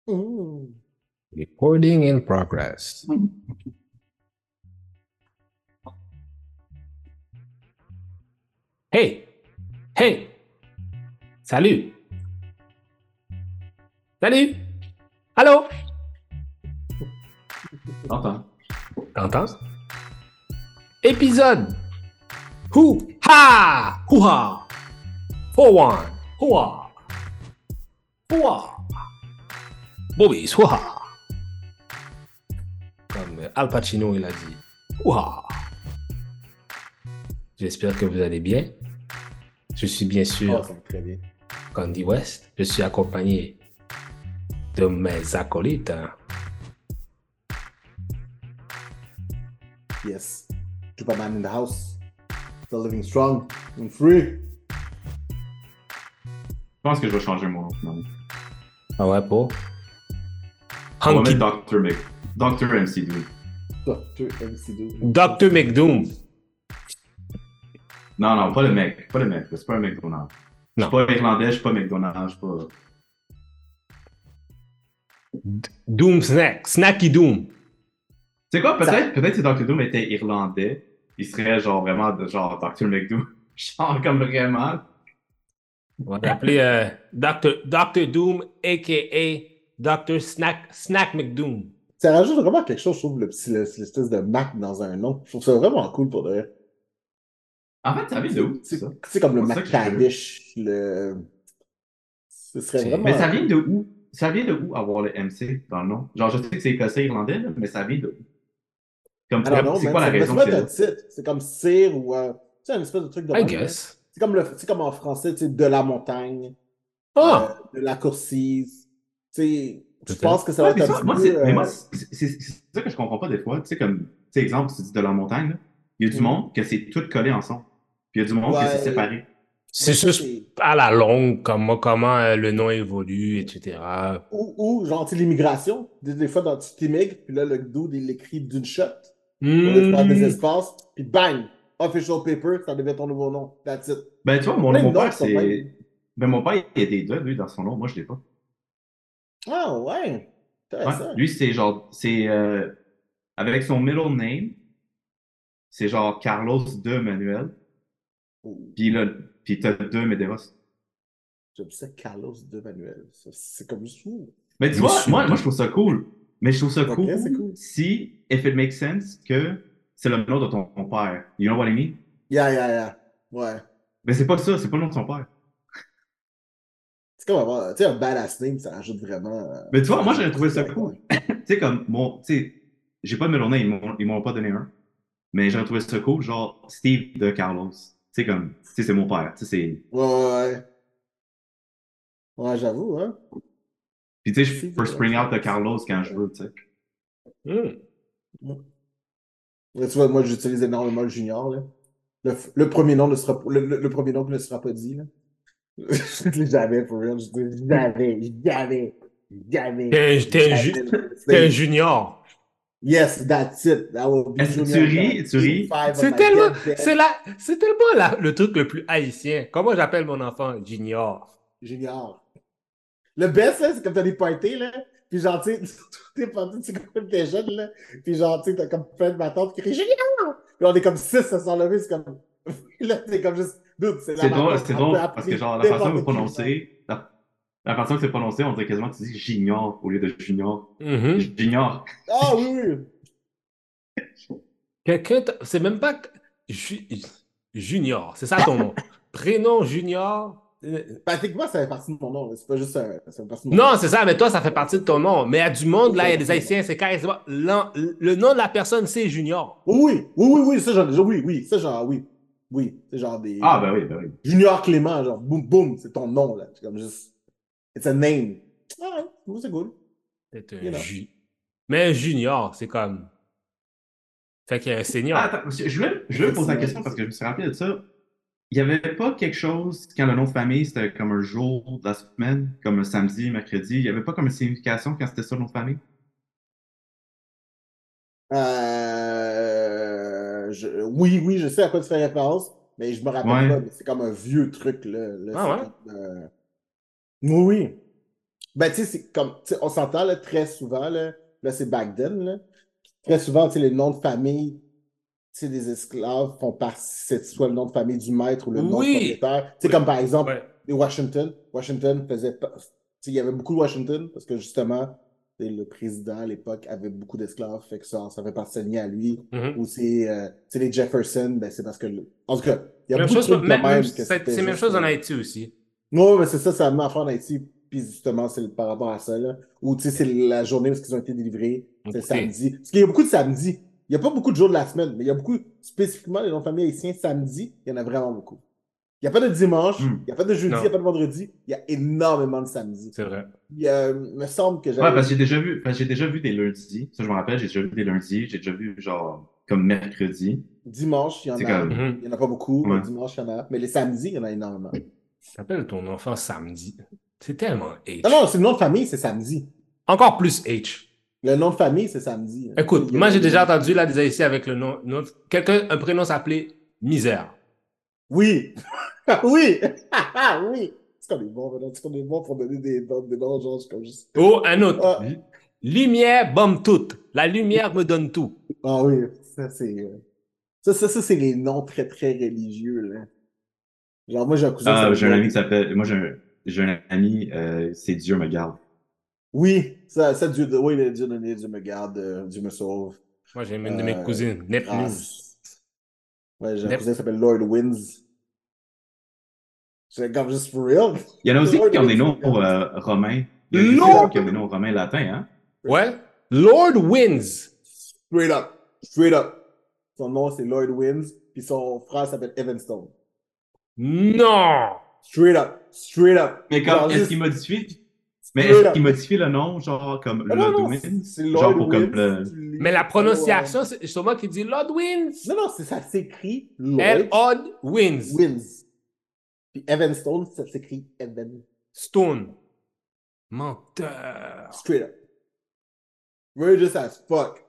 Mm. Recording in progress. Hey! Hey! Salut! Salut! Allô? T'entends? Épisode! Hoo-ha! Hoo-ha! 4-1! Hoo-ha! Hoo-ha! Bobby's hoo-ha! Comme Al Pacino, il a dit. Hoo-ha! J'espère que vous allez bien. Je suis bien sûr très bien. Candy West. Je suis accompagné de mes acolytes. Yes. Superman in the house. Still living strong and free. Je pense que je vais changer mon nom finalement. Ah ouais, pour? On va Hunky mettre Dr. MC Doom. Dr. MC Doom. Dr. McDoom. Non, pas le mec. C'est pas un McDonald's. Je suis pas irlandais, je suis pas McDonald's, je suis pas... Doom Snack. Snacky Doom. C'est quoi, peut-être si Dr. Doom était irlandais, il serait genre vraiment de genre Dr. McDoom. Genre comme vraiment. On va l'appeler Dr. Doom, a.k.a. Dr. Snack McDoom. Ça rajoute vraiment quelque chose, je trouve, l'espèce de Mac dans un nom. Je trouve ça vraiment cool pour de vrai. En fait, ça vient de où, ça? C'est comme le C'est ça que McTavish, Ce serait vraiment... Mais ça vient de où? Ça vient de où avoir le MC dans le nom? Genre, je sais que c'est écossais irlandais, là, mais ça vient de où? Comme Alors non, c'est quoi la raison que c'est là? titre. C'est comme Cyr ou... tu sais, une espèce de truc de... I guess. C'est comme en français, tu sais, de la montagne, de la coursise. Tu sais, je pense que ça va être un petit peu... Mais moi, c'est ça que je comprends pas des fois. Tu sais, comme, tu sais, exemple, tu dis de la montagne, là. Il y a du monde que c'est tout collé ensemble. Puis il y a du monde que c'est séparé. C'est juste à la longue, comment le nom évolue, etc. Ou genre, tu sais, l'immigration. Des fois, tu t'immigres, puis là, le dude, il l'écrit d'une shot. Au lieu de faire des espaces, puis bang! Official paper, ça devient ton nouveau nom. That's it. Ben, tu vois, mon père, c'est... Ben, mon père, il y a des deux, lui, dans son nom. Moi, je l'ai pas. Ah, ouais. Ouais. Lui, c'est genre... C'est... avec son middle name, c'est genre Carlos de Manuel. Puis là, puis t'as deux Medeiros. J'aime ça, Carlos de Manuel. C'est comme juste fou. Mais tu vois, moi, je trouve ça cool. Mais je trouve ça cool, cool si, if it makes sense, que c'est le nom de ton père. You know what I mean? Yeah. Ouais. Mais c'est pas ça, c'est pas le nom de son père. C'est comme avoir, tu sais, un badass name, ça rajoute vraiment. Mais tu vois, moi, j'aurais trouvé ça cool. Tu sais, comme, tu sais, j'ai pas de middle name, ils m'ont pas donné un. Mais j'aurais trouvé ça cool, genre Steve de Carlos. Tu sais, comme, tu sais, c'est mon père. Tu sais, c'est. Ouais, j'avoue, hein. Puis tu sais, je peux spring out de Carlos quand je veux, tu sais. Tu vois, moi, j'utilise énormément le junior, là. Le premier nom ne sera le premier nom qui ne sera pas dit, là. Je l'ai jamais, pour real. Je dis jamais. T'es un junior. Yes, that's it. That will be junior. Tu ris. C'est tellement le truc le plus haïtien. Comment j'appelle mon enfant? Junior. Le best, là, c'est comme t'as des parties, là. Puis genre, tu sais, t'es parti, c'est comme t'es jeune, là. Puis genre, tu sais, t'as comme plein de ma tante qui crie Junior! Puis on est comme 6 à s'enlever, c'est comme. Là, c'est comme juste. C'est drôle, parce que genre, la façon que c'est prononcé, la façon que c'est prononcé, on dirait quasiment que tu dis j'ignore au lieu de junior. J'ignore. Ah oui! C'est même pas Junior, c'est ça ton nom. Prénom Junior. Pratiquement, ça fait partie de mon nom. C'est pas juste ça fait partie de mon nom. Non, c'est ça, mais toi, ça fait partie de ton nom. Mais il y a du monde, là, il y a des Haïtiens, c'est carrément. Le nom de la personne, c'est Junior. Oui, ça, oui, c'est genre des. Ah, ben oui. Junior Clément, genre, boum, c'est ton nom, là. C'est comme juste. It's a name. Ah ouais, c'est cool. C'est un Mais Junior, c'est comme. Fait qu'il y a un senior. Attends, je voulais poser la question parce que je me suis rappelé de ça. Il n'y avait pas quelque chose, quand le nom de famille, c'était comme un jour de la semaine, comme un samedi, mercredi, il n'y avait pas comme une signification quand c'était ça le nom de famille? Oui, je sais à quoi tu fais référence, mais je me rappelle pas. Mais c'est comme un vieux truc, là. Ah ouais? Oui. Ben, tu sais, c'est comme, tu sais, on s'entend, là, très souvent, là c'est back then, là. Très souvent, tu sais, les noms de famille, tu sais, des esclaves font partie, c'est soit le nom de famille du maître ou le nom de Oui. propriétaire. Tu sais, Oui. comme par exemple, Ouais. les Washington. Washington faisait, tu sais, il y avait beaucoup de Washington parce que justement, tu sais, le président à l'époque avait beaucoup d'esclaves, fait que ça fait partie de à lui. Mhm. Ou c'est, tu sais, les Jefferson, ben, c'est parce que, en tout cas, il y a Même beaucoup de chose, trucs de même que c'est c'était même juste. chose en Haïti aussi. Non, mais c'est ça, ça m'a affaire en Haïti. Puis justement, c'est par rapport à ça, là. Ou tu sais, c'est la journée où ils ont été délivrés. C'est le Écoutez, samedi. Parce qu'il y a beaucoup de samedis. Il n'y a pas beaucoup de jours de la semaine, mais il y a beaucoup, spécifiquement, les noms de famille haïtiens, samedi, il y en a vraiment beaucoup. Il n'y a pas de dimanche, il Hmm. n'y a pas de jeudi, il n'y a non, pas de vendredi. Il y a énormément de samedis. c'est vrai. Il me semble que Ouais, j'avais. parce que j'ai déjà vu des lundis. Ça, je me rappelle, j'ai déjà vu des lundis. J'ai déjà vu, genre, comme mercredi. Dimanche, il y en C'est a. comme, Mhm. Il n'y en a pas beaucoup, mais ouais. dimanche, il y en a. Mais les samedis, il y en a énormément. T'appelles ton enfant samedi. C'est tellement Non, non, H. c'est le nom de famille, c'est samedi. Encore plus H. Le nom de famille, c'est samedi. Tu sais, Écoute, il y moi a j'ai déjà les- entendu là des Haïtiens avec le nom, quelqu'un, un prénom s'appelait Misère. Oui, oui, oui. C'est qu'on est bon, maintenant. C'est qu'on est bon pour donner des noms, genre, comme juste. Oh, un autre. Ah, Lumière bombe toute. La lumière me donne tout. ah oui, ça, c'est. Ça, c'est les noms très, très religieux, là. Genre, moi, j'ai un cousin qui Ah, s'appelle j'ai un Lloyd. ami qui s'appelle, j'ai un ami, c'est Dieu me garde. Oui, oui, le Dieu donné, Dieu me garde, Dieu me sauve. Moi j'ai une de mes Euh, cousines, Nep News. grâce. Ouais, j'ai un cousin Nep. qui s'appelle Lloyd Wins. C'est comme juste for real. Il y en a aussi Lloyd qui ont des Wins, Dieu me noms garde. romains. Il y a aussi Lord. qui ont des noms romains latins, hein? Ouais. Lord Wins. Straight up. Straight up. Son nom, c'est Lloyd Wins, puis son frère s'appelle Evan Stone. Non. Straight up. Straight up. Mais comme, Genre, est-ce juste qu'il modifie, mais est-ce straight qu'il up. modifie le nom, genre comme Ah non, Lord non, Wins? c'est Genre Lloyd pour comme Wins. le. Tu Mais la lis prononciation, L-O-R. c'est moi qui dis Lord Wins. Non, non, ça s'écrit L Lloyd Odd Wins. Wins. Puis Evan Stone, ça s'écrit Evan. Stone. Menteur. Straight up. Religious as fuck.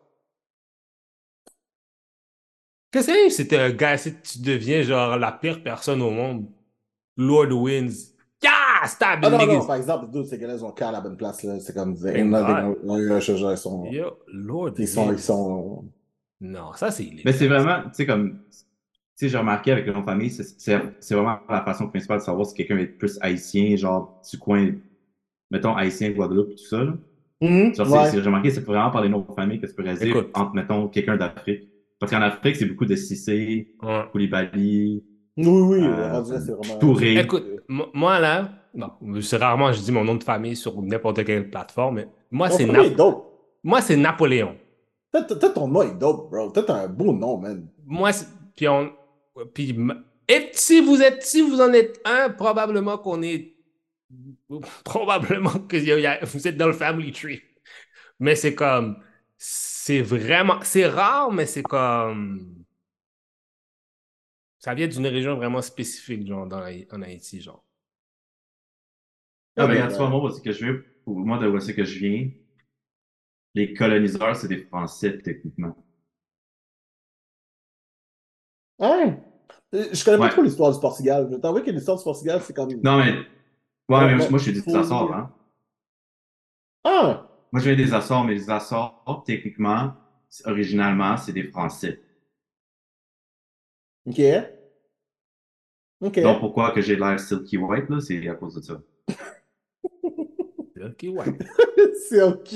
Qu'est-ce que c'est si t'es un gars, si tu deviens genre la pire personne au monde? Lord Wins. Yeah! Stab Ah non, non, niggas. par exemple, ces gars-là ont cœur à la bonne place, là. C'est comme, Thank God. Yo, Lord ils Wins. sont. Non, ça c'est Mais c'est illégal. vraiment, tu sais, comme. Tu sais, j'ai remarqué avec le nom de famille, c'est vraiment la façon principale de savoir si quelqu'un est plus haïtien, genre du coin, mettons, haïtien, Guadeloupe, tout ça, là. Mhm, Genre, ouais. j'ai remarqué, c'est vraiment par les noms de famille que tu pourrais dire Écoute. entre, mettons, quelqu'un d'Afrique. Parce qu'en Afrique, c'est beaucoup de Cissé, Ouais. Koulibaly, Oui, oui, euh, rendu là, c'est vraiment. Écoute, Touré. moi là, bon, c'est rarement je dis mon nom de famille sur n'importe quelle plateforme, mais moi Ton c'est famille est dope. moi c'est Napoléon. Ton nom est dope, bro. T'as un beau nom, man. Moi, puis on, puis et si vous en êtes un, probablement qu'on est, probablement que vous êtes dans le family tree. Mais c'est comme, c'est vraiment, c'est rare, mais c'est comme, ça vient d'une région vraiment spécifique, genre en Haïti, genre. Ah, Ok, mais regarde, tu vois, ben. moi, où c'est que je viens, pour moi, de où c'est que je viens, les coloniseurs, c'est des Français, techniquement. Hein? Je connais pas Ouais. trop l'histoire du Portugal. Je t'avoue que l'histoire du Portugal, c'est comme. Non, mais, ouais, mais moi, je suis des Fully. Açores, hein. Ah! Moi, je viens des Açores, mais les Açores, techniquement, originalement, c'est des Français. Ok. Ok. Donc, pourquoi que j'ai l'air Silky White, là, c'est à cause de ça. Ok, ouais. C'est ok.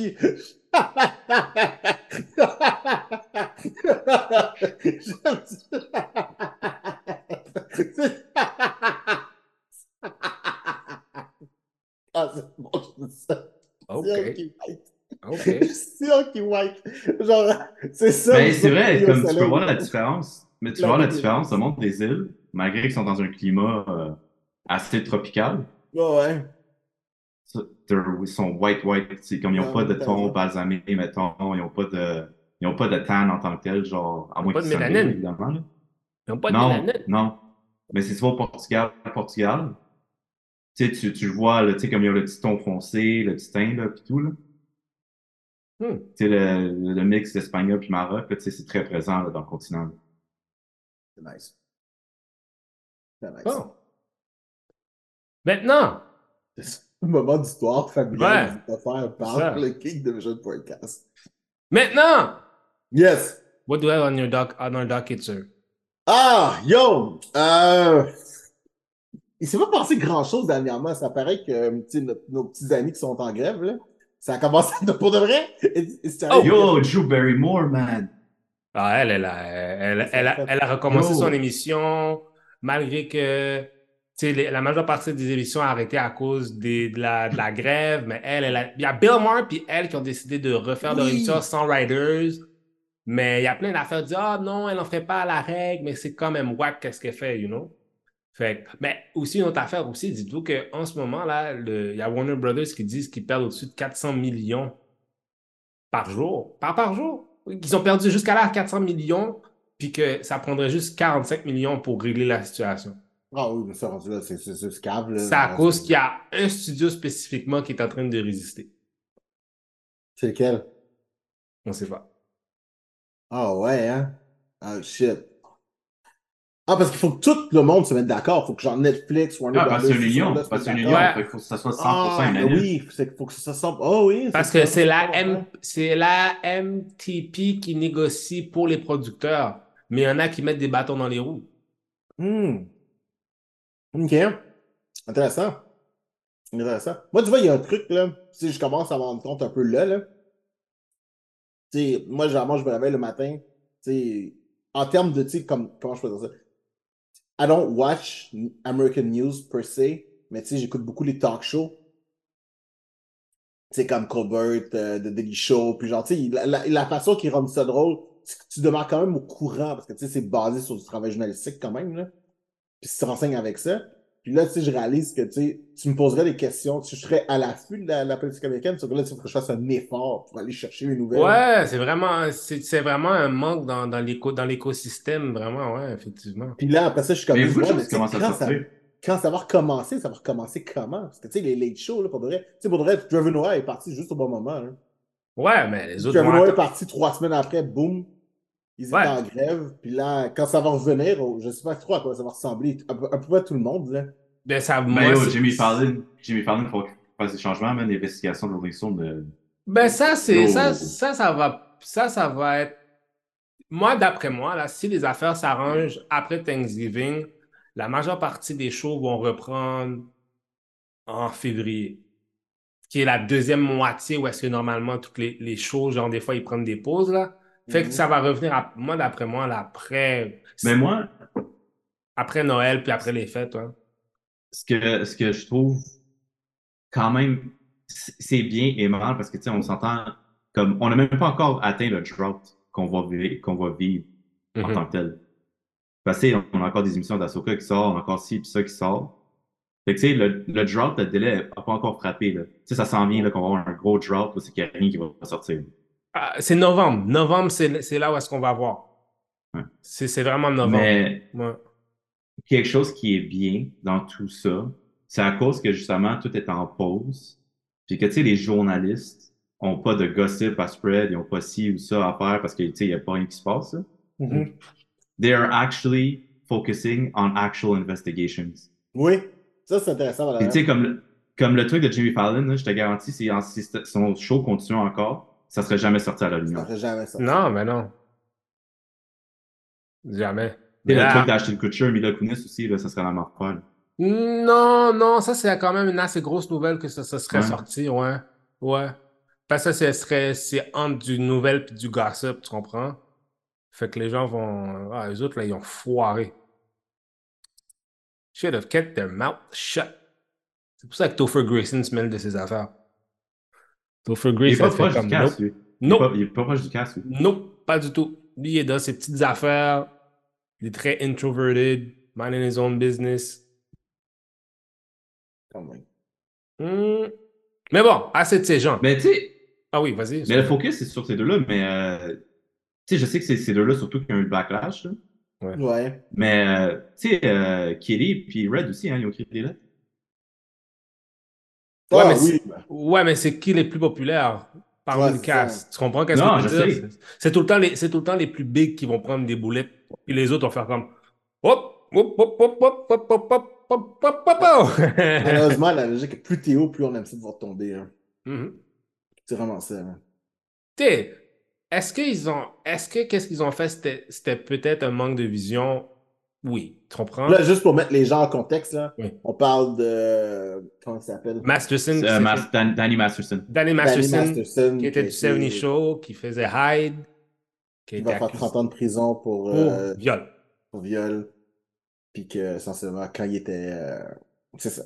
Ah, c'est bon, je dis ça. OK. Silky White. OK. Silky White. Genre, c'est ça, Mais vous c'est autres vrai, au comme tu peux voir soleil. la différence, mais tu La vois la différence, le dégueulasse. monde des îles, malgré qu'ils sont dans un climat assez tropical, Ouais, ouais. ils sont white, c'est comme ils n'ont pas Non, de t'as ton raison. balsamé, mettons, ils ont pas de tan en tant que tel, genre, à Ils n'ont moins pas qu'ils de se sunbathe, mélanine. évidemment, là. Ils n'ont pas de Non, mélanine. non. Mais c'est soit au Portugal, tu sais, tu le vois, là, tu sais, comme il y a le petit ton foncé, le petit teint, là, pis tout, là. Hmm. Tu sais, le mix d'Espagnol puis Maroc, là, tu sais, c'est très présent, là, dans le continent, là. C'est nice. C'est nice. Bon. Maintenant, moment d'histoire familiale Ouais, qui est offert c'est par le ça. Geek Division Podcast. Maintenant, Yes! what do you have on your docket, sir? Ah, yo! Il s'est pas passé grand-chose dernièrement. Ça paraît que tu sais, nos petits amis qui sont en grève, là, ça a commencé pour de vrai. It's starting to Oh! Yo, get- Drew Barrymore, man. Ah, Qu'est-ce qu'elle a fait? elle a recommencé son Yo. émission malgré que tu sais, la majeure partie des émissions a arrêté à cause de la grève, mais il y a Bill Maher et elle qui ont décidé de refaire leur émission Oui! sans Riders, mais il y a plein d'affaires qui disent ah non, elle n'en fait pas à la règle, mais c'est quand même wack qu'est-ce qu'elle fait, you know? Mais aussi une autre affaire aussi, dites-vous qu'en ce moment, là, il y a Warner Brothers qui disent qu'ils perdent au-dessus de 400 millions par jour. Par jour. Ils ont perdu jusqu'à là 400 millions, puis que ça prendrait juste 45 millions pour régler la situation. Ah oui, mais ça, rendu là, c'est ce câble, C'est à cause qu'il y a un studio spécifiquement qui est en train de résister. C'est lequel? On ne sait pas. Ah ouais, hein? Ah shit. Ah, parce qu'il faut que tout le monde se mette d'accord. Il faut que genre Netflix, Warner Ah, parce que Brothers, c'est une tout ça, là, union. se Parce mettent que c'est une d'accord. union. Ouais, Fait qu'il faut que ça soit 100% Ah, ben unanime. oui, il faut que ça semble. Oh oui, c'est parce que ça. Ouais. c'est la MTP qui négocie pour les producteurs, mais il y en a qui mettent des bâtons dans les roues. Hmm. OK. Intéressant. Intéressant. Moi, tu vois, il y a un truc, là. Si je commence à m'en rendre compte un peu là. Tu sais, moi, généralement, je me réveille le matin. Tu sais, en termes de, tu sais, comment je peux dire ça? I don't watch American news per se, mais tu sais, j'écoute beaucoup les talk shows. Tu sais, comme Colbert, The Daily Show, puis genre, tu sais, la façon qu'ils rendent ça drôle, c'est que tu demeures quand même au courant, parce que, tu sais, c'est basé sur du travail journalistique quand même, là. Puis tu te renseignes avec ça. Puis là, tu sais, je réalise que, tu sais, tu me poserais des questions, tu sais, je serais à l'affût de la politique américaine, sauf que là, il faut que je fasse un effort pour aller chercher les nouvelles. Ouais, c'est vraiment un manque dans l'écosystème, vraiment, ouais, effectivement. Puis là, après ça, je suis Mais comme, il y a beaucoup de ouais, choses mais qui tu sais, commencent à sortir. quand ça va recommencer, ça va recommencer comment? Parce que, tu sais, les late shows, là, pour de vrai, tu sais, pour de vrai, Trevor Noah est parti juste au bon moment, là. Ouais, mais les autres vont Trevor Noah est attendre. parti 3 semaines après, boum, ils étaient Ouais, en grève. Puis là, quand ça va revenir, oh, je sais pas trop à quoi ça va ressembler. Un peu à tout le monde, là. ben ça, Ben moi, yo, Jimmy Fallon, il faut qu'il fasse des changements, man. L'investigation de Rolling Stone. ben ça, Yo. ça va être, moi, d'après moi, là, si les affaires s'arrangent après Thanksgiving, la majeure partie des shows vont reprendre en février, qui est la deuxième moitié où est-ce que normalement toutes les shows, genre des fois, ils prennent des pauses, là. Fait que Mhm. ça va revenir, moi, d'après moi, là, Mais moi, après Noël, puis après les fêtes, ouais. ce que je trouve quand même, c'est bien et mal parce que, tu sais, on s'entend comme, on n'a même pas encore atteint le drought qu'on va vivre en tant Mhm. que tel. Parce que, tu sais, on a encore des émissions d'Asoka qui sortent, on a encore ci puis ça qui sort. Fait que, tu sais, le drought, le délai n'a pas encore frappé, là. Tu sais, ça s'en vient, là, qu'on va avoir un gros drought, là, c'est qu'il n'y a rien qui va sortir. Ah, c'est novembre. Novembre, c'est là où est-ce qu'on va voir. Ouais. C'est vraiment novembre. Mais Ouais. quelque chose qui est bien dans tout ça, c'est à cause que justement tout est en pause, puis que tu sais, les journalistes ont pas de gossip à spread, ils ont pas ci ou ça à faire parce que tu sais, il n'y a pas rien qui se passe. Là. Mhm. They are actually focusing on actual investigations. Oui, ça c'est intéressant, Puis tu voilà. sais, comme le truc de Jimmy Fallon, là, je te garantis, si son show continue encore, ça serait jamais sorti à la Ça lumière. ferait jamais sorti. Non, mais non. Jamais. Tu Mais sais, le truc là, d'Ashton Kutcher, Mila Kunis aussi, là, ça serait la même affaire. Là. non, non, ça, c'est quand même une assez grosse nouvelle que ça serait Ouais. sorti, ouais. Ouais. Parce que c'est entre du nouvelle puis du gossip, tu comprends? Fait que les gens vont. Ah, les autres, là, ils ont foiré. Should have kept their mouth shut. C'est pour ça que Topher Grayson se mêle de ses affaires. Topher Il est Grayson pas a fait proche du comme nope. casse, lui. Nope. Il est pas proche du casse, lui. Nope, pas du tout. Lui, il est dans ses petites affaires. Il est très introverted, minding his own business. Quand même. Mais bon, assez de ces gens. Mais tu sais, Ah oui, vas-y. mais le Excuse-moi. focus, c'est sur ces deux-là, mais tu sais, je sais que c'est ces deux-là surtout qui ont eu le backlash, là. Ouais. Ouais. Mais tu sais, Kelly puis Red aussi, hein, ils ont écrit des lettres. Ouais, Ah oui. ouais, mais c'est qui les plus populaires parmi Ouais, le c'est ça. cast? Tu comprends qu'est-ce que Non, je je veux dire? sais. C'est tout le temps les plus big qui vont prendre des boulettes, puis les autres vont faire comme hop, hop, hop, hop, hop, hop, hop, hop, Malheureusement, la logique est plus t'es haut, plus on aime ça de voir tomber. Hein. Mhm. C'est vraiment ça. Hein. Tu sais, qu'est-ce qu'ils ont fait, c'était peut-être un manque de vision? Oui, tu comprends? Là, juste pour mettre les gens en contexte, là, Oui. on parle de. Comment ça s'appelle? Masterson, Danny Masterson. Danny Danny Masterson, Masterson, qui était du 70 Show, qui faisait Hyde, qui a qui été va faire accusé 30 ans de prison pour viol. pour viol. Puis que, essentiellement, quand il était. C'est ça.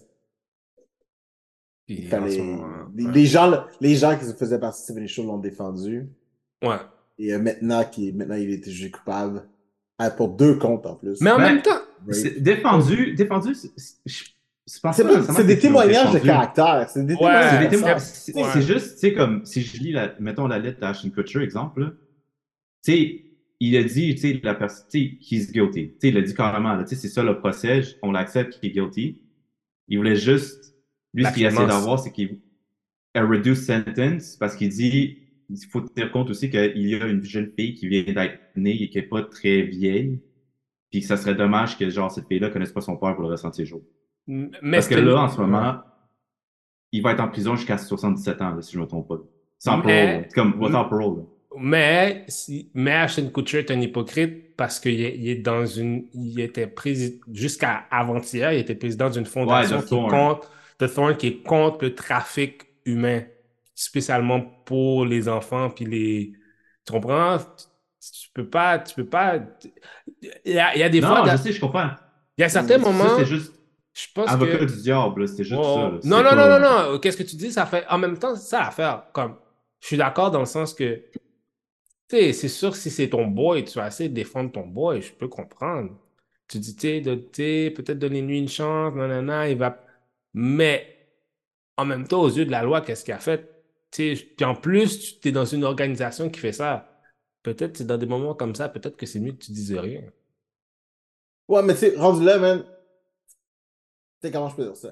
Il Puis en ce fallait. moment, Les gens qui faisaient partie de Steven Show l'ont défendu. ouais. Et maintenant il a été jugé coupable. Pour 2 comptes en plus. Mais en Ben, même temps, c'est défendu, je pense pas nécessairement C'est des qu'ils l'ont témoignages de défendu. caractère. C'est des Ouais, témoignages C'est des de témoins. caractère. Ouais. C'est juste, tu sais, comme si je lis, mettons la lettre d'Ashton Kutcher, exemple, là, tu sais, il a dit, tu sais, la personne, tu sais, he's guilty. Tu sais, il a dit carrément, là, tu sais, c'est ça le procès, on l'accepte qu'il est guilty. Il voulait juste, lui, la ce qu'il essaie clémence. d'avoir, c'est qu'il a reduced sentence parce qu'il dit, il faut tenir compte aussi qu'il y a une jeune fille qui vient d'être née et qui n'est pas très vieille, puis que ça serait dommage que, genre, cette fille-là connaisse pas son père pour le restant de ses jours. Mais Parce que c'était- là, en ce moment, il va être en prison jusqu'à 77 ans, là, si je ne me trompe pas. Sans parole. Mais, Comme, without parole. mais Ashton Kutcher est un hypocrite parce qu'il est dans il était président, jusqu'à avant-hier, il était président d'une fondation Ouais, The Thorn. The Thorn, qui est contre le trafic humain, spécialement pour les enfants, puis tu comprends? Tu peux pas, il y a des fois, Non, je sais, je comprends. il y a certains Ça, moments, c'est juste je pense avocat que du diable, là, c'était juste ça. oh, Là. non, C'est non, non, non, pas... non. Qu'est-ce que tu dis? Ça fait. En même temps, c'est ça l'affaire. Comme, je suis d'accord dans le sens que, tu sais, c'est sûr, si c'est ton boy, tu vas essayer de défendre ton boy, je peux comprendre. Tu dis, tu sais, peut-être donner-lui une chance, nanana, il va. Mais, en même temps, aux yeux de la loi, qu'est-ce qu'il a fait? Tu sais, puis en plus, tu es dans une organisation qui fait ça. Peut-être, c'est dans des moments comme ça, peut-être que c'est mieux que tu dises rien. Ouais, mais tu sais, rendu là, man. Tu sais, comment je peux dire ça?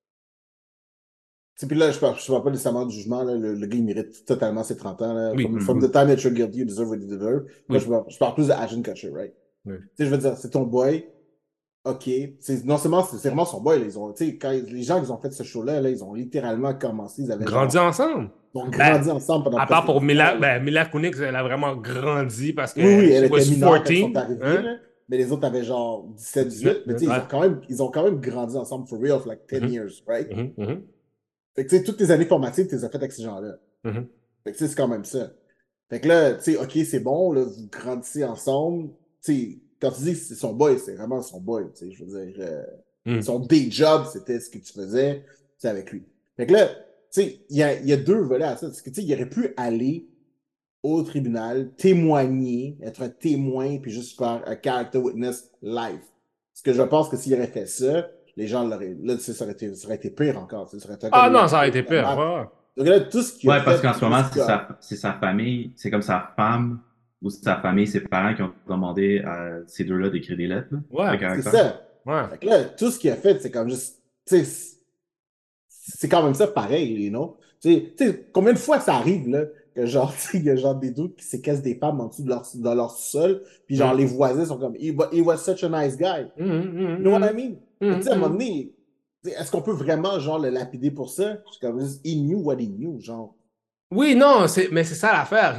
Puis là, je parle pas nécessairement du jugement. Là. Le gars, il mérite totalement ses 30 ans. Là. Oui. From the time that you're guilty, you deserve what you deserve. Oui. Moi, je parle plus de Ashton Kutcher, right? Oui. Tu sais, je veux dire, c'est ton boy. OK. Non seulement, c'est vraiment son boy. Là, ils ont, quand les gens qui ont fait ce show-là, là, ils ont littéralement commencé. Ils avaient Grandi genre, ensemble. ils ont grandi ensemble pendant À part presque pour 10 ans, Mila Kunis, elle a vraiment grandi parce que oui, elle she était was mineure quand ils 14, sont arrivés, hein? là. Mais les autres avaient genre 17, 19, 18. Mais tu sais, ouais. ils ont quand même grandi ensemble for real for like 10 years, right? Mhm. Fait que tu sais, toutes tes années formatives, tu les as faites avec ces gens-là. Mhm. Fait que tu sais, c'est quand même ça. Fait que là, tu sais, OK, c'est bon, là, vous grandissez ensemble. Tu sais, quand tu dis que c'est son boy, c'est vraiment son boy, tu sais, je veux dire, son day job, c'était ce que tu faisais, c'est avec lui. Fait que là, tu sais, il y a 2 volets à ça. Parce que, tu sais, il aurait pu aller au tribunal, témoigner, être un témoin, puis juste faire un character witness live. Parce que je pense que s'il aurait fait ça, les gens l'auraient. Là, ça aurait été pire encore. Ça aurait été Ah non, ça aurait été pire. Ouais. Donc là, tout ce qu'il a Ouais, parce fait, qu'en ce moment, juste c'est sa famille, c'est comme sa femme ou sa famille, ses parents qui ont demandé à ces deux-là d'écrire des lettres là, Ouais, de c'est caractère. ça. Ouais. Fait que là, tout ce qu'il a fait, c'est comme juste. Tu sais, c'est quand même ça pareil, you know? Tu sais, combien de fois ça arrive, là, que genre, tu sais, il y a genre des doutes qui séquestrent des femmes en dessous de dans leur sol, puis genre, les voisins sont comme, he was such a nice guy. You know what I mean? Tu sais, à un moment donné, est-ce qu'on peut vraiment, genre, le lapider pour ça? Je suis comme, he knew what he knew, genre. Oui, non, mais c'est ça l'affaire.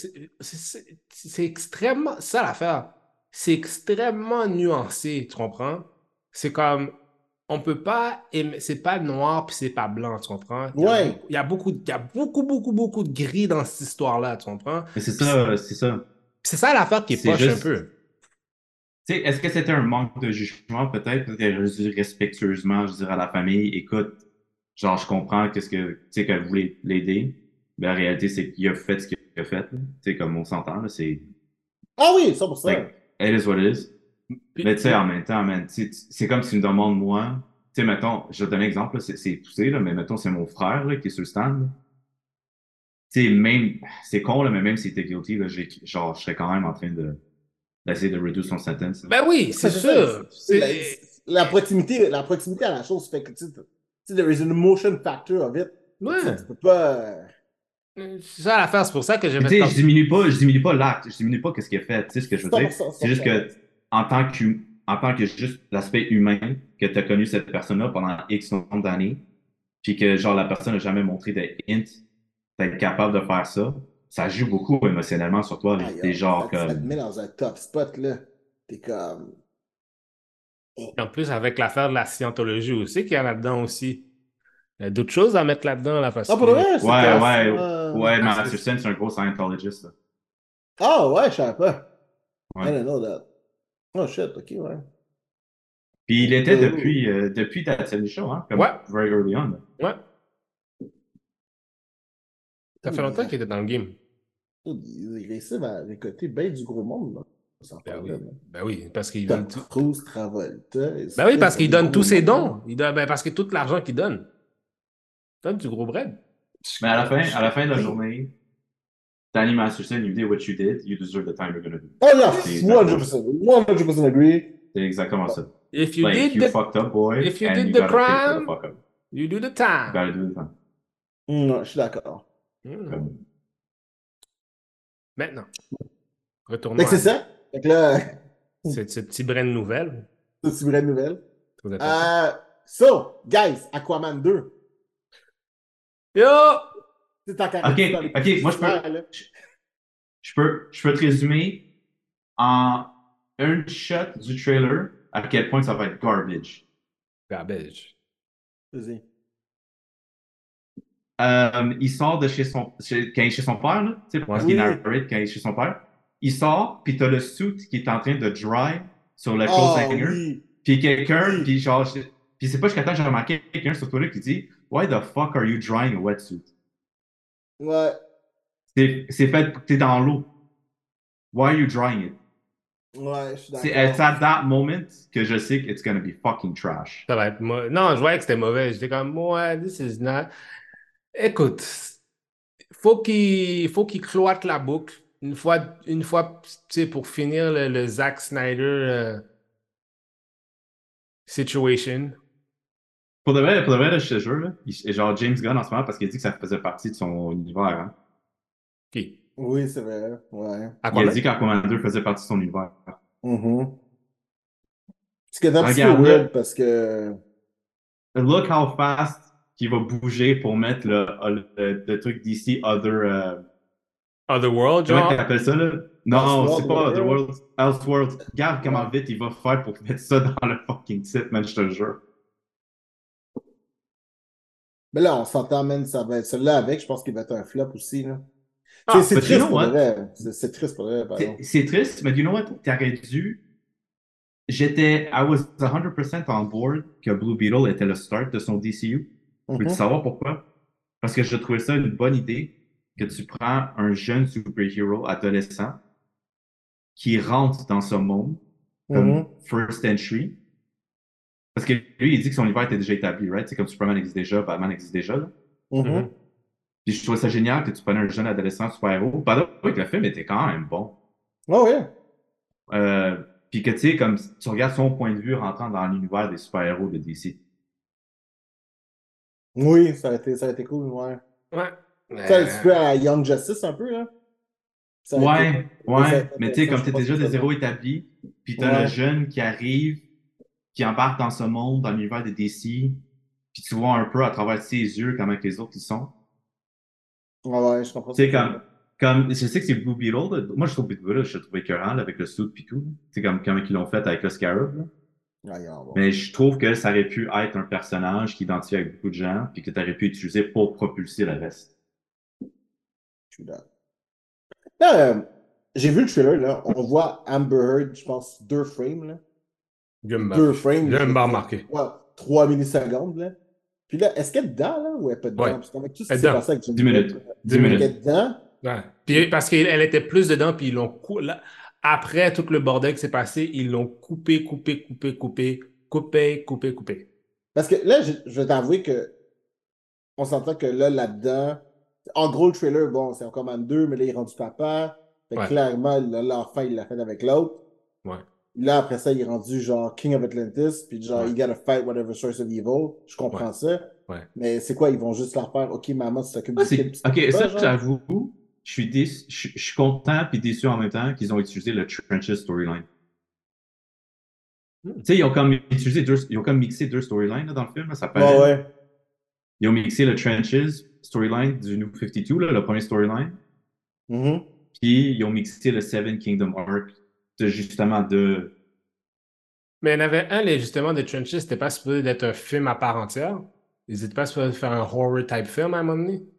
C'est extrêmement. C'est ça l'affaire. C'est extrêmement nuancé, tu comprends? C'est comme. On peut pas. C'est pas noir puis c'est pas blanc, tu comprends? Ouais. Il y a beaucoup, beaucoup de gris dans cette histoire-là, tu comprends? Mais c'est ça, c'est ça. C'est ça l'affaire qui est C'est poche juste- un peu. Tu sais, est-ce que c'était un manque de jugement, peut-être? Peut-être qu'elle aurait dû respectueusement, je dirais à la famille, écoute, genre, je comprends qu'est-ce que, tu sais, qu'elle voulait l'aider, mais la réalité, c'est qu'il a fait ce qu'il a fait, là. Tu sais, comme on s'entend, là, c'est, Ah oui, 100%. like, it is what it is. Puis- Mais tu sais, en même temps, man, c'est comme si tu me demandes, moi, tu sais, mettons, je vais te donner un exemple, là, c'est poussé, là, mais mettons, c'est mon frère, là, qui est sur le stand, là. Tu sais, même, c'est con, là, mais même s'il était guilty, là, genre, je serais quand même en train d'essayer de réduire son sentence. Ben oui, c'est sûr. La proximité à la chose fait que, tu sais, there is an emotion factor of it. Ouais. Tu peux pas. C'est ça l'affaire, c'est pour ça que j'ai Tu sais, je diminue pas l'acte, je diminue pas qu'est-ce qu'il a fait, tu sais ce que je veux dire? 100%, C'est juste que, en tant en tant que juste l'aspect humain, que tu as connu cette personne-là pendant X nombre d'années, puis que genre la personne n'a jamais montré de hint d'être capable de faire ça, ça joue beaucoup émotionnellement sur toi. Là. Ah, T'es yo, genre ça te met comme. dans un top spot, là. T'es comme. En plus, avec l'affaire de la scientologie aussi, qu'il y a là-dedans aussi. Il y a d'autres choses à mettre là-dedans, là, parce Ah, pour de que. vrai, c'est Ouais, quoi ouais, ça? ouais, Parce que Masterson, c'est un gros Scientologist. Là. Ah, ouais, je savais pas. I Ouais. didn't know that. Oh, shit, ok, ouais. Puis il était Oh, depuis That 70 Show, hein, comme ouais, very early on. Là. ouais. Ça fait longtemps il, qu'il était dans le game. il réussit à récolter bien du gros monde, là. Ça en Ben parle, là. oui. Ben oui, parce qu'il donne Tom tout. Cruise, Travolta, Ben oui, parce c'est qu'il des donne tous gros ses noms, là. dons. Ben parce que tout l'argent qu'il donne, il donne du gros bread. Mais à la fin de la journée, Danny Masterson, il me dit What you did, you deserve the time you're gonna do. Oh, yeah, C'est exactement, 100%, 100% agree. c'est exactement ça. If you Like, did you the fucked up, boy, if you and did you the gotta pay for the crime, fuck up. you do the You time. gotta do the time. Non, je suis d'accord. Comme- Maintenant, Fait retournons que c'est à ça. Fait que là, ce petit brin de nouvelles. c'est une vraie nouvelle. Très important. So, guys, Aquaman 2. Yo! C'est tant qu'à Ok, rester dans les ok, moi là. je peux te résumer en un shot du trailer à quel point ça va être garbage. Garbage. Vas-y. Il sort de quand il est chez son père, là, tu sais, parce qu'il Oui. narrate quand il est chez son père. Il sort, puis t'as le suit qui est en train de dry sur le clothes Oh, hanger. oui. Puis quelqu'un, Oui. puis genre, puis c'est pas jusqu'à temps que j'ai remarqué quelqu'un sur Twitter qui dit Why the fuck are you drying a wetsuit? Ouais. C'est fait, t'es dans l'eau. Why are you drying it? Ouais, je suis C'est d'accord. at that moment que je sais que it's gonna be fucking trash. Ça va être non, je voyais que c'était mauvais. J'étais comme, ouais, this is not. Écoute, faut qu'il cloître la boucle. Une fois, tu sais, pour finir le Zack Snyder situation. Pour de vrai, là, je te jure, là, genre James Gunn en ce moment parce qu'il a dit que ça faisait partie de son univers. Hein. Qui? Oui, c'est vrai. Ouais. Il a Aquaman? dit qu'Aquaman 2 faisait partie de son univers. Mhm. Ce qui est un petit peu Regarde-le. weird parce que. Look how fast qu'il va bouger pour mettre le truc d'ici Other. Otherworld, Comment tu genre? appelles ça, là? Non, c'est Elseworld, pas whatever. Otherworld. Elseworld. Regarde comment Ouais. vite il va faire pour mettre ça dans le fucking titre, man, je te le jure. Mais là, on s'entend, man, ça va être celui-là avec. Je pense qu'il va être un flop aussi, là. Ah, C'est But you triste know pour de what? vrai. C'est triste pour de vrai, par exemple. C'est triste, mais you know what? T'aurais dû. I was 100% on board que Blue Beetle était le start de son DCU. Veux-tu Mhm. savoir pourquoi? Parce que je trouvais ça une bonne idée que tu prends un jeune super-héros adolescent qui rentre dans ce monde comme Mhm. first entry. Parce que lui, il dit que son univers était déjà établi, right? C'est comme Superman existe déjà, Batman existe déjà. Là. Mhm. mhm. Puis je trouvais ça génial que tu prenais un jeune adolescent super-héros. Par contre, le film était quand même bon. Oh, yeah. Puis que tu sais, comme tu regardes son point de vue rentrant dans l'univers des super-héros de DC. Oui, ça a été cool, ouais. Ouais. Ça, un petit peu à Young Justice, un peu, là. Ça a été. Ça a Ouais. été Mais tu sais, intéressant, comme je tu sais es pas déjà des spécialement. héros établis, puis tu as le Ouais. jeune qui arrive, qui embarque dans ce monde, dans l'univers de DC, puis tu vois un peu à travers ses yeux comment que les autres ils sont. Ouais, ouais, je comprends ce Tu que sais, tu veux dire. comme je sais que c'est Blue Beetle. Là. Moi, je trouve Blue Beetle, je le trouvais écœurant là, avec le suit et tout. Tu sais, comme ils l'ont fait avec le Scarab. Là. Ouais, yeah, bon. Mais je trouve que ça aurait pu être un personnage qui identifie avec beaucoup de gens, puis que tu aurais pu utiliser pour propulser le reste. Je suis d'accord. Là, j'ai vu le trailer, là. On voit Amber Heard, je pense, 2 frames, là. Je me Deux frames, je je me veux dire, remarqué. 3 millisecondes, là. Puis là, est-ce qu'elle est dedans, là, ou elle n'est pas Ouais. dedans? Parce qu'avec tout ce qui s'est Dedans. passé avec James 10 minutes. Gunn, 10 elle minutes. est dedans. Ouais. Puis parce qu'elle était plus dedans, puis ils l'ont après tout le bordel qui s'est passé, ils l'ont coupé. Parce que là, je vais t'avouer que on s'entend que là, là-dedans, en gros, le trailer, bon, c'est encore Man 2, mais là, il est rendu papa. Fait que Ouais, clairement, là, l'enfant, il l'a fait avec l'autre. ouais, Là, après ça, il est rendu genre King of Atlantis, puis genre, ouais, you gotta fight whatever source of evil. Je ouais, comprends ça. ouais. Mais c'est quoi, ils vont juste leur faire, OK, maman, tu t'occupes Ah, du kid, puis ok, pas, ça, genre? j'avoue, je suis content puis déçu en même temps qu'ils ont utilisé le Trenches storyline. Tu sais, ils ont comme utilisé ils ont comme mixé deux storylines là, dans le film, là, ça Ouais, paraît. Là. ouais. Ils ont mixé le Trenches storyline du New 52, là, le premier storyline. Mhm. Puis ils ont mixé le Seven Kingdom Arc, justement de. Mais il y en avait un, justement, de Trenches, c'était pas supposé d'être un film à part entière. Ils étaient pas supposés faire un horror type film à un moment donné.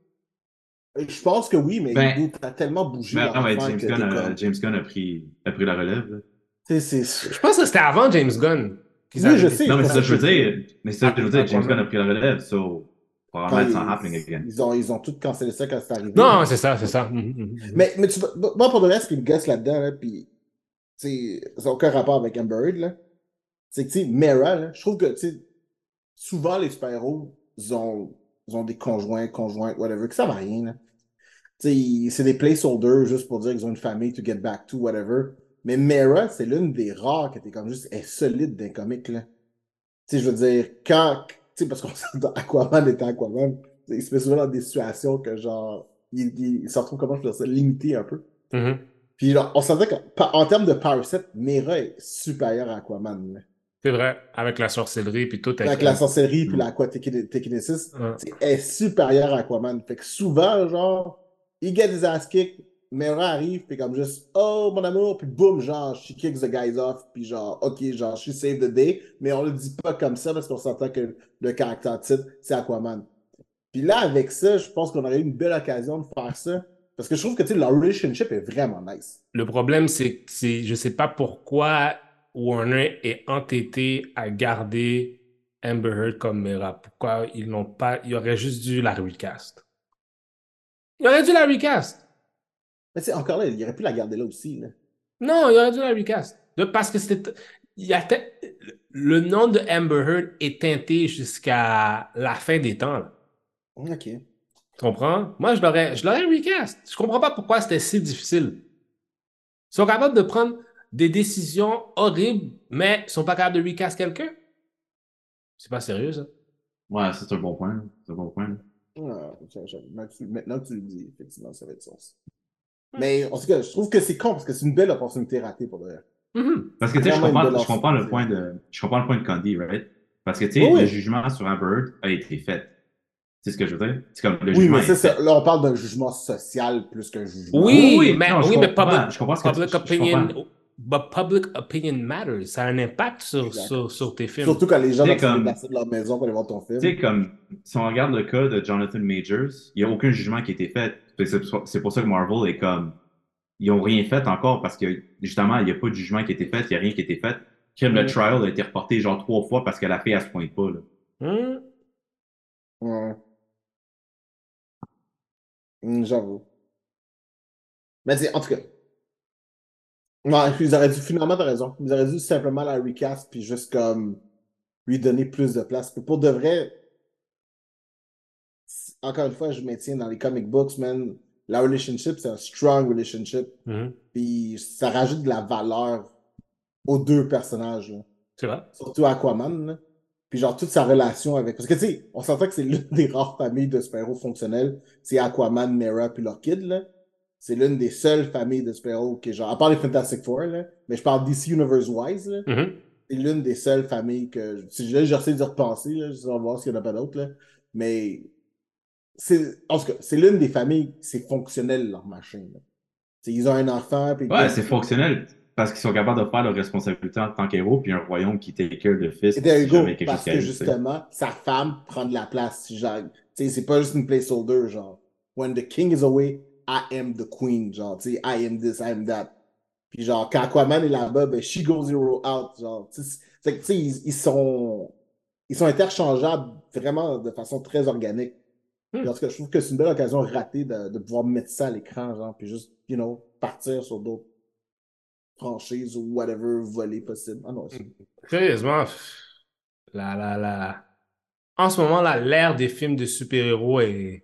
Je pense que oui, mais Ben, t'as tellement bougé mais non, mais l'enfant que t'es comme. James Gunn a pris la relève. Là. Tu sais, Je pense que c'était avant James Gunn qu'ils Oui, avaient je sais, Non, c'est mais pour c'est ça ça que que je je veux te dis. dire. Mais c'est ça que je veux dire. James Gunn a pris la relève, so Quand probablement it's not happening again. ils ont tout cancellé ça quand c'est arrivé, là. Non, c'est ça, c'est ça. Mais moi, pour le reste, ce qui me gosse là-dedans, là, puis, tu sais, ça n'a aucun rapport avec Amber Heard, là, c'est que, tu sais, Mera, là, je trouve que, tu sais, souvent, les super-héros, ils ont des conjointes, whatever, que ça va rien, là. Tu sais, c'est des placeholders juste pour dire qu'ils ont une famille to get back to, whatever. Mais Mera, c'est l'une des rares qui était comme juste, elle est solide d'un comique, là. Tu sais, je veux dire, tu sais, parce qu'on s'entend Aquaman étant Aquaman, il se met souvent dans des situations que, genre, il se retrouve, comment je peux dire ça, limité un peu. Mhm. Puis, genre, on s'entend qu'en termes de power set, Mera est supérieur à Aquaman, là. C'est vrai, avec la sorcellerie puis tout. Avec la sorcellerie puis Mm. l'aquatékinésis, Ouais. est supérieur à Aquaman. Fait que souvent, genre, il get des ass kicks, Mera arrive, puis comme juste, oh mon amour, puis boum, genre, she kicks the guys off, puis genre, ok, genre, she saved the day, mais on le dit pas comme ça parce qu'on s'entend que le caractère titre, c'est Aquaman. Puis là, avec ça, je pense qu'on aurait eu une belle occasion de faire ça, parce que je trouve que, tu sais, leur relationship est vraiment nice. Le problème, c'est que je sais pas pourquoi Warner est entêté à garder Amber Heard comme Mera. Pourquoi ils n'ont pas. Il aurait juste dû la recast. Il aurait dû la recast. Mais tu sais, encore là, il aurait pu la garder là aussi, là. Non, il aurait dû la recast. Parce que c'était. Il y a le nom de Amber Heard est teinté jusqu'à la fin des temps, là. Ok. Tu comprends? Moi, je l'aurais recast. Je comprends pas pourquoi c'était si difficile. Ils sont capables de prendre des décisions horribles, mais ils sont pas capables de recast quelqu'un. C'est pas sérieux, ça. Ouais, c'est un bon point. Là. C'est un bon point. Là. Ah, maintenant que tu le dis, effectivement, ça va être sens. Mais en tout cas, je trouve que c'est con parce que c'est une belle opportunité ratée pour le vrai. Mhm. Parce que tu sais, Vraiment une belle je comprends le opportunité point ratée. je comprends le point de Candy, right? Parce que tu Oui, sais, le oui. jugement sur Amber Heard a été fait. Tu sais ce que je veux dire? C'est comme le Oui, jugement mais est ça, fait. là, on parle d'un jugement social plus qu'un jugement. Oui, Oui, non, oui, mais je comprends ce que public je comprends. opinion, but public opinion matters. Ça a un impact Je suis d'accord. sur tes films. Surtout quand les gens Tu sais, doivent se comme, déplacer de leur maison pour aller voir ton tu film. sais, comme, si on regarde le cas de Jonathan Majors, il n'y a aucun jugement qui a été fait. C'est pour ça que Marvel est comme, ils n'ont rien fait encore parce que, justement, il n'y a pas de jugement qui a été fait, il n'y a rien qui a été fait. Crime, le Mm. trial a été reporté genre 3 fois parce que la fille, elle se pointe pas, là. Hmm. Ouais. J'avoue. Mais c'est, en tout cas, ouais, ils auraient dû, finalement, t'as raison. Ils auraient dû simplement la recast puis juste comme lui donner plus de place. Puis pour de vrai, encore une fois, je maintiens dans les comic books, man, la relationship, c'est un strong relationship. Mhm. Puis ça rajoute de la valeur aux deux personnages, là. C'est vrai. Surtout Aquaman, là. Puis genre toute sa relation avec. Parce que tu sais, on s'entend que c'est l'une des rares familles de super-héros fonctionnels. C'est Aquaman, Mera puis Lockheed, là. C'est l'une des seules familles de super-héros qui est genre. À part les Fantastic Four, là. Mais je parle DC Universe-wise, là. Mhm. C'est l'une des seules familles que. Si là, j'essaie d'y repenser, là, je vais voir s'il n'y en a pas d'autres, là. Mais en tout cas, c'est l'une des familles, c'est fonctionnel leur machin, là. T'sais, ils ont un enfant, puis Ouais, c'est fonctionnel parce qu'ils sont capables de faire leur responsabilité en tant qu'héros, puis un royaume qui take care de fils et there si you jamais go, quelque chose parce qui que arrive, tu sais. justement, sa femme prend de la place. Genre, c'est pas juste une placeholder, genre. When the king is away, I am the queen, genre, I am this, I am that. Puis genre, quand Aquaman est là-bas, ben, she goes zero out, genre. Ils sont interchangeables vraiment de façon très organique. Puis en Hmm. tout cas, je trouve que c'est une belle occasion ratée de pouvoir mettre ça à l'écran, genre, puis juste, partir sur d'autres franchises ou whatever, voler possible. Ah non, Sérieusement, en ce moment, là, l'ère des films de super-héros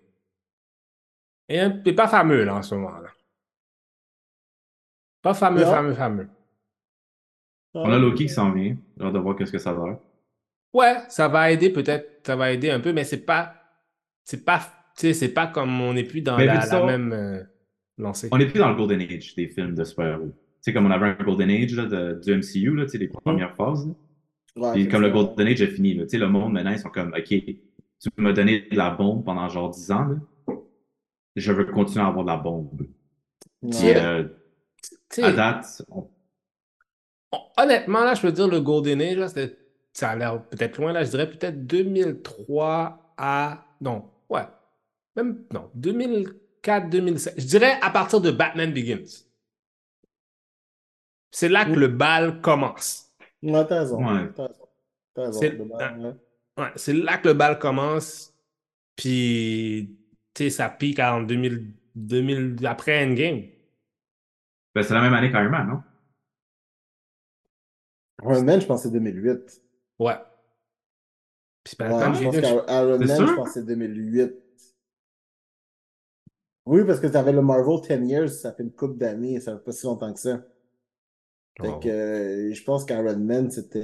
est pas fameux, là, en ce moment, là. Pas fameux, non. fameux, fameux. On a Non. Loki qui s'en vient, j'ai hâte de voir qu'est-ce que ça va faire. Ouais, ça va aider peut-être, ça va aider un peu, mais c'est pas, tu sais, c'est pas comme on n'est plus dans Mais vu la ça, même lancée. on n'est plus dans le Golden Age des films de super-héros. Tu sais, comme on avait un Golden Age là, du MCU, là, tu sais, les Mhm. premières phases. Là. Ouais, Puis comme le effectivement. Golden Age a fini, là. Tu sais, le monde, maintenant, ils sont comme, OK, tu m'as donné de la bombe pendant genre 10 ans, là. Je veux continuer à avoir de la bombe. Puis Ouais. Tu à sais, date, honnêtement, là, je peux dire le Golden Age, là, ça a l'air peut-être loin, là, je dirais peut-être 2003 à... Non, ouais. Même, non, 2004, 2005. Je dirais à partir de Batman Begins. C'est là que le bal commence. Ouais, t'as raison. ouais. T'as raison. T'as raison. C'est ouais, c'est là que le bal commence. Puis, tu sais, ça pique en 2000 après Endgame. Ben, c'est la même année qu'Iron Man, non? Iron Man, je pense que c'est 2008. Ouais. Puis Batman Ouais, je pense Begins, qu'Iron C'est Man, je sûr? pense que c'est 2008. Oui, parce que tu avais le Marvel 10 Years, ça fait une couple d'années, ça fait pas si longtemps que ça. Fait que oh. je pense qu'Iron Man, c'était.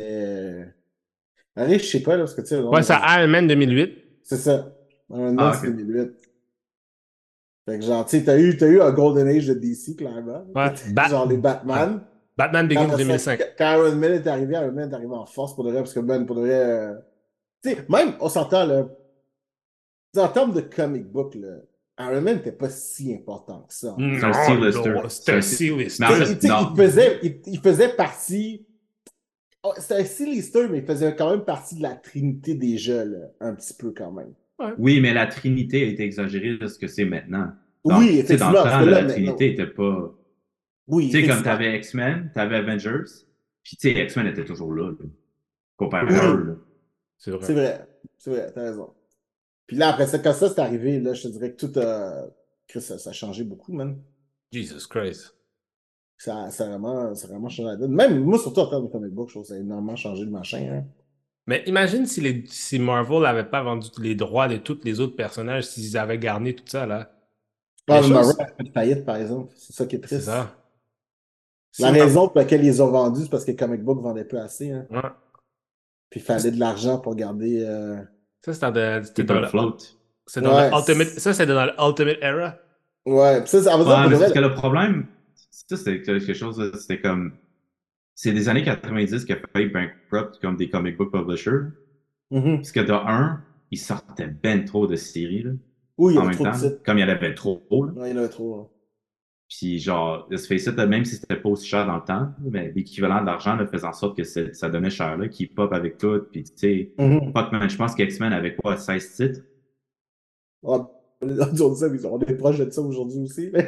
Allez, je sais pas, là, parce que tu sais, Ouais, c'est Iron Man 2008. c'est ça. Iron Man, Ah, c'est OK. 2008. Fait que genre, tu sais, t'as eu un Golden Age de DC, clairement. Ouais. Genre les Ouais. Batman. Batman Puis Begins après ça, 2005. quand Iron Man est arrivé, Iron Man est arrivé en force pour de vrai, parce que man, pour de vrai. Tu sais, même, on s'entend, là. En termes de comic book, là, Iron Man n'était pas si important que ça, en C'est un Non, C-lister. là, c'est un Mais en Tu C-lister. sais, fait, non. il faisait partie. Oh, c'était un Sinister, mais il faisait quand même partie de la Trinité des jeux, là, un petit peu quand même. Ouais. Oui, mais la Trinité a été exagérée de ce que c'est maintenant. Oui, Tu sais, dans le effectivement, parce temps, que là, là, la maintenant. Trinité était pas. Oui, Tu sais, comme effectivement. t'avais X-Men, t'avais Avengers, puis tu sais, X-Men était toujours là, comparé à Ouais, eux, là. c'est C'est vrai. vrai. C'est vrai, t'as raison. Puis là, après ça, quand ça c'est arrivé, là, je te dirais que tout a. Que ça a changé beaucoup, man. Jesus Christ. Ça a vraiment changé la donne. Même moi, surtout en termes de comic book, je trouve que ça a énormément changé le machin. Hein. Mais imagine si Marvel n'avait pas vendu les droits de tous les autres personnages, s'ils avaient gardé tout ça, là. Ah, Les mais Marvel choses, a fait faillite, par exemple. C'est ça qui est c'est triste. ça. Si La Mar- raison pour laquelle ils ont vendu, c'est parce que les comic books vendaient plus assez. Hein. ouais. Puis il fallait de l'argent pour garder. Ça, c'était Keep it dans afloat. dans le Ouais. Ultimate. Ça, c'était dans le Ultimate Era. Ouais. Puis ça, en faisant Ouais, pour mais de c'est vrai. parce que le problème, ça, c'est quelque chose, c'était comme. C'est des années 90 qui a failli bankrupt comme des comic book publishers. Mhm. Parce que de un, ils sortaient ben trop de séries, là, Oui, il y en avait même trop de temps, là. titres. Comme il y en avait trop, là. Ouais, il y en avait trop. Hein. Puis genre, let's face it, même si c'était pas aussi cher dans le temps, mais l'équivalent d'argent là, faisait en sorte que ça donnait cher, là, qui pop avec tout. Puis tu sais, Mhm. fuck man, je pense qu'X-Men avait quoi, 16 titres? Ah, on ça, on est proche de ça aujourd'hui aussi. Mais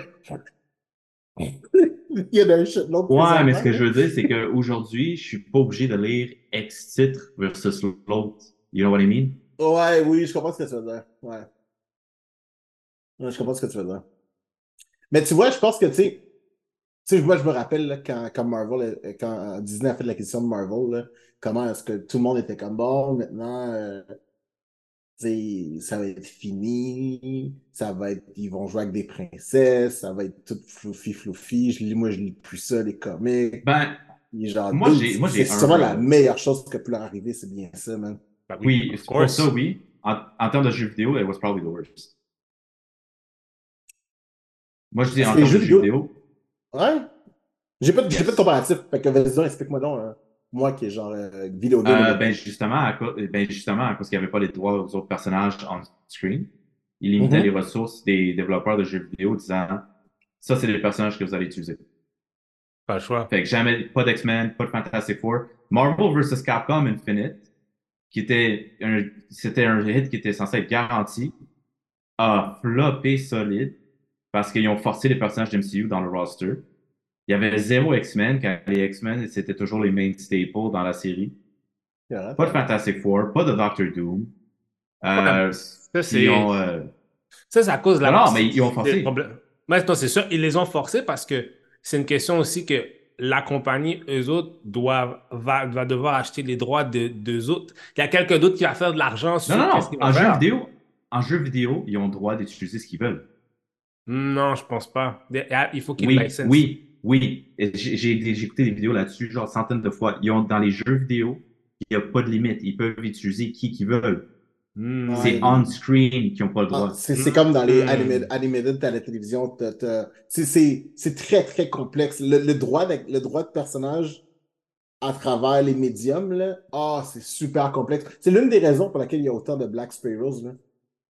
il y en a un shitload Ouais, mais ce présentement. que Là. je veux dire, c'est qu'aujourd'hui, je suis pas obligé de lire X titres versus l'autre. You know what I mean? Ouais, oui, je comprends ce que tu veux dire. Ouais. Ouais, je comprends ce que tu veux dire. Mais tu vois, je pense que, tu sais, moi, je me rappelle là, quand Marvel, quand Disney a fait l'acquisition de Marvel, là, comment est-ce que tout le monde était comme bon, maintenant, tu sais, ça va être fini, ça va être, ils vont jouer avec des princesses, ça va être tout floufi floufi. Moi, je lis plus ça, les comics. Ben, Et genre, moi dude, j'ai moi c'est j'ai un sûrement la meilleure chose qui peut leur arriver, c'est bien ça, man. Ben oui, oui, of pour ça, course. oui. En termes de jeux vidéo, it was probably the worst. Moi, je dis Parce en que les termes jeux de jeux vidéo, vidéo, ouais, j'ai pas de yes. comparatif. Fait que vas-y donc, explique-moi donc, moi qui est genre vidéo game et Ben justement, à cause qu'il n'y avait pas les droits aux autres personnages on screen, ils limitaient les Mhm. ressources des développeurs de jeux vidéo disant ça, c'est les personnages que vous allez utiliser. Pas le choix. Fait que jamais, pas d'X-Men, pas de Fantastic Four. Marvel vs. Capcom Infinite, c'était un hit qui était censé être garanti, a floppé solide parce qu'ils ont forcé les personnages de MCU dans le roster. Il y avait zéro X-Men quand les X-Men, c'était toujours les main staples dans la série. C'est Pas de vrai. Fantastic Four, pas de Doctor Doom. Ouais, Euh, ça, puis ils c'est. ont. Ça, c'est à cause de Non, la. non, mais ils ont Des forcé. problèmes. Maintenant, c'est sûr, ils les ont forcés parce que c'est une question aussi que la compagnie, eux autres, va devoir acheter les droits d'eux autres. Il y a quelqu'un d'autre qui va faire de l'argent Non, non, sur qu'est-ce non. qu'ils vont faire. En jeu vidéo, ils ont le droit d'utiliser ce qu'ils veulent. Non, je pense pas. Il faut qu'ils Oui, licencent. oui, oui. Et j'ai écouté des vidéos là-dessus, genre centaines de fois. Dans les jeux vidéo, il n'y a pas de limite. Ils peuvent utiliser qui qu'ils veulent. Ouais, C'est Hmm. on-screen qui n'ont pas le ah, droit. c'est comme dans les Hmm. animated à la télévision. C'est très, très complexe. Le droit de personnage, à travers les médiums, là, c'est super complexe. C'est l'une des raisons pour laquelle il y a autant de Black Sparrows, là,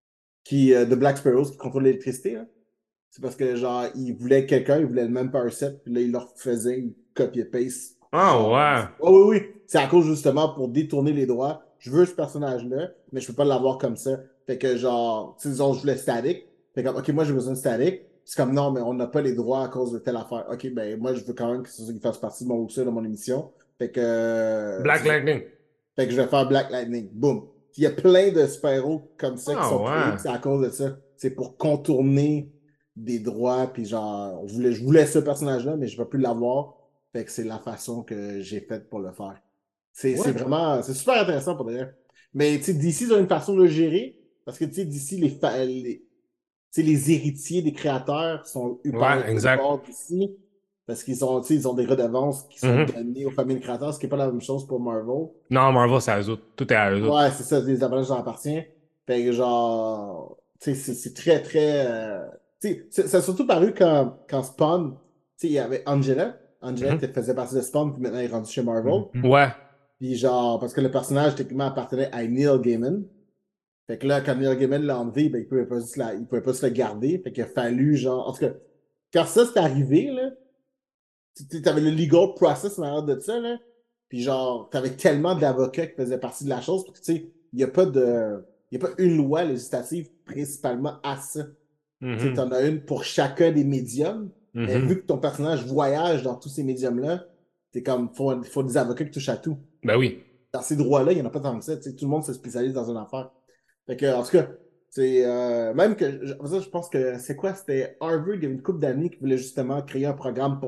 de Black Sparrows qui contrôlent l'électricité, là. C'est parce que, genre, ils voulaient quelqu'un, ils voulaient le même power set, puis là, ils leur faisaient, ils copier-paste. Ah Genre, ouais. oh oui, oui. C'est à cause, justement, pour détourner les droits. Je veux ce personnage-là, mais je peux pas l'avoir comme ça. Fait que, genre, tu sais, disons, je voulais static. Fait comme, OK, moi, j'ai besoin de static. C'est comme, non, mais on n'a pas les droits à cause de telle affaire. OK, ben, moi, je veux quand même que c'est ça qui fasse partie de mon outil, de mon émission. Fait que, Black Lightning. fait que je vais faire Black Lightning. Boom. Il y a plein de super-héros comme ça qui Ah sont créés, ouais. puis c'est à cause de ça. C'est pour contourner des droits, puis genre, je voulais ce personnage-là, mais je ne vais plus l'avoir. Fait que c'est la façon que j'ai faite pour le faire. C'est Ouais. vraiment, c'est super intéressant pour d'ailleurs. Mais tu sais, DC, ils ont une façon de le gérer, parce que tu sais, DC, tu sais, les héritiers des créateurs sont Ouais, hyper exact. forts d'ici, parce qu'ils ont, tu sais, ils ont des redevances qui sont Mhm. données aux familles de créateurs, ce qui n'est pas la même chose pour Marvel. Non, Marvel, c'est à eux autres. Tout est à eux autres. Ouais, c'est ça, les avalanches en appartient. Fait que genre, tu sais, c'est très, très. Tu sais, ça a surtout paru quand Spawn, tu sais, il y avait Angela. Angela Mhm. qui faisait partie de Spawn, puis maintenant il est rendu chez Marvel. Ouais. Puis genre, parce que le personnage techniquement appartenait à Neil Gaiman. Fait que là, quand Neil Gaiman l'a enlevé, ben, il pouvait pas se le garder. Fait qu'il a fallu, genre. En tout cas, quand ça c'est arrivé, là, t'avais le legal process en arrière de ça, là. Puis genre, t'avais tellement d'avocats qui faisaient partie de la chose, parce que tu sais, il y a pas une loi législative principalement à ça. Tu sais, Mhm. t'en as une pour chacun des médiums, mais vu Mhm. que ton personnage voyage dans tous ces médiums-là, t'es comme, faut des avocats qui touchent à tout. Ben oui. Dans ces droits-là, il n'y en a pas tant que ça. Tu sais, tout le monde se spécialise dans une affaire. Fait que, en tout cas, c'est même que je pense que c'est quoi? C'était Harvard, il y a une couple d'années qui voulait justement créer un programme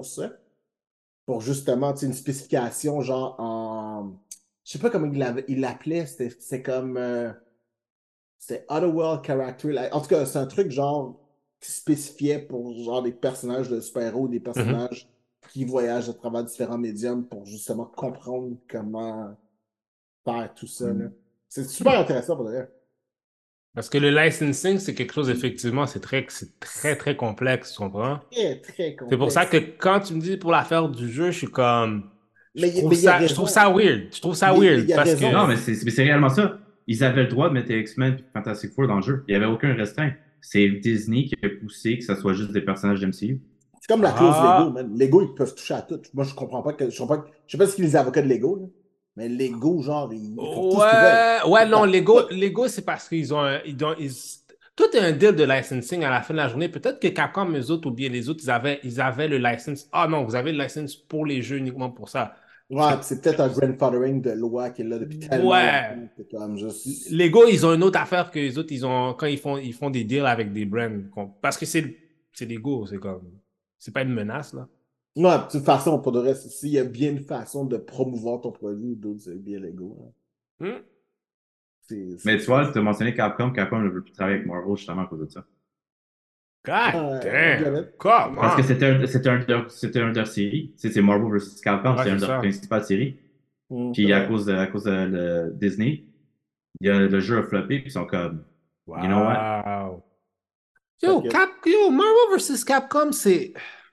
pour justement, tu sais, une spécification, genre en. Je sais pas comment il l'appelait, c'était comme. C'était Otherworld Character. En tout cas, c'est un truc genre qui spécifiait pour genre des personnages de super-héros, des Mhm. personnages qui voyagent à travers différents médiums pour justement comprendre comment faire tout ça, là. C'est super intéressant pour dire. Parce que le licensing, c'est quelque chose, effectivement, c'est très, très complexe, tu comprends? Très, très C'est pour ça complexe. que quand tu me dis pour l'affaire du jeu, je suis comme. Mais il y a Je trouve raison. ça weird. Je trouve ça Mais il weird y a parce raison. Non, que. mais c'est réellement ça. Ils avaient le droit de mettre les X-Men et Fantastic Four dans le jeu. Il n'y avait aucun restreint. C'est Disney qui a poussé que ce soit juste des personnages d'MCU. C'est comme la clause Lego, Ah. man. Lego, ils peuvent toucher à tout. Moi, je comprends pas que. Je sais pas ce qu'ils les avocats de Lego, là. Mais Lego, genre, ils font tout ce qu'ils veulent. Ouais, ouais, Ils non, tapent tout. Lego, c'est parce qu'ils ont, tout est un deal de licensing à la fin de la journée. Peut-être que Capcom, eux autres, ou bien les autres, ils avaient le license. Ah non, vous avez le license pour les jeux uniquement pour ça. Ouais, puis c'est peut-être un grandfathering de loi qui est là depuis tellement Ouais. longtemps. C'est comme juste. Lego, ils ont une autre affaire que les autres, quand ils font des deals avec des brands. Parce que c'est Lego, c'est comme, c'est pas une menace, là. Ouais, de toute façon, pour le reste, s'il y a bien une façon de promouvoir ton produit, d'autres, c'est bien Lego, hein. Hmm. Mais tu vois, tu as mentionné Capcom. Capcom ne veut plus travailler avec Marvel justement à cause de ça. God I get damn. it. Come Parce que on. c'était un de leurs séries. Tu sais, c'est Marvel vs. Capcom, Ouais, c'est une c'est de leurs ça. principales séries. C'est Puis vrai. à cause de Disney, le jeu a floppé, puis ils sont comme, you know what? Wow. Fuck it. Yo, Marvel vs. Capcom, c'est.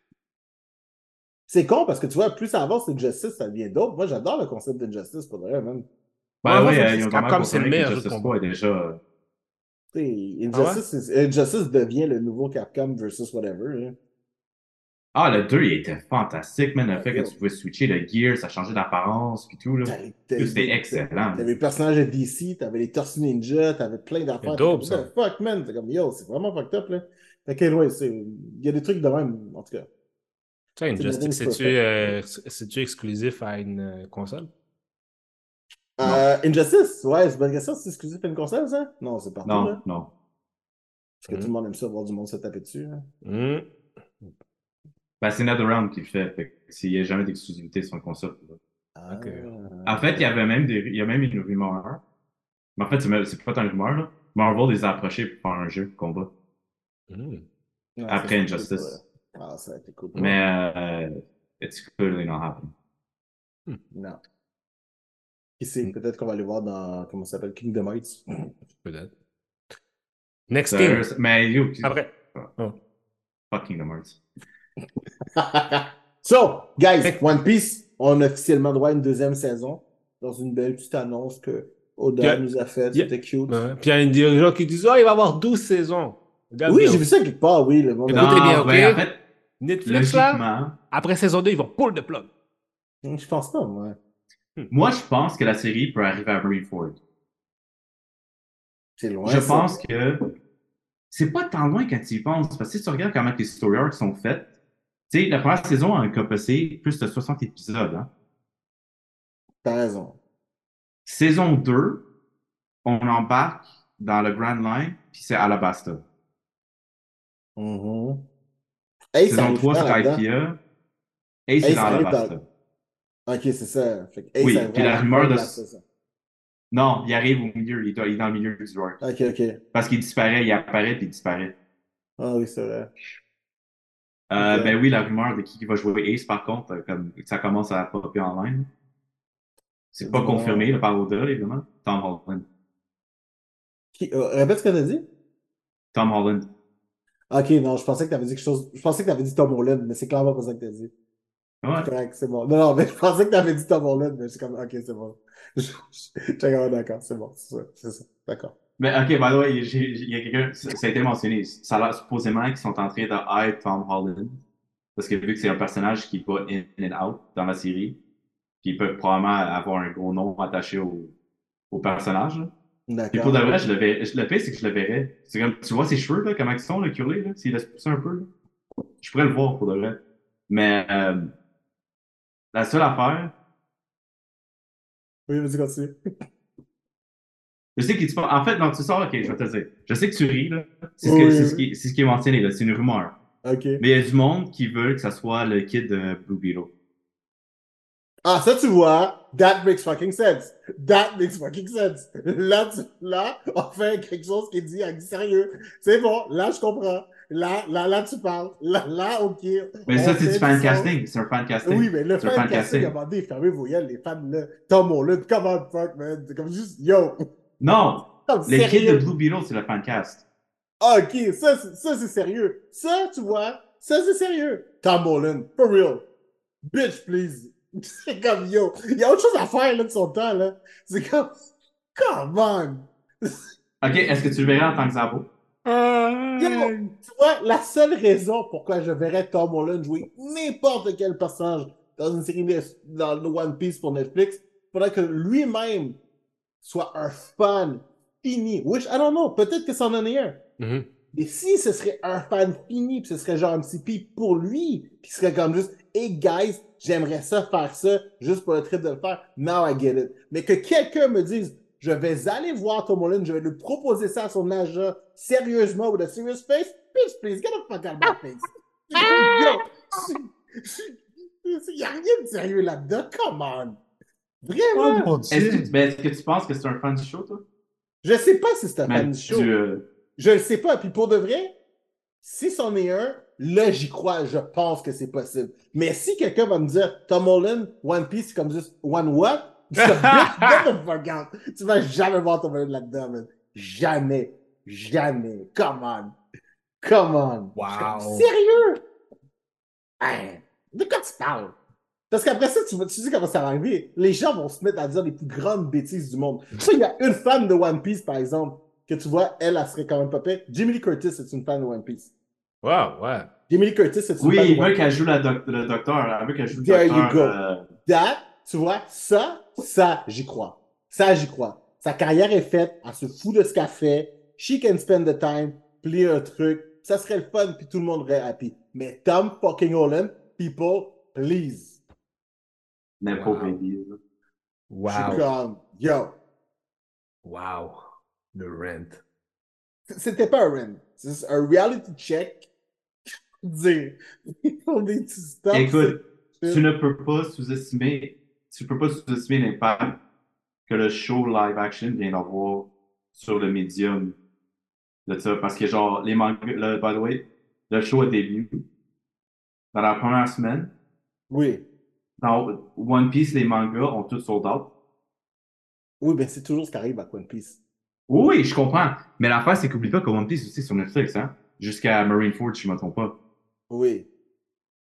C'est con parce que tu vois, plus ça avance, Injustice, ça devient d'autres. Moi, j'adore le concept d'Injustice pour vrai, même. By the Marvel way, ils vs. ont vraiment Capcom, c'est le confirmé meilleur jeu de qu'Injustice combat. 3 est déjà. Tu sais, Ah ouais? Injustice devient le nouveau Capcom versus whatever, hein. Ah, le 2, il était fantastique, man. Le fait que tu Yo, pouvais switcher le gear, ça changeait d'apparence, puis tout, là. C'était excellent, t'avais man. les personnages de DC, t'avais les Tortues Ninja, t'avais plein C'est d'affaires. T'es dope, comme, what ça. the fuck, man? T'es comme, yo, c'est vraiment fucked up, là. Fait que, ouais, il y a des trucs de même, en tout cas. Tu sais, C'est Injustice, nothing's perfect. c'est-tu exclusif à une console? Non, Injustice, ouais, c'est une bonne question. C'est exclusif à une console, ça? Non, c'est partout, là. non, non. Parce que tout Hmm. le monde aime ça, voir du monde se taper dessus, hein. Hmm. Ben, c'est NetherRealm qui le fait. Fait que s'il n'y a jamais d'exclusivité sur une console. OK. En fait, il y a même une rumeur. Mais en fait, c'est pas tant une rumeur, là. Marvel les a approchés pour faire un jeu de combat Hmm. Ouais, ça après serait cool, pour vrai. Injustice. Ah, ça a été cool, pour vrai. Mais it's clearly not happening. Hmm. Non. Qui sait, peut-être qu'on va aller voir dans, comment ça s'appelle, Kingdom Hearts. Peut-être. Next Sérieux, King. mais yo, Après. Oh. fucking the Hearts. So, guys, Next. One Piece, on a officiellement droit à une deuxième saison dans une belle petite annonce que Puis, Oda nous a faite. C'était cute. ouais. Puis il y a des gens qui disent, oh, il va y avoir 12 saisons. Regarde Oui, bien. j'ai vu ça quelque part, oui. Le monde a- Écoutez bien, Non, OK? ben en fait, Netflix, là, logiquement, après saison 2, ils vont pull the plug. Je pense pas, moi. moi, je pense que la série peut arriver à Marineford. C'est loin, Je ça. pense que c'est pas tant loin quand tu y penses, parce que si tu regardes comment les story arcs sont faits, tu sais, la première saison a encompassé plus de 60 épisodes. Hein. T'as raison. Saison 2, on embarque dans le Grand Line, puis c'est Alabasta. Mhm. Ace Saison arrive 3, quand là-dedans? Skypiea. Ace est Ace dans arrive dans... Alabasta. Ok, c'est ça. Fait que Ace Oui, arrive puis à la la rumeur fin de... de la saison. Non, il arrive au milieu, il est dans le milieu du arc. Ok, ok. Parce qu'il disparaît, il apparaît, puis il disparaît. Ah oui, c'est vrai. Ok. Ben oui, la rumeur de qui va jouer Ace, par contre, comme ça commence à popper en ligne. C'est pas confirmé là, par Oda, évidemment. Tom Holland. Répète ce que t'as dit? Tom Holland. Ok, non, je pensais que t'avais dit quelque chose. Je pensais que t'avais dit Tom Holland, mais c'est clairement pas ça que t'as dit. C'est Ouais. correct, c'est bon. Non, non, mais je pensais que t'avais dit Tom Holland, mais je suis comme, ok, c'est bon. J'étais comme, d'accord, c'est bon, c'est ça, d'accord. Mais ok, by the way, il y a quelqu'un, ça a été mentionné. Ça a l'air supposément qu'ils sont en train de hype Tom Holland. Parce que vu que c'est un personnage qui va in and out dans la série, puis ils peuvent probablement avoir un gros nom attaché au personnage. Là. Puis pour de D'accord. vrai, le pire, c'est que je le verrais. C'est comme, tu vois ses cheveux, là, comment ils sont, le curly, là, s'il laisse pousser un peu, là. Je pourrais le voir pour de vrai. Mais la seule affaire, Oui, vas-y, continue. je sais qu'il en fait, non, tu sors, ok, je vais te le dire. Je sais que tu ris, là. Oui, oui, oui. C'est ce qui est mentionné, là. C'est une rumeur. Ok. Mais il y a du monde qui veut que ça soit le kid de Blue Beetle. Ah, ça, tu vois, that makes fucking sense. That makes fucking sense. Là, on fait quelque chose qui dit, sérieux. C'est bon, là, je comprends. Là, tu parles. Ok. Mais On ça, c'est du fait du fan sens. casting. C'est un fan Oui, casting. mais le C'est un fan fan casting a casting. demandé, fermez vos yeux, les fans, là. Tom Holland, come on, fuck, man. C'est comme juste, yo. Non! Comme Le kid de sérieux. Blue Beetle, c'est le fan cast. Ah, ok, ça, c'est sérieux. Ça, tu vois, ça, c'est sérieux. Tom Holland, for real. Bitch, please. C'est comme, yo, il y a autre chose à faire, là, de son temps, là. C'est comme, come on. Ok, est-ce que tu le verrais en tant que Zabo? Yo, tu vois, la seule raison pourquoi je verrais Tom Holland jouer n'importe quel personnage dans une série dans le One Piece pour Netflix, il faudrait que lui-même soit un fan fini. Which, I don't know, peut-être que c'en en est un. Mhm. Mais si ce serait un fan fini, puis ce serait genre MCP pour lui, puis ce serait comme juste, hey guys, j'aimerais ça faire ça, juste pour le trip de le faire, now I get it. Mais que quelqu'un me dise, je vais aller voir Tom Holland, je vais lui proposer ça à son agent, sérieusement, with a serious face, bitch, please, get the fuck out of my face. Yo, il n'y a rien de sérieux là-dedans, come on. Oh Vraiment. mon Dieu. Est-ce que tu penses que c'est un fan du show, toi? Je sais pas si c'est un fan Mais du show. du, Je le sais pas. Puis pour de vrai, si c'en est un, là, j'y crois. Je pense que c'est possible. Mais si quelqu'un va me dire Tom Holland, One Piece, c'est comme juste One what? Je suis comme, bitch, get the fuck out. Tu vas jamais voir Tom Holland là-dedans, man. Jamais. Jamais. Come on. Come on. Je suis comme, Wow. sérieux? Hein? De quoi tu parles? Parce qu'après ça, tu sais comment ça va arriver. Les gens vont se mettre à dire les plus grandes bêtises du monde. Ça, il y a une fan de One Piece, par exemple, que tu vois, elle serait quand même pas pire. Jamie Lee Curtis, c'est une fan de One Piece. Wow, ouais. Jamie Lee Curtis, c'est une oui, fan de il One veut Piece. qu'elle joue le docteur. Elle veut qu'elle joue le There you docteur. go. That, tu vois, ça, j'y crois. Ça, j'y crois. Sa carrière est faite, elle se fout de ce qu'elle fait. She can spend the time, plier un truc. Ça serait le fun, puis tout le monde serait happy. Mais Tom fucking Holland, people, please. Nepo Wow. Baby. là. Je suis Wow. comme, yo. Wow. Le rent. C'était pas un run. C'est un reality check. Dire. On est du stop. Écoute, tu ne peux pas sous-estimer l'impact que le show live action vient d'avoir sur le médium de ça. Parce que, genre, les mangas, by the way, le show a début dans la première semaine. Oui. Dans One Piece, les mangas ont tous sold out. Oui, ben c'est toujours ce qui arrive à One Piece. Oui, je comprends. Mais l'affaire, c'est qu'oublie pas que One Piece aussi sur Netflix, hein? Jusqu'à Marineford, si je ne me trompe pas. Oui.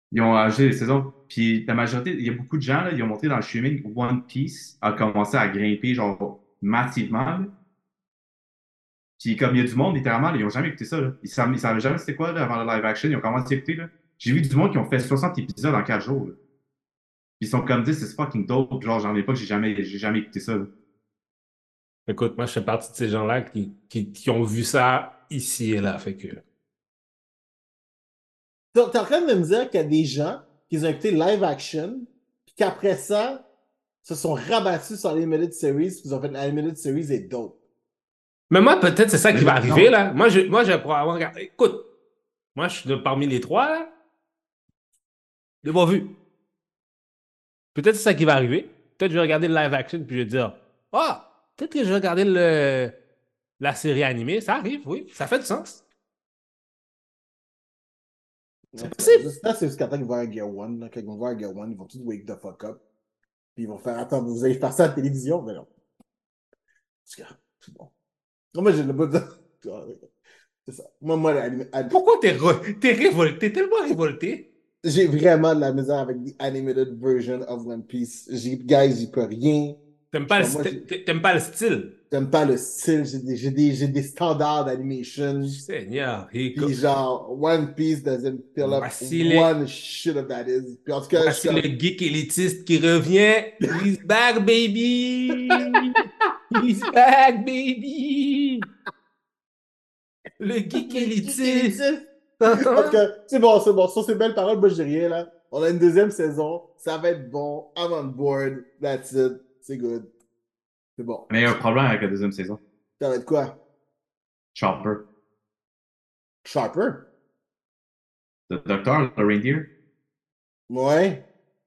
Ils ont ajouté des saisons. Puis la majorité, il y a beaucoup de gens, là, ils ont montré dans le streaming, One Piece a commencé à grimper, genre, massivement. Là. Puis comme il y a du monde, littéralement, là, ils n'ont jamais écouté ça. Là. Ils savaient jamais c'était quoi là, avant le live action. Ils ont commencé à écouter. Là. J'ai vu du monde qui ont fait 60 épisodes en 4 jours. Là. Puis ils sont comme dit, c'est fucking dope. Genre, j'en ai pas que j'ai jamais écouté ça. Là. Écoute, moi, je fais partie de ces gens-là qui ont vu ça ici et là. Fait que. T'es en train de me dire qu'il y a des gens qui ont écouté live action, puis qu'après ça, se sont rabattus sur l'Animated Series, puis ils ont fait l'Animated Series est dope. Mais moi, peut-être c'est ça Mais qui va non, arriver, là. Moi, je vais probablement regarder. Écoute, moi, je suis parmi les trois, là. Je l'ai pas vu. Peut-être c'est ça qui va arriver. Peut-être que je vais regarder le live action puis je vais dire ah, peut-être que je vais regarder la série animée. Ça arrive, oui. Ça fait du sens. En C'est tout cas, possible. j'espère que c'est jusqu'à temps qu'ils vont voir Gear One. Là. Quand ils vont voir Gear One, ils vont tous wake the fuck up. Puis ils vont faire attends, vous avez fait ça à la télévision? Mais non. C'est bon. Moi, j'ai le bout de. C'est ça. Pourquoi t'es révolté, tellement révolté? J'ai vraiment de la misère avec l'animated version of One Piece. Guys, j'y peux rien. T'aimes Je pas sais pas, moi, t'aimes pas le style. j'aime pas le style. J'ai des standards d'animation. Seigneur, Puis genre, One Piece doesn't fill up voici one shit of that is. Puis en tout cas, je suis voici le comme. geek élitiste qui revient. He's back, baby! He's back, baby! Le geek élitiste! En tout cas, c'est bon, c'est bon. Sur ces belles paroles, moi, je dis rien, là. On a une deuxième saison. Ça va être bon. I'm on board. That's it. C'est good. C'est bon. Mais il y a un problème avec la deuxième saison. Ça va être quoi? Chopper. Sharper? Le docteur, le reindeer, Ouais.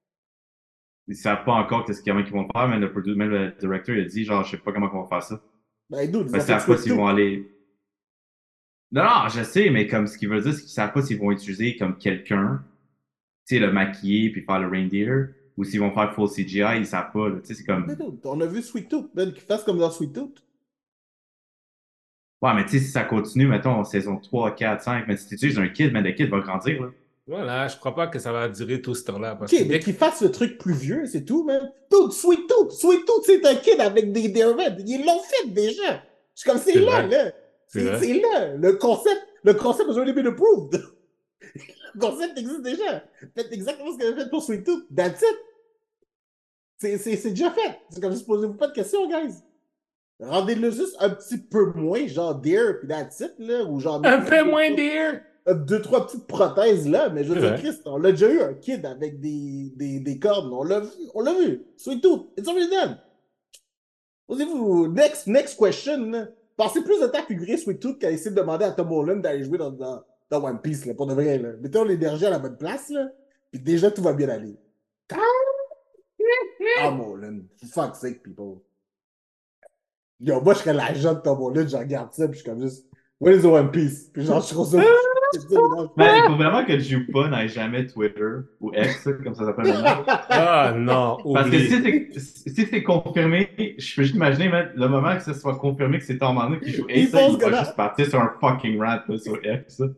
ils savent pas encore qu'est-ce qu'ils vont faire, mais même le directeur, il a dit, genre, je sais pas comment ils vont faire ça. Ben, dude, ils Ils ont fait savent pas Sweet s'ils vont Tooth. aller. Non, non, je sais, mais comme ce qu'il veut dire, c'est qu'ils savent pas s'ils vont utiliser comme quelqu'un, tu sais, le maquiller puis faire le reindeer, ou s'ils vont faire full CGI, ils savent pas, là. Tu sais, c'est Mais comme. dude, on a vu Sweet Tooth. Ben, qu'ils fassent comme dans Sweet Tooth. Ouais, mais tu sais, si ça continue, mettons, en saison 3, 4, 5, mais si tu utilises un kid, mais le kid va grandir, là. Voilà, je crois pas que ça va durer tout ce temps-là. Ok, Parce que mais dès que qu'ils fassent le truc plus vieux, c'est tout, man. Dude, Sweet Tooth. Sweet Tooth, c'est un kid avec des revêtes. Ils l'ont fait déjà. Je suis comme, c'est c'est là, vrai, là. c'est vrai. C'est là. Le concept has already been approved. Le concept existe déjà. Faites exactement ce que vous avez fait pour Sweet Tooth. That's it. C'est déjà fait. C'est comme, je posez-vous pas de questions, guys. Rendez-le juste un petit peu moins, genre Deer, puis that's it, là. Ou genre, Un mettez-lui peu moins d'air. deux, trois petites prothèses là, mais je veux C'est dire, vrai. Christ, on l'a déjà eu un kid avec des cornes. On l'a vu, on l'a vu. Sweet Tooth, it's already done. Posez-vous, next question, là. Passez plus de temps à figurer Sweet Tooth qu'à essayer de demander à Tom Holland d'aller jouer dans One Piece, là, pour de vrai, là. Mettons l'énergie à la bonne place, là, puis déjà tout va bien aller. Tom Holland, for fuck's sake, people. Yo, moi, je serais l'agent de Tom Holland, je regarde ça, puis je suis comme juste, what is the One Piece? Puis genre, je trouve ça. Mais il faut vraiment que Jupa n'aille jamais Twitter ou X, comme ça s'appelle maintenant. Ah non, Parce que oublie. si c'est confirmé, je peux juste imaginer, man, le moment que ça soit confirmé que c'est Tom Holland qui joue Il Ace, là, pense il que va là. juste partir sur un fucking rant là, sur X. Là.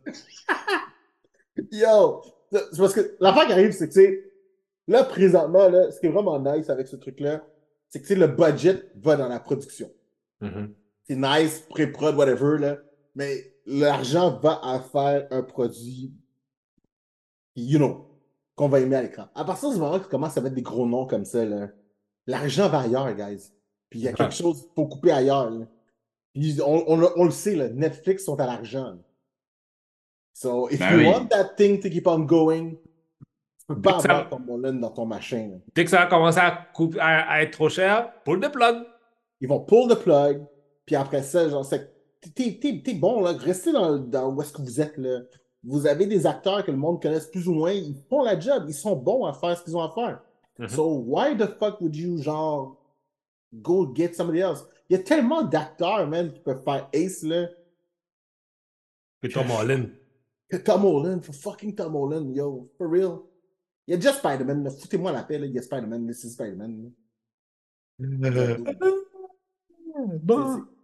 Yo! C'est parce que l'affaire qui arrive, c'est que, tu sais, là, présentement, là, ce qui est vraiment nice avec ce truc-là, c'est que, tu sais, le budget va dans la production. Mhm. C'est nice, pré-prod, whatever, là, mais l'argent va à faire un produit, you know, qu'on va aimer à l'écran. À partir du moment que tu commences à mettre des gros noms comme ça, là, l'argent va ailleurs, guys. Puis il y a quelque Ah, chose qu'il faut couper ailleurs, là. Puis on le sait, là, Netflix sont à l'argent, là. So, if Ben you want oui. that thing to keep on going, tu peux Dès pas que avoir ça, ton Mullen dans ton machin, là. dès que ça va commencer à être trop cher, pull the plug. Ils vont pull the plug, puis après ça, genre, t'es bon, là, restez dans où est-ce que vous êtes, là. Vous avez des acteurs que le monde connaisse plus ou moins, ils font la job, ils sont bons à faire ce qu'ils ont à faire. Mhm. So, why the fuck would you, genre, go get somebody else? Il y a tellement d'acteurs, man, qui peuvent faire Ace, là, Que Tom Holland. que Tom Holland, for fucking Tom Holland, yo, for real. Il y a déjà Spider-Man, là, foutez-moi la paix, là, il y a Spider-Man, this is Spider-Man, là. Bon.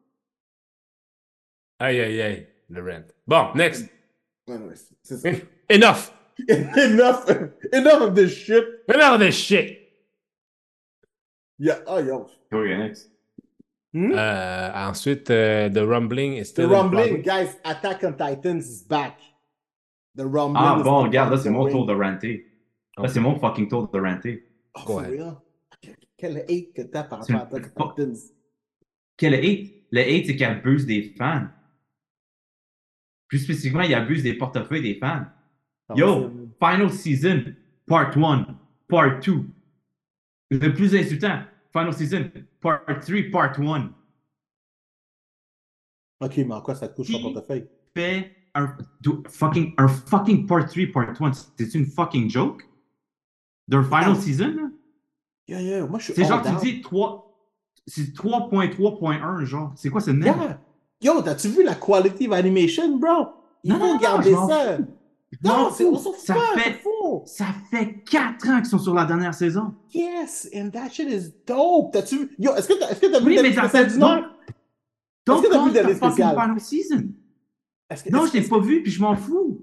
Aïe, aïe, aïe, le rent. Bon, next. Ouais, ouais, c'est ça. Enough. Enough of this shit. Enough of this shit! Yeah, oh, yo. Okay, next. Ensuite, The Rumbling is The still in Rumbling, progress. guys, Attack on Titans is back. The Rumbling Ah is bon, back regarde, là, on c'est the mon ring. tour de ranter. Là, Okay. c'est mon fucking tour de ranter. Oh, Go for ahead. real? Quel hate que t'as par C'est rapport à une- Attack on Titans? Quel hate? Le hate, c'est qu'il abuse des fans. Plus spécifiquement, il abuse des portefeuilles des fans. Yo, Final Season, Part 1, Part 2. Le plus insultant, Final Season, Part 3, Part 1. Ok, mais en quoi ça te touche ton Qui portefeuille? fait un fucking Part 3, Part 1? C'est une fucking joke? D'un Final Season, là? Yeah, moi je suis C'est genre, all tu down. dis 3, c'est 3.3.1, genre. C'est quoi ce nom? Yeah. Yo, t'as-tu vu la quality of animation, bro? Il faut garder je m'en ça. fous. Je m'en c'est on fous. s'en fout. Ça fait 4 ans qu'ils sont sur la dernière saison. Yes, and that shit is dope. T'as-tu vu? Yo, est-ce que t'as vu Oui, le mais dernier spécial du Nord? Don't Est-ce que t'as vu call le dernier the fucking spécial? Final Season. Est-ce Non, je l'ai pas vu, puis je m'en fous.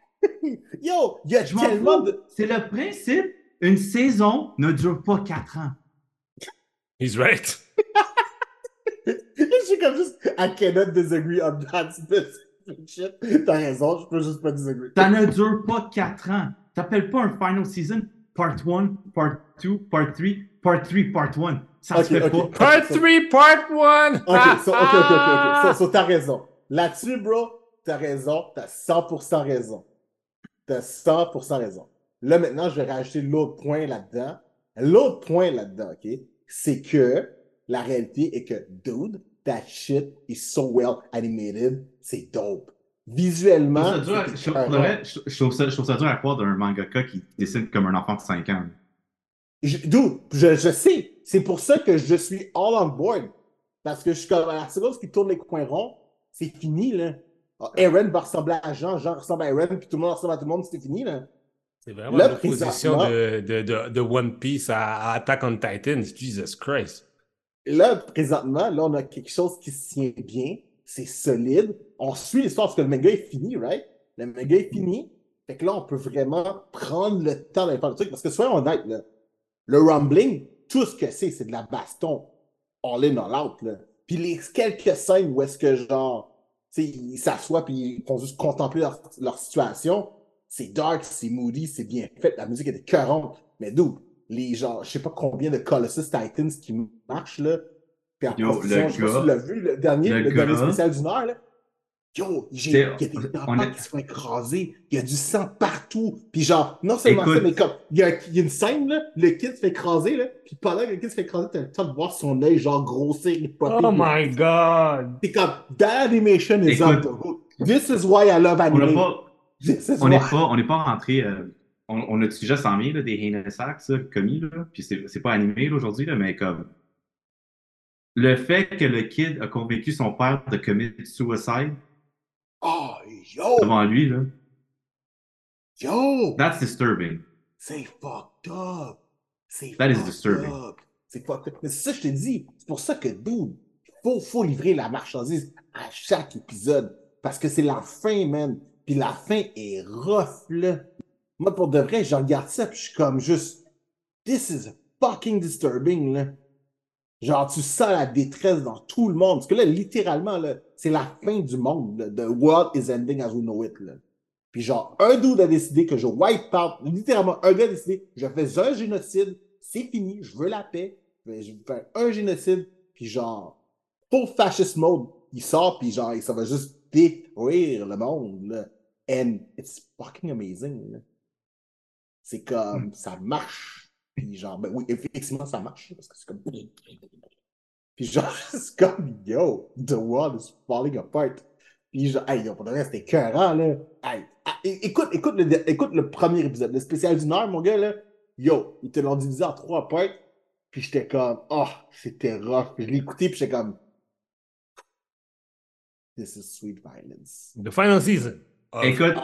Yo, il y a Je m'en tellement fous. de... C'est le principe. Une saison ne dure pas 4 ans. He's right. Je suis comme juste... I cannot disagree on that shit. T'as raison, je peux juste pas disagree. Ça ne dure pas 4 ans. Ça s'appelle pas un Final Season, Part 1, Part 2, Part 3, Part 3, Part 1. Ça se fait pas. Part 3, Part 1! OK, so t'as raison. Là-dessus, bro, t'as raison. T'as 100% raison. T'as 100% raison. Là, maintenant, je vais rajouter l'autre point là-dedans. L'autre point là-dedans, OK, c'est que la réalité est que, dude, that shit is so well animated. C'est dope. Visuellement, je trouve ça dur à croire d'un mangaka qui dessine comme un enfant de 5 ans. Dude, je sais. C'est pour ça que je suis all on board. Parce que je suis comme à la seconde qui tourne les coins ronds, c'est fini, là. Eren va ressembler à Jean ressemble à Eren, puis tout le monde ressemble à tout le monde, c'était fini, là. C'est vraiment l'opposition de One Piece à Attack on Titans. Jesus Christ. Là, présentement, là, on a quelque chose qui se tient bien, c'est solide. On suit l'histoire parce que le manga est fini, right? Le manga est fini. Fait que là, on peut vraiment prendre le temps d'aller faire le truc. Parce que soyons honnêtes, là, le Rumbling, tout ce que c'est de la baston. All in, all out, là. Puis les quelques scènes où est-ce que, genre, ils s'assoient puis ils font juste contempler leur situation, c'est dark, c'est moody, c'est bien fait. La musique est écœurante. Mais d'où? Les gens, je sais pas combien de Colossus Titans qui marchent, là. Puis en Yo, je sais pas si tu l'as vu, le dernier spécial du Nord, là. Yo, il y a des enfants qui se font écraser, il y a du sang partout, puis genre, non seulement ça, mais comme, il y a une scène, là, le kid se fait écraser, là, puis pendant que le kid se fait écraser, t'as le temps de voir son œil, genre, grossir, Oh my God! C'est comme, that animation is up the hook. This is why I love anime. On n'est pas rentré, on a déjà 100 000 là, des Heinous commis, là, puis c'est pas animé là, aujourd'hui, là, mais comme, le fait que le kid a convaincu son père de commettre suicide, oh, yo! devant lui, là. Yo! That's disturbing. C'est fucked up. That is disturbing. C'est fucked up. Mais c'est ça que je te dis. C'est pour ça que, dude, faut livrer la marchandise à chaque épisode. Parce que c'est la fin, man. Puis la fin est rough, là. Moi, pour de vrai, je regarde ça, puis je suis comme juste... This is fucking disturbing, là. Genre, tu sens la détresse dans tout le monde. Parce que là, littéralement, là, c'est la fin du monde. Là. The world is ending as we know it. Là. Puis genre, un dude a décidé que je wipe out. Littéralement, un gars a décidé, je fais un génocide, c'est fini, je veux la paix. Je vais faire un génocide. Puis genre, full fascist mode, il sort, puis genre, ça va juste détruire le monde. Là. And it's fucking amazing. Là. C'est comme, ça marche. Puis genre, ben oui, effectivement, ça marche. Parce que c'est comme... Puis genre, c'est comme, yo, the world is falling apart. Puis genre, hey, yo, pour le reste, c'était écœurant, là. Hey, écoute le premier épisode, le spécial d'une heure, mon gars, là. Yo, ils te l'ont divisé en 3 parts. Puis j'étais comme, oh, c'était rough. Puis je l'ai écouté, puis j'étais comme, this is sweet violence. The final season. Écoute,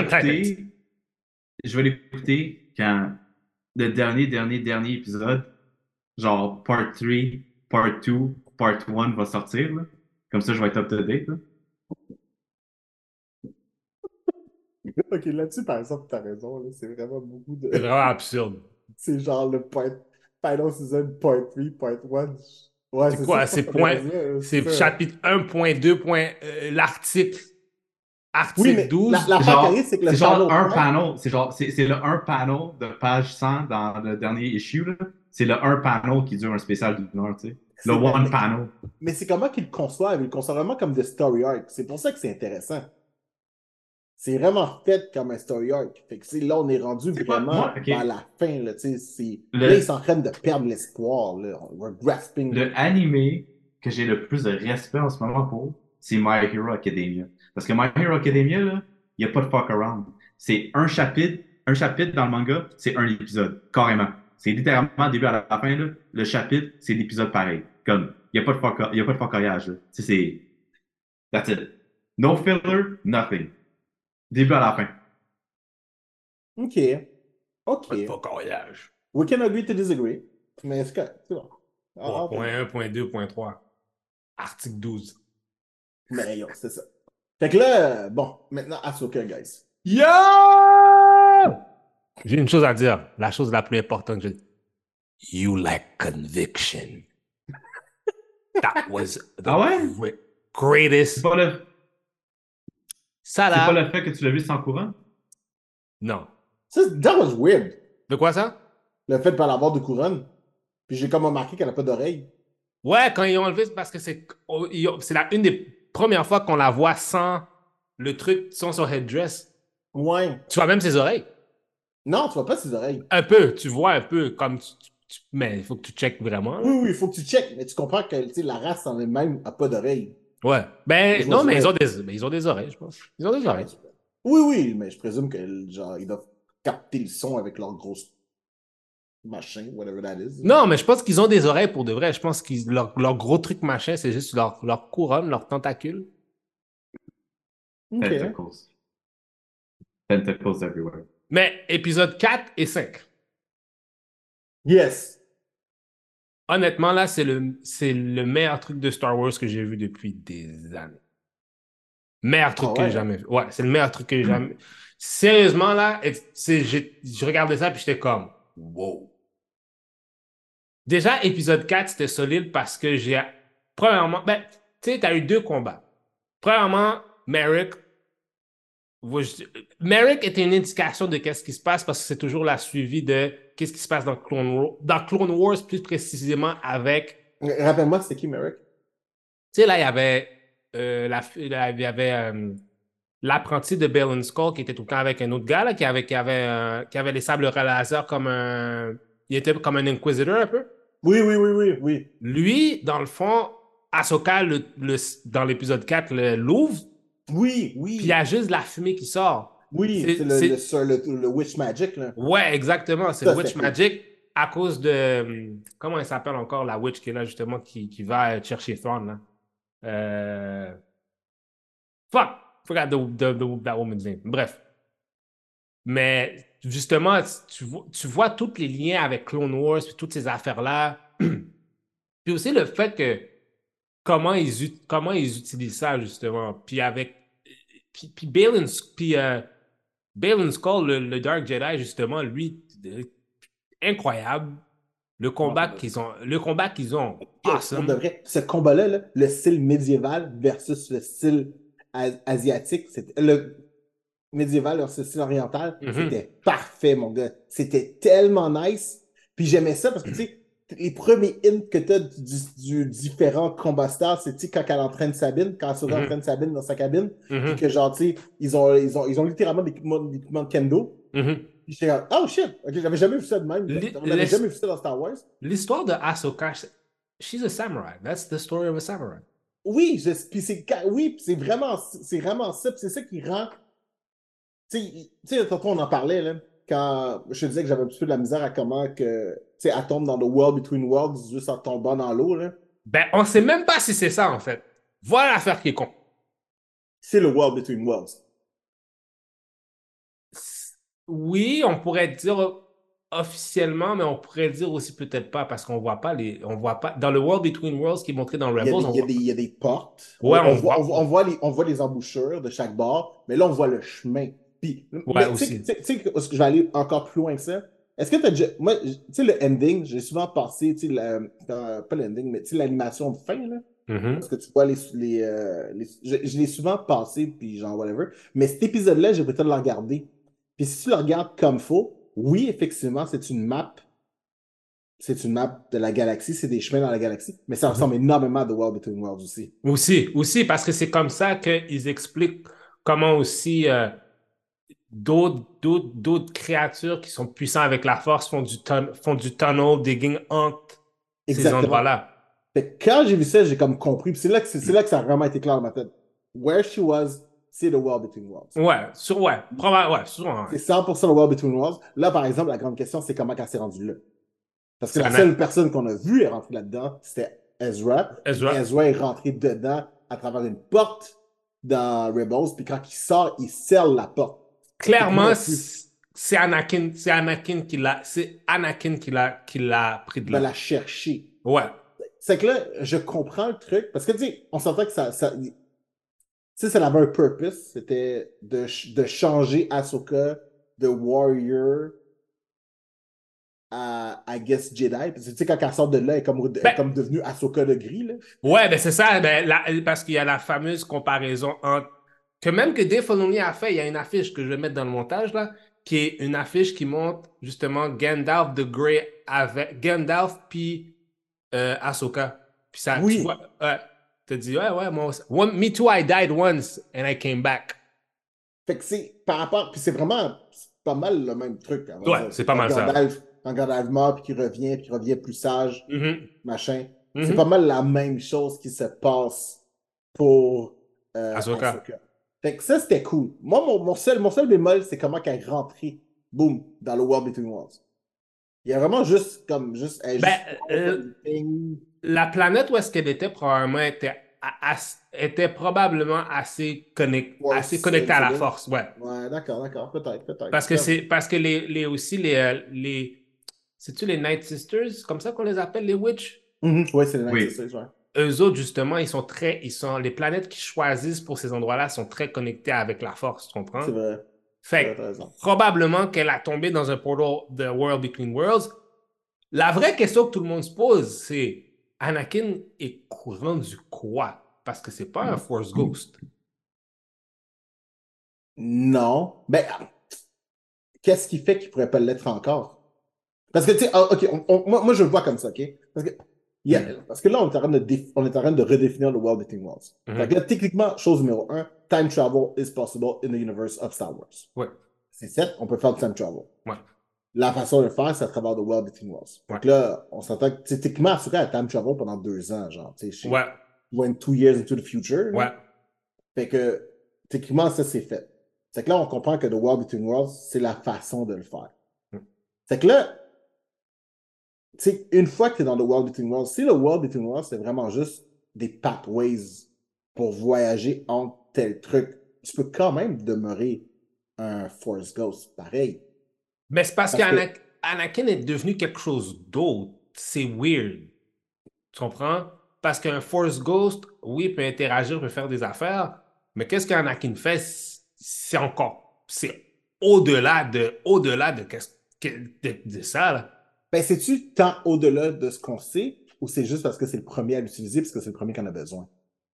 je vais l'écouter quand le dernier épisode, genre part 3, part 2, part 1 va sortir. Là. Comme ça, je vais être up to date. Là. Ok, là-dessus, par exemple, t'as raison, là, c'est vraiment beaucoup de. C'est vraiment absurde. C'est genre le Final Season, Part 3, Part 1. Ouais, C'est c'est ça, quoi? je pense C'est qu'on est point... rendu là, c'est C'est ça. chapitre 1.2. L'article. Oui, Article mais 12. l'affaire qui arrive, c'est que C'est le genre Final un Part, panel, c'est le un panel de page 100 dans le dernier issue, là. C'est le un panel qui dure un spécial d'une heure, tu sais. Le c'est, mais, one mais, panel. mais c'est comment qu'ils le conçoivent. Ils le conçoivent vraiment comme des story arcs. C'est pour ça que c'est intéressant. C'est vraiment fait comme un story arc. Fait que, là, on est rendu C'est quoi? Moi, vraiment OK. vers la fin. Là, là, ils Le, sont en train de perdre l'espoir. Là. We're grasping. le animé que j'ai le plus de respect en ce moment pour, c'est My Hero Academia. Parce que My Hero Academia, là, il n'y a pas de fuck around. C'est un chapitre dans le manga, c'est un épisode, carrément. C'est littéralement début à la fin, là, le chapitre, c'est l'épisode pareil. Comme, il n'y a pas de fuck, il y a pas de fuckeriage, là. Tu sais, c'est, that's it. No filler, nothing. Début à la fin. OK. OK. Pas de voyage. We can agree to disagree. Mais c'est correct. C'est bon. Bon, Ah, point 1, point 2, point 3. Article 12. mais yo, c'est ça. Fait que là, bon, maintenant, Asuka, guys. Yo! J'ai une chose à dire. La chose la plus importante. You lack conviction. That was the Ah ouais? greatest. Ça C'est pas là. le fait que tu l'as vu sans courant? Non. That was weird. De quoi ça? Le fait de pas l'avoir de couronne. Puis j'ai comme remarqué qu'elle n'a pas d'oreille. Ouais, quand ils ont enlevé, c'est parce que c'est une des premières fois qu'on la voit sans le truc, sans son headdress. Ouais. Tu vois même ses oreilles. Non, tu vois pas ses oreilles. Un peu, tu vois un peu comme mais il faut que tu checkes vraiment. Là. Oui, oui, il faut que tu checkes. Mais tu comprends que la race en elle-même n'a pas d'oreille. Ouais. Ben Je non, mais vois- ils ont des oreilles, je pense. Ils ont des oreilles. Oui, oui, mais je présume que genre, ils doivent capter le son avec leur grosse machin, whatever that is. Non, mais je pense qu'ils ont des oreilles pour de vrai. Je pense que leur gros truc machin, c'est juste leur couronne, leur tentacule. OK. Tentacles. Tentacles everywhere. Mais épisode 4 et 5. Yes. Honnêtement, là, c'est le meilleur truc de Star Wars que j'ai vu depuis des années. Meilleur truc que j'ai jamais vu. Ouais, c'est le meilleur truc que j'ai jamais vu. Sérieusement, là, je regardais ça et j'étais comme, wow. Déjà, épisode 4, c'était solide parce que premièrement, ben, tu sais, t'as eu deux combats. Premièrement, Merrick était une indication de qu'est-ce qui se passe parce que c'est toujours la suivi de qu'est-ce qui se passe dans Clone Wars, plus précisément avec. Rappelle-moi, c'est qui, Merrick? Tu sais, là, il y avait l'apprenti de Balin Skull qui était tout le temps avec un autre gars là, qui avait les sables laser comme un. Il était comme un Inquisitor un peu. Oui, oui, oui, oui, oui. Lui, dans le fond, Ahsoka, dans l'épisode 4, l'ouvre. Oui, oui. Puis il y a juste de la fumée qui sort. Oui, c'est le Witch Magic, là. Ouais, exactement. C'est le Witch Magic à cause de. Comment elle s'appelle encore, la Witch qui est là, justement, qui va chercher Thrawn, là. Fuck! Forgot that woman's name. Bref. Mais justement, tu vois tous les liens avec Clone Wars et toutes ces affaires-là. Puis aussi le fait que comment ils utilisent ça, justement. Puis avec. Puis Balin Skull, le Dark Jedi, justement, lui, incroyable. Le combat qu'ils ont. Awesome. Pour de vrai, ce combat-là, là, le style médiéval versus le style asiatique, le médiéval versus le style oriental, c'était parfait, mon gars. C'était tellement nice. Puis j'aimais ça parce que, tu sais, les premiers hints que tu as du différent combat star, c'est quand elle entraîne Sabine, quand elle entraîne Sabine dans sa cabine, puis que genre, tu sais, ils ont littéralement des équipements de kendo. Puis j'étais comme, oh shit, ok, j'avais jamais vu ça de même. On n'avait jamais vu ça dans Star Wars. L'histoire de Ahsoka, she's a samurai. That's the story of a samurai. Oui, c'est vraiment ça. Puis c'est ça qui rend. Tu sais, tantôt on en parlait, là, quand je te disais que j'avais un petit peu de la misère à comment que, tu sais, elle tombe dans le World Between Worlds juste en tombant dans l'eau, là. Ben, on sait même pas si c'est ça, en fait. Voilà l'affaire qui est con. C'est le World Between Worlds. Oui, on pourrait dire officiellement, mais on pourrait dire aussi peut-être pas parce qu'on voit pas dans le World Between Worlds qui est montré dans Rebels. Il y a des portes. Ouais, on voit les embouchures de chaque bord, mais là, on voit le chemin. Puis, Ouais, mais aussi. tu sais, je vais aller encore plus loin que ça. Est-ce que tu as déjà. Moi, tu sais, le ending, j'ai souvent passé, tu sais, pas le ending, mais tu sais, l'animation de fin, là. Mhm. Parce que tu vois, je l'ai souvent passé, puis genre, whatever. Mais cet épisode-là, j'ai peut-être le regarder. Puis si tu le regardes comme faut, oui, effectivement, c'est une map. C'est une map de la galaxie, c'est des chemins dans la galaxie, mais ça Mhm. ressemble énormément à The World Between Worlds aussi. Aussi, parce que c'est comme ça qu'ils expliquent comment aussi d'autres créatures qui sont puissantes avec la force font du tunnel digging entre ces Exactement. endroits-là. Fait que quand j'ai vu ça, j'ai comme compris. Puis c'est là que ça a vraiment été clair dans ma tête. Where she was, c'est The World Between Worlds. Ouais, souvent, ouais. C'est 100% The World Between Worlds. Là, par exemple, la grande question, c'est comment elle s'est rendue là. Parce que C'est la seule personne qu'on a vue est rentrée là-dedans, c'était Ezra. Puis Ezra. Ezra est rentré dedans à travers une porte dans Rebels. Puis quand il sort, il scelle la porte. Techniquement, Clairement, on peut c'est Anakin qui l'a pris de va là. la chercher. Ouais. C'est que là, je comprends le truc. Parce que, tu sais, on s'entend que tu sais, ça avait un purpose. C'était de changer Ahsoka de warrior à, I guess, Jedi. Parce que, tu sais, quand elle sort de là, elle est Ben, comme devenue Ahsoka de gris, là. ouais, ben c'est ça, parce qu'il y a la fameuse comparaison entre que même que Dave Filoni a fait, il y a une affiche que je vais mettre dans le montage là, qui est une affiche qui montre justement Gandalf the Grey avec Gandalf puis Ahsoka. Puis ça, tu vois, Oui. te dis ouais, moi aussi. Me too, I died once and I came back. Fait que c'est par rapport. Puis c'est pas mal le même truc, on va Ouais, dire. c'est pas mal ça. Quand Gandalf meurt, puis qu'il revient plus sage, Mhm, machin. C'est pas mhm. mal la même chose qui se passe pour Ahsoka. Ahsoka. Fait que ça, c'était cool. Moi, mon seul bémol, c'est comment qu'elle est rentrée, boum, dans le World Between Worlds. Il y a vraiment elle est Ben, juste comme une thing. la planète où est-ce qu'elle était probablement était probablement assez Force connectée à la sensitive. force, ouais. Ouais, d'accord, peut-être. Parce que les aussi les c'est-tu les Night Sisters, comme ça qu'on les appelle les witches? Ouais, c'est les Night Oui. Sisters, ouais. Eux autres justement, les planètes qu'ils choisissent pour ces endroits-là sont très connectées avec la force, tu comprends? C'est vrai. C'est vrai, Fait t'as raison. probablement qu'elle a tombé dans un portal de World Between Worlds. La vraie question que tout le monde se pose, c'est Anakin est courant du quoi? Parce que c'est pas un Force Ghost. Non. Ben, qu'est-ce qui fait qu'il pourrait pas l'être encore? Parce que, tu sais, OK, moi, je le vois comme ça, OK? Parce que là, on est en train de redéfinir le World Between Worlds. Fait que Mhm. là, techniquement, chose numéro un, time travel is possible in the universe of Star Wars. Ouais, C'est certes, on peut faire du time travel. ouais, La façon de le faire, c'est à travers le World Between Worlds. Fait ouais, que là, on s'entend que, tu sais, techniquement, c'est à time travel pendant 2 ans, genre, tu sais, ouais, went 2 years into the future, là. ouais. Fait que, techniquement, ça, c'est fait. C'est que là, on comprend que The World Between Worlds, c'est la façon de le faire. C'est que là, tu sais, une fois que tu es dans le World Between Worlds, si le World Between Worlds, c'est vraiment juste des pathways pour voyager entre tel truc, tu peux quand même demeurer un Force Ghost, pareil. Mais c'est parce Parce que, qu'Anakin est devenu quelque chose d'autre. C'est weird. Tu comprends? Parce qu'un Force Ghost, oui, peut interagir, peut faire des affaires, mais qu'est-ce qu'Anakin fait? C'est au-delà de ça, là. ben, c'est-tu tant au-delà de ce qu'on sait, ou c'est juste parce que c'est le premier à l'utiliser, parce que c'est le premier qu'on a besoin?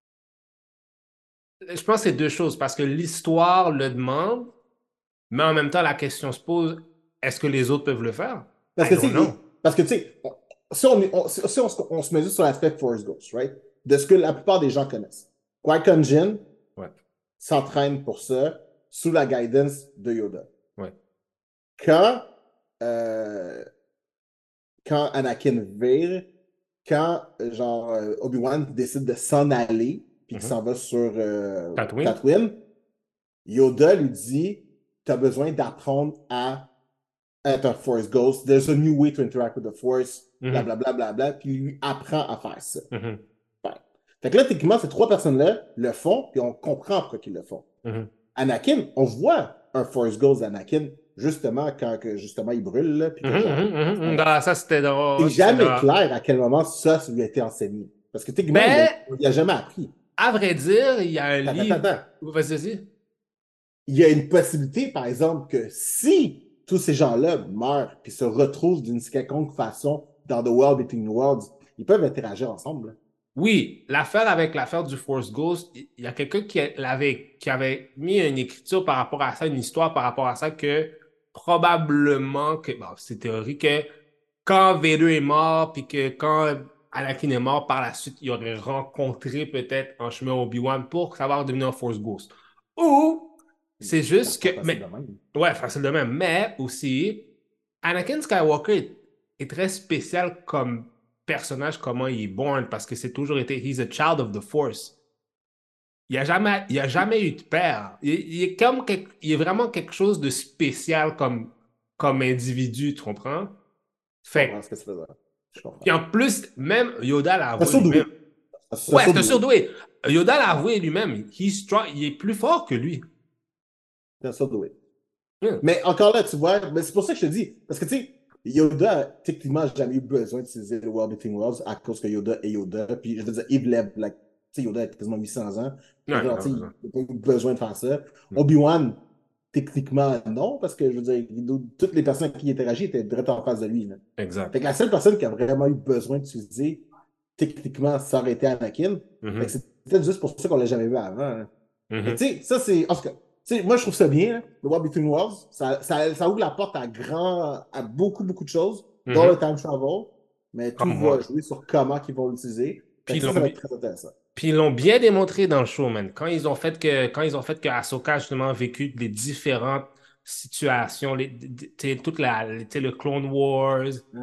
Je pense que c'est deux choses, parce que l'histoire le demande, mais en même temps, la question se pose, est-ce que les autres peuvent le faire? Parce I que, tu don't know. sais, si on se met juste sur l'aspect Force Ghost, right? De ce que la plupart des gens connaissent. Qui-Gon Jinn Ouais, s'entraîne pour ça sous la guidance de Yoda. ouais. Quand, euh, quand Anakin vire, quand genre Obi-Wan décide de s'en aller, puis qu'il Mhm. s'en va sur Tatooine? Tatooine, Yoda lui dit, tu as besoin d'apprendre à être un Force Ghost. There's a new way to interact with the Force, Mhm. blablabla, bla, bla, bla, puis il lui apprend à faire ça. Mhm. Fine. Fait que là, techniquement, ces trois personnes-là le font, puis on comprend pourquoi ils le font. Mhm. Anakin, on voit un Force Ghost d'Anakin, justement, quand justement il brûle, là, puis Mhm, que genre. mhm, mhm. Ah, ça, C'est c'était jamais dans... clair à quel moment ça lui a été enseigné. Parce que techniquement, Ben, il a jamais appris. à vrai dire, il y a un Attends, attends, livre... attends. Vas-y, vas-y. il y a une possibilité, par exemple, que si tous ces gens-là meurent puis se retrouvent d'une quelconque façon dans The World Between Worlds, ils peuvent interagir ensemble. Oui, l'affaire du Force Ghost, il y a quelqu'un qui avait mis une écriture par rapport à ça, une histoire par rapport à ça, que probablement que, bon, c'est théorique, que quand Vader est mort, puis que quand Anakin est mort, par la suite, il aurait rencontré peut-être en chemin Obi-Wan pour savoir devenir un Force Ghost. Ou c'est juste que, Facile de même. ouais, facile de même, mais aussi, Anakin Skywalker est très spécial comme personnage, comment il est born, parce que c'est toujours été, he's a child of the Force. Il a jamais eu de père. Il est vraiment quelque chose de spécial comme individu, tu comprends? Je comprends Fait ce que ça veut dire. Je comprends. puis en plus, même Yoda l'a C'est avoué surdoué. lui-même. Ouais, c'est un surdoué. Yoda l'a avoué lui-même. Il est plus fort que lui. C'est surdoué. Hmm. Mais encore là, tu vois, mais c'est pour ça que je te dis. Parce que, tu sais, Yoda, techniquement, n'a jamais eu besoin d'utiliser le World Between Worlds à cause que Yoda est Yoda. Puis, je veux dire, Yves Leb, like, tu sais, Yoda a quasiment 800 ans. Ouais, Genre, tu sais, non, il n'a pas eu besoin de faire ça. Hmm. Obi-Wan, techniquement, non, parce que, je veux dire, toutes les personnes qui interagissent étaient direct en face de lui. Là. exact. Fait que la seule personne qui a vraiment eu besoin d'utiliser, techniquement, ça aurait été Anakin. Mhm. Fait que c'est peut-être juste pour ça qu'on l'a jamais vu avant. Hein. Mhm. Fait que, tu sais, ça, c'est. En tout cas, tu sais, moi, je trouve ça bien, hein, le War Between Worlds. Ça ouvre la porte à beaucoup, beaucoup de choses, dont Mhm. le time travel. Mais tout Comme va moi. jouer sur comment ils vont l'utiliser. Fait Puis que ça va être très intéressant. Puis ils l'ont bien démontré dans le show, man. Quand ils ont fait que Ahsoka justement a vécu des différentes situations, toute le Clone Wars,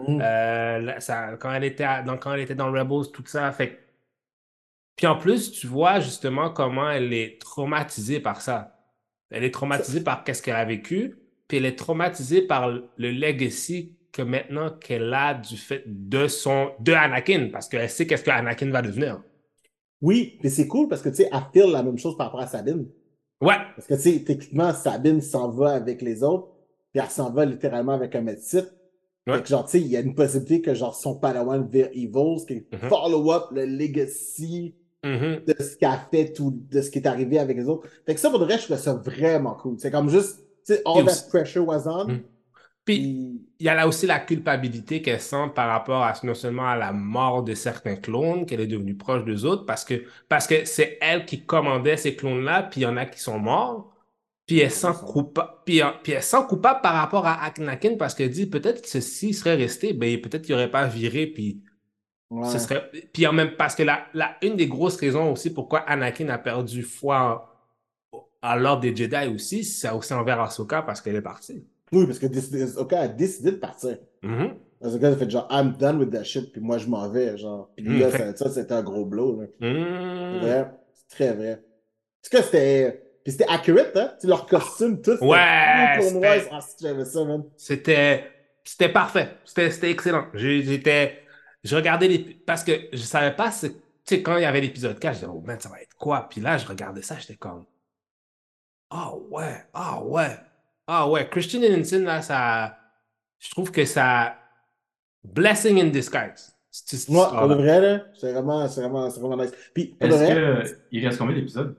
quand elle était dans Rebels, tout ça. Puis en plus, tu vois justement comment elle est traumatisée par ça. Elle est traumatisée par qu'est-ce qu'elle a vécu, puis elle est traumatisée par le legacy que maintenant qu'elle a du fait de Anakin, parce qu'elle sait qu'est-ce que Anakin va devenir. Oui, mais c'est cool parce que, tu sais, elle file la même chose par rapport à Sabine. Ouais. Parce que, tu sais, techniquement, Sabine s'en va avec les autres, puis elle s'en va littéralement avec un médecin. Ouais. Fait que, genre, tu sais, il y a une possibilité que, genre, son Padawan vire Evil, ce qui est Mhm. follow-up, le legacy Mhm. de ce qu'elle a fait ou de ce qui est arrivé avec les autres. Fait que ça, pour le reste, je trouve ça vraiment cool. C'est comme juste, tu sais, Puis all aussi- that pressure was on. Mhm. Puis Puis, il y a là aussi la culpabilité qu'elle sent par rapport à non seulement à la mort de certains clones, qu'elle est devenue proche d'eux autres, parce que c'est elle qui commandait ces clones-là, puis il y en a qui sont morts. Puis elle sent coupable, puis elle sent coupable par rapport à Anakin parce qu'elle dit peut-être que s'il serait resté, ben peut-être qu'il n'aurait pas viré, puis ce ouais. serait. Puis en même parce que une des grosses raisons aussi pourquoi Anakin a perdu foi à l'ordre des Jedi aussi, c'est aussi envers Ahsoka parce qu'elle est partie. Oui, parce que OK, elle a décidé de partir. Mhm. Parce que le gars a fait genre, I'm done with that shit, puis moi, je m'en vais, genre. Puis Mhm. là, ça c'était un gros blow, là. C'est Mhm. vrai. C'est très vrai. En tout cas, c'était. Puis c'était accurate, hein? Tu sais, leur costume, tout, c'était full Ouais, Clone Wars. Ah, si j'avais ça, man. c'était parfait. C'était excellent. Je regardais parce que je savais pas, tu sais, quand il y avait l'épisode 4, je disais, oh man, ça va être quoi? Puis là, je regardais ça, j'étais comme, ah ouais, ah ouais, ah ouais. Christian Henson, là, je trouve que ça, blessing in disguise, cette Moi, pour le histoire-là. vrai, là, c'est vraiment nice. Puis, pour le Est-ce vrai, que il reste combien d'épisodes?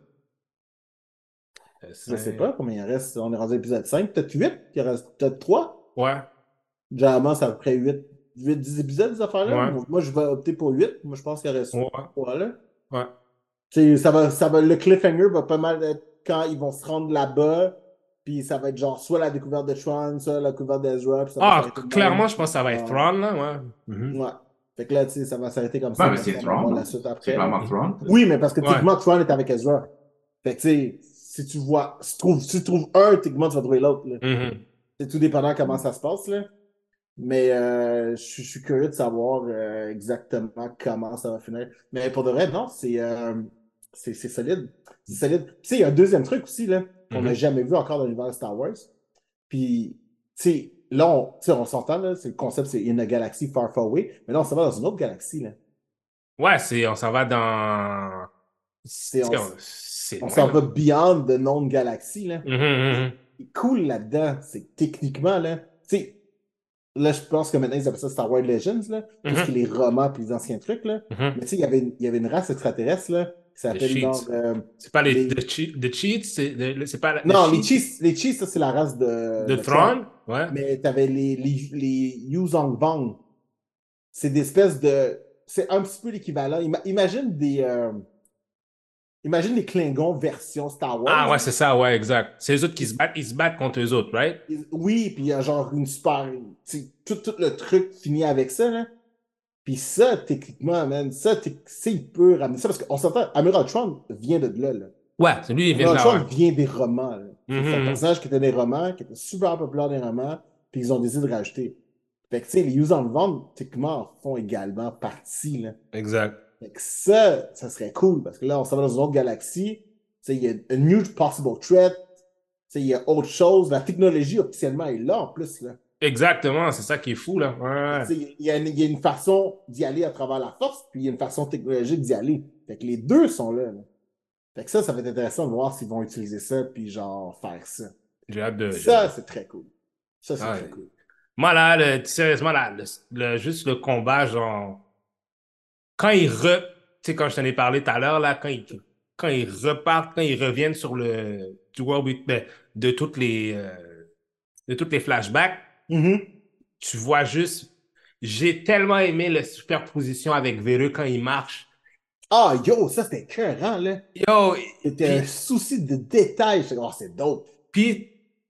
je sais pas combien il en reste. On est rendu à l'épisode 5, peut-être 8, il en reste peut-être 3. Ouais, Généralement, c'est à peu près 10 épisodes, ces affaires-là. ouais, Moi, je vais opter pour 8. Moi, je pense qu'il en reste ouais, 3, là. ouais. Tu sais, le cliffhanger va pas mal être quand ils vont se rendre là-bas, puis ça va être genre soit la découverte de Tron, soit la découverte d'Ezra, puis ça va Ah, s'arrêter de même. clairement, je pense que ça va être Thrawn, là, ouais. Mhm. Ouais. Fait que là, tu sais, ça va s'arrêter comme Ouais, ça, mais puis c'est on va Tron, voir non? la suite C'est après. clairement Tron. Oui, mais parce que Ouais. techniquement, Tron est avec Ezra. Fait que, tu sais, si tu trouves un, techniquement, tu vas trouver l'autre. Là. Mhm. C'est tout dépendant comment ça se passe, là. Mais je suis curieux de savoir exactement comment ça va finir. Mais pour de vrai, non, c'est solide. C'est solide. Tu sais, il y a un deuxième truc aussi, là, qu'on n'a Mhm. jamais vu encore dans l'univers de Star Wars. Puis, tu sais, là, on s'entend, là, c'est le concept, c'est in a galaxy far, far away. Mais là, on s'en va dans une autre galaxie, là. Ouais, on s'en va dans. Tu sais, C'est on loin, s'en là. va beyond the known galaxy, là. Mhm, Et, mhm. et cool là-dedans, c'est que techniquement, là, tu sais, là, je pense que maintenant, ils appellent ça Star Wars Legends, là, tout ce qui est Mhm, les romans et les anciens trucs, là. mhm. Mais tu sais, il y avait une race extraterrestre, là, qui s'appelle genre. C'est pas les... the cheats, c'est pas Non, les Chiefs, ça, c'est la race de de Tron. Thrawn, ouais. Mais t'avais les Yuzong Vong. C'est des espèces de. C'est un petit peu l'équivalent. Imagine les Klingons version Star Ah Wars. ouais, c'est ça, ouais, exact. C'est eux autres qui ils se battent contre eux autres, right? Oui, puis il y a genre une super. Tout le truc finit avec ça, là. Puis ça, techniquement, man, il peut ramener ça parce qu'on s'entend, Amiral Tron vient de là. Ouais, c'est lui, il vient de Amiral là, Tron ouais. vient des romans, là. C'est un Mhm. personnage qui était des romans, qui était super populaire des romans, puis ils ont décidé de rajouter. Fait que, tu sais, les Yuuzhan Vong, techniquement, en font également partie, là. Exact. Fait que ça serait cool, parce que là, on s'en va dans une autre galaxie. Tu sais, il y a a new possible threat. Tu sais, il y a autre chose. La technologie, officiellement, est là, en plus, là. Exactement, c'est ça qui est fou, là. Tu Ouais. sais, il y a une façon d'y aller à travers la force, puis il y a une façon technologique d'y aller. Fait que les deux sont là. Fait que ça va être intéressant de voir s'ils vont utiliser ça, puis genre faire ça. J'ai hâte de. Ça, c'est très cool. Ça, c'est Ah, très cool. moi, là, sérieusement, là, juste le combat, genre. Quand ils re. Tu sais, quand je t'en ai parlé tout à l'heure, là, quand ils repartent, quand ils reviennent sur le. Du World de de toutes les flashbacks, Mhm. tu vois juste. J'ai tellement aimé la superposition avec Véreux quand il marche. Ah, yo, ça, c'était écœurant, là. Yo, C'était un souci de détail. J'étais comme, oh, c'est dope. puis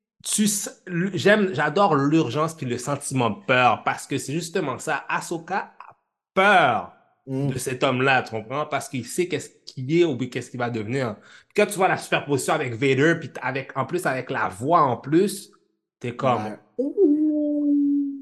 j'adore l'urgence puis le sentiment de peur parce que c'est justement ça. Ahsoka a peur de Mm. cet homme-là, tu comprends? Parce qu'il sait qu'est-ce qu'il est ou qu'est-ce qu'il va devenir. Puis quand tu vois la superposition avec Vader, puis en plus avec la voix en plus, t'es comme. Ouais. Ouh.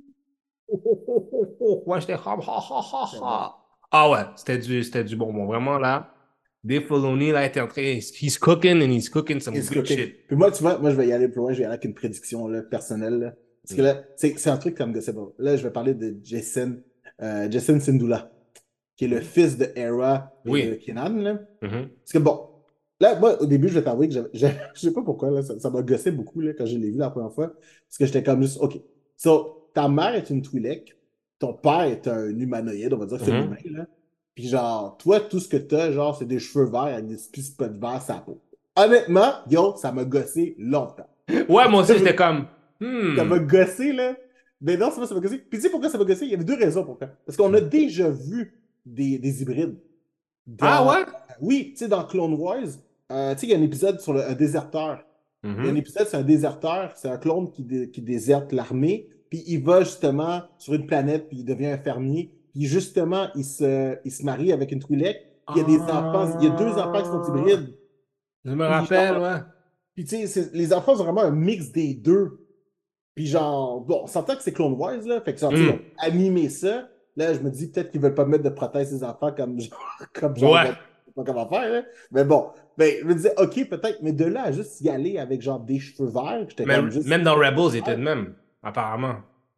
Ouais, j'étais comme. Ha, ha, ha, C'est bon. ha. Ah ouais, c'était du bonbon. Vraiment là, Dave Filoni là était en train. He's cooking and he's cooking some It's good cooking. shit. Puis moi, tu vois, moi, je vais y aller plus loin. Je vais y aller avec une prédiction là, personnelle, là. Parce que Mm. là, c'est un truc comme de c'est bon. Là, je vais parler de Jacen Syndulla, qui est le fils de Hera et de Oui. Kanan, là. Mhm. Parce que bon, là, moi, au début, je vais t'avouer que je sais pas pourquoi, là, ça m'a gossé beaucoup là, quand je l'ai vu la première fois. Parce que j'étais comme juste, OK. So, ta mère est une Twi'lek, ton père est un humanoïde, on va dire que c'est un Mhm. humain, là. Puis genre, toi, tout ce que t'as, genre, c'est des cheveux verts avec des petits spots verts sur la peau. Honnêtement, yo, ça m'a gossé longtemps. Ouais, moi aussi, j'étais comme. Ça Hmm. m'a gossé, là. Mais non, c'est pas ça m'a gossé. Puis tu sais pourquoi ça m'a gossé? Il y avait deux raisons pourquoi. Parce qu'on a déjà vu des hybrides. Ah Dans, ouais? oui, tu sais, dans Clone Wars, tu sais, il y a un épisode sur un déserteur. Il y a un Mhm. épisode, c'est un déserteur, c'est un clone qui déserte l'armée, puis il va justement sur une planète, puis il devient un fermier, puis justement, il se marie avec une Twi'lek, puis il y a des enfants, il y a deux enfants qui sont Ah, hybrides. je me Puis rappelle, genre, ouais. puis tu sais, les enfants sont vraiment un mix des deux. Puis genre, bon, on s'entend que c'est Clone Wars, là, fait que genre, tu sais, ils ont Hmm. animé ça. Là, je me dis peut-être qu'ils veulent pas mettre de prothèse des enfants comme genre, Ouais. je sais pas comment faire, là. Mais bon, ben, je me disais, ok, peut-être, mais de là à juste y aller avec genre des cheveux verts, j'étais comme juste. Même dans Rebels, il était de même, apparemment.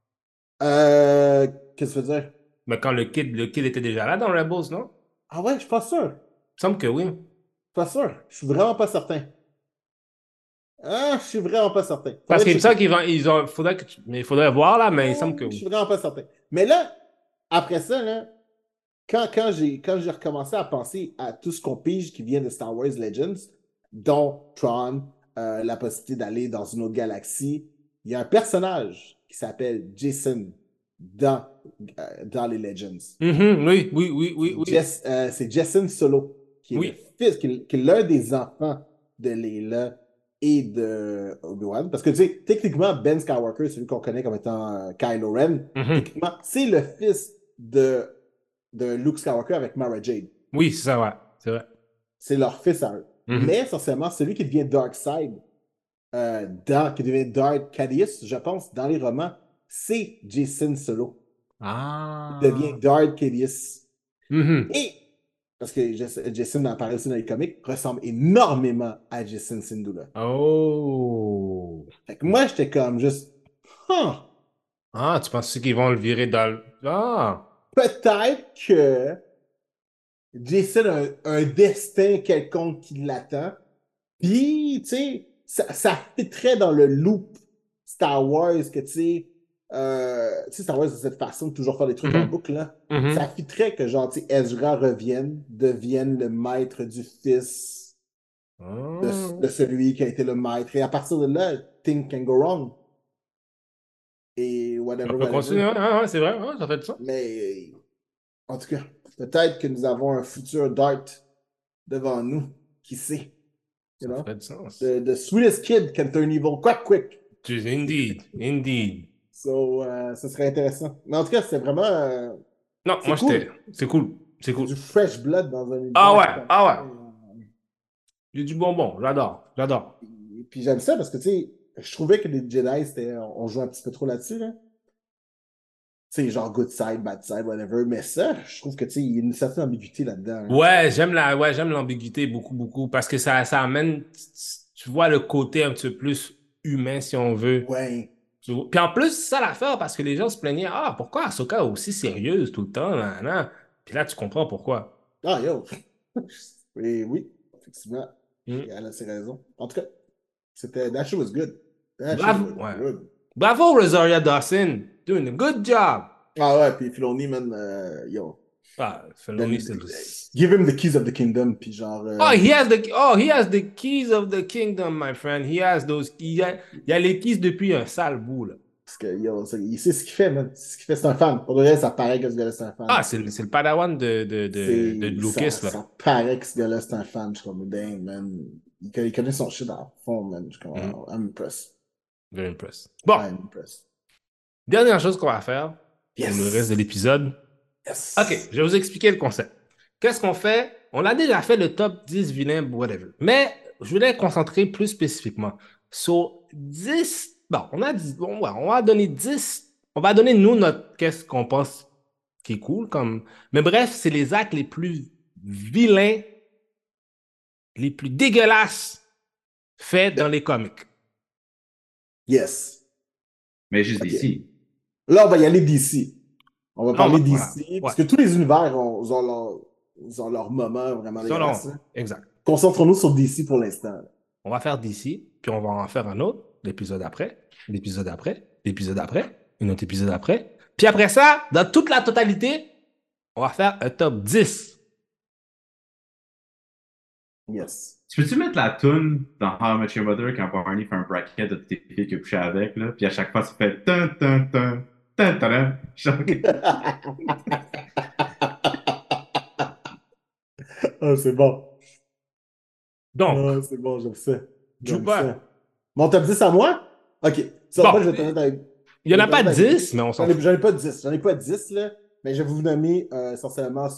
Qu'est-ce que tu veux dire? Mais quand le kid était déjà là dans Rebels, non? Ah ouais, je suis pas sûr. Il me semble que oui. Pas sûr. Je suis vraiment pas certain. Ah, je suis vraiment pas certain. Parce Faudrait qu'il me semble checker. qu'ils ont. Mais il faudrait voir là, mais il me semble que Je oui. suis vraiment pas certain. Mais là, après ça, là, quand j'ai recommencé à penser à tout ce qu'on pige qui vient de Star Wars Legends, dont Tron, la possibilité d'aller dans une autre galaxie, il y a un personnage qui s'appelle Jason dans, dans les Legends. Mhm, oui, oui, oui, oui, oui. C'est Jason Solo, qui est le Oui. fils, qui est l'un des enfants de Leila et de Obi-Wan. Parce que, tu sais, techniquement, Ben Skywalker, celui qu'on connaît comme étant Kylo Ren, Mhm. techniquement, c'est le fils de Luke Skywalker avec Mara Jade. Oui, c'est ça, ouais. C'est vrai. C'est leur fils à eux. Mhm. Mais, essentiellement, celui qui devient Darkseid, qui devient Darth Cassius, je pense, dans les romans, c'est Jason Solo. Il devient Ah. Darth Cassius. Mhm. Et, parce que Jason apparaît aussi dans les comics, ressemble énormément à Jason Syndulla. Oh. Fait que moi, j'étais comme juste, huh, Ah, tu penses qu'ils vont le virer dans le. Ah. peut-être que Jason a un destin quelconque qui l'attend. Puis, tu sais, ça fitterait dans le loop Star Wars que, tu sais, tu sais, Star Wars, de cette façon de toujours faire des trucs en Mhm. boucle, là. Mhm. Ça fitterait que, genre, tu sais, Ezra devienne le maître du fils de Oh. celui qui a été le maître. Et à partir de là, things can go wrong. Et On whatever, peut whatever. continuer, ouais, c'est vrai, ouais, ça fait du sens. Mais, en tout cas, peut-être que nous avons un futur Dart devant nous. Qui sait? You Ça know? fait du sens. The sweetest kid can turn evil quite quick. Indeed, indeed. So, ce serait intéressant. Mais en tout cas, c'est vraiment... Non, c'est moi, cool. c'est cool, c'est C'est cool. du fresh blood dans un Ah univers ouais, qui est ah ouais. comme... J'ai du bonbon, j'adore, j'adore. Puis j'aime ça parce que, tu sais, je trouvais que les Jedi, on jouait un petit peu trop là-dessus, là. Tu sais, genre good side, bad side, whatever. Mais ça, je trouve que, tu sais, il y a une certaine ambiguïté là-dedans, hein. Ouais, j'aime l'ambiguïté beaucoup, beaucoup, parce que ça amène, tu vois le côté un petit peu plus humain, si on veut. Ouais. Puis en plus, c'est ça l'affaire, parce que les gens se plaignaient, ah, pourquoi Ahsoka est aussi sérieuse tout le temps, nan, nan. Puis là, tu comprends pourquoi. Ah, yo. Et oui, effectivement. Hmm. Et elle a ses raisons. En tout cas, That shit was good. That shit Bravo, was ouais. good. Bravo, Rosaria Dawson, doing a good job. Ah ouais, puis Filoni, man, yo. Ah, Filoni, Then, c'est le... give him the keys of the kingdom, puis genre... He has the keys of the kingdom, my friend. He has those keys. Il a les keys depuis un sale bout, là. parce que, yo, il sait ce qu'il fait, man. C'est ce qu'il fait, c'est un fan. Pour de vrai, ça paraît que ce gars-là, c'est un fan. Ah, c'est le padawan de Lucas, là. Ça paraît que ce gars-là, c'est un fan. Je suis comme, dang, man. Il connaît son shit à fond, man. Je suis comme, Mhm. I'm impressed. Very impressed. Bon, I'm impressed. dernière chose qu'on va faire pour Yes. le reste de l'épisode. Yes. OK, je vais vous expliquer le concept. Qu'est-ce qu'on fait? On a déjà fait le top 10 vilains, whatever. Mais je voulais concentrer plus spécifiquement sur 10. Bon, on a dit, bon, ouais, on va donner 10. On va donner, nous, notre qu'est-ce qu'on pense qui est cool. Comme... Mais bref, c'est les actes les plus vilains, les plus dégueulasses faits dans les comics. Yes. Mais juste Ok. d'ici. Là, on va y aller d'ici. On va parler Voilà. d'ici, Ouais. parce que tous les univers ils ont leur moment vraiment dégueulasse, là. Exact. Concentrons-nous sur DC pour l'instant, là. On va faire d'ici, puis on va en faire un autre, l'épisode après, l'épisode après, l'épisode après, un autre épisode après. Puis après ça, dans toute la totalité, on va faire un top 10. Yes. Tu peux-tu mettre la toune dans How I Met Your Mother quand Barney fait un bracket de toutes tes filles qu'il a couché avec, là, puis à chaque fois, ça fait tan tan tan tan tan Ah, c'est bon. Donc, Ah, c'est bon, j'aime ça. J'aime Juba, ça. Mon top 10 à moi? Ok. Ça, Bon, moi, je vais te honnête avec. il n'y en a je vais pas te honnête avec 10, mais on s'en J'en ai, fout. j'en ai pas 10. J'en ai pas 10, là. Mais je vais vous nommer essentiellement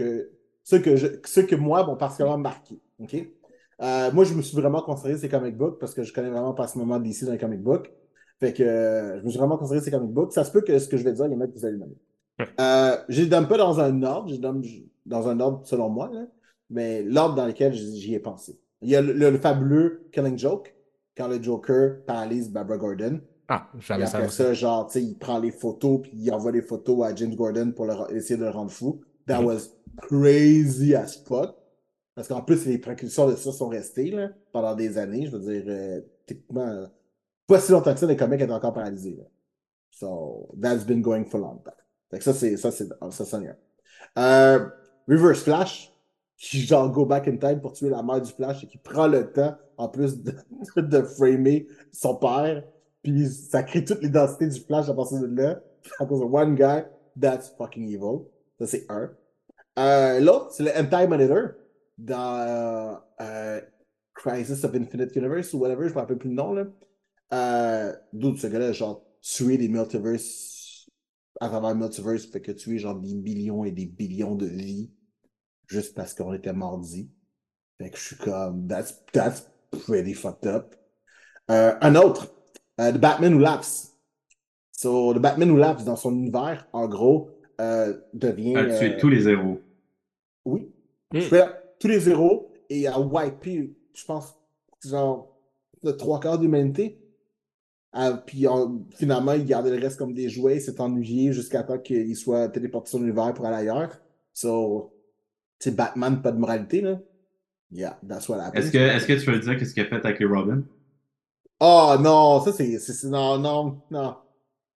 ceux que moi m'ont particulièrement marqué. OK? Moi, je me suis vraiment concentré sur ces comic books parce que je connais vraiment pas ce moment d'ici dans les comic books. Fait que je me suis vraiment concentré sur ces comic books. Ça se peut que ce que je vais dire, il y en a que vous allez nommer. Je les donne pas dans un ordre, je les donne dans un ordre selon moi, là, mais l'ordre dans lequel j'y ai pensé. Il y a le fabuleux Killing Joke, quand le Joker paralyse Barbara Gordon. Ah, Et j'avais ça après aussi. ça, genre, tu sais, il prend les photos, puis il envoie les photos à James Gordon pour essayer de le rendre fou. That was crazy as fuck. Parce qu'en plus, les précurseurs de ça sont restés là, pendant des années. Je veux dire, techniquement, pas si longtemps que ça, les comics étaient encore paralysés, là. So, that's been going for long. Fait que ça, c'en est un. Reverse Flash, qui genre go back in time pour tuer la mère du Flash et qui prend le temps, en plus de framer son père. Puis ça crée toute l'identité du Flash à partir de là. À cause de one guy, that's fucking evil. Ça, c'est un. L'autre, c'est le Anti-Monitor dans Crisis of Infinite Universe ou whatever, je ne me rappelle plus le nom, là. D'où ce gars-là, genre, tuer des multiverses à travers le multiverse, fait que tuer genre des millions et des billions de vies juste parce qu'on était mordis. Fait que je suis comme, that's pretty fucked up. Un autre, The Batman Who Laughs. So, The Batman Who Laughs, dans son univers, en gros, devient... A tué tous les héros. Oui. Mm. Je fais tous les héros et a wipé, je pense, genre, le trois quarts de l'humanité. Puis finalement, il gardait le reste comme des jouets, il s'est ennuyé jusqu'à temps qu'il soit téléporté sur l'univers pour aller ailleurs. So, tu sais, Batman, pas de moralité, là. Yeah, that's what happened. Est-ce que tu veux dire qu'est-ce qu'il a fait avec les Robin? Oh non, ça c'est. Non, non, non.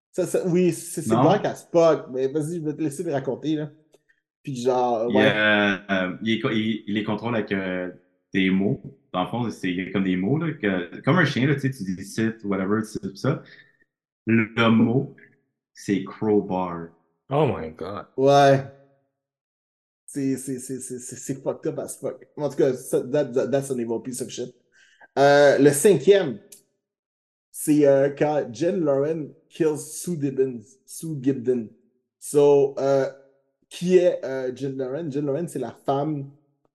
Oui, c'est Non? dark as fuck, mais vas-y, je vais te laisser le raconter, là. Puis genre, ouais. Il les contrôle avec des mots. Dans le fond, il y a comme des mots, là, comme un chien, là, tu dis sit, whatever, c'est ça. Le mot, c'est crowbar. Oh my God. Ouais. C'est fucked up as fuck. En tout cas, that's an evil piece of shit. Le cinquième, c'est quand Jen Lauren kills Sue Gibden. So, qui est Jen Lauren? Jen Lauren, c'est la femme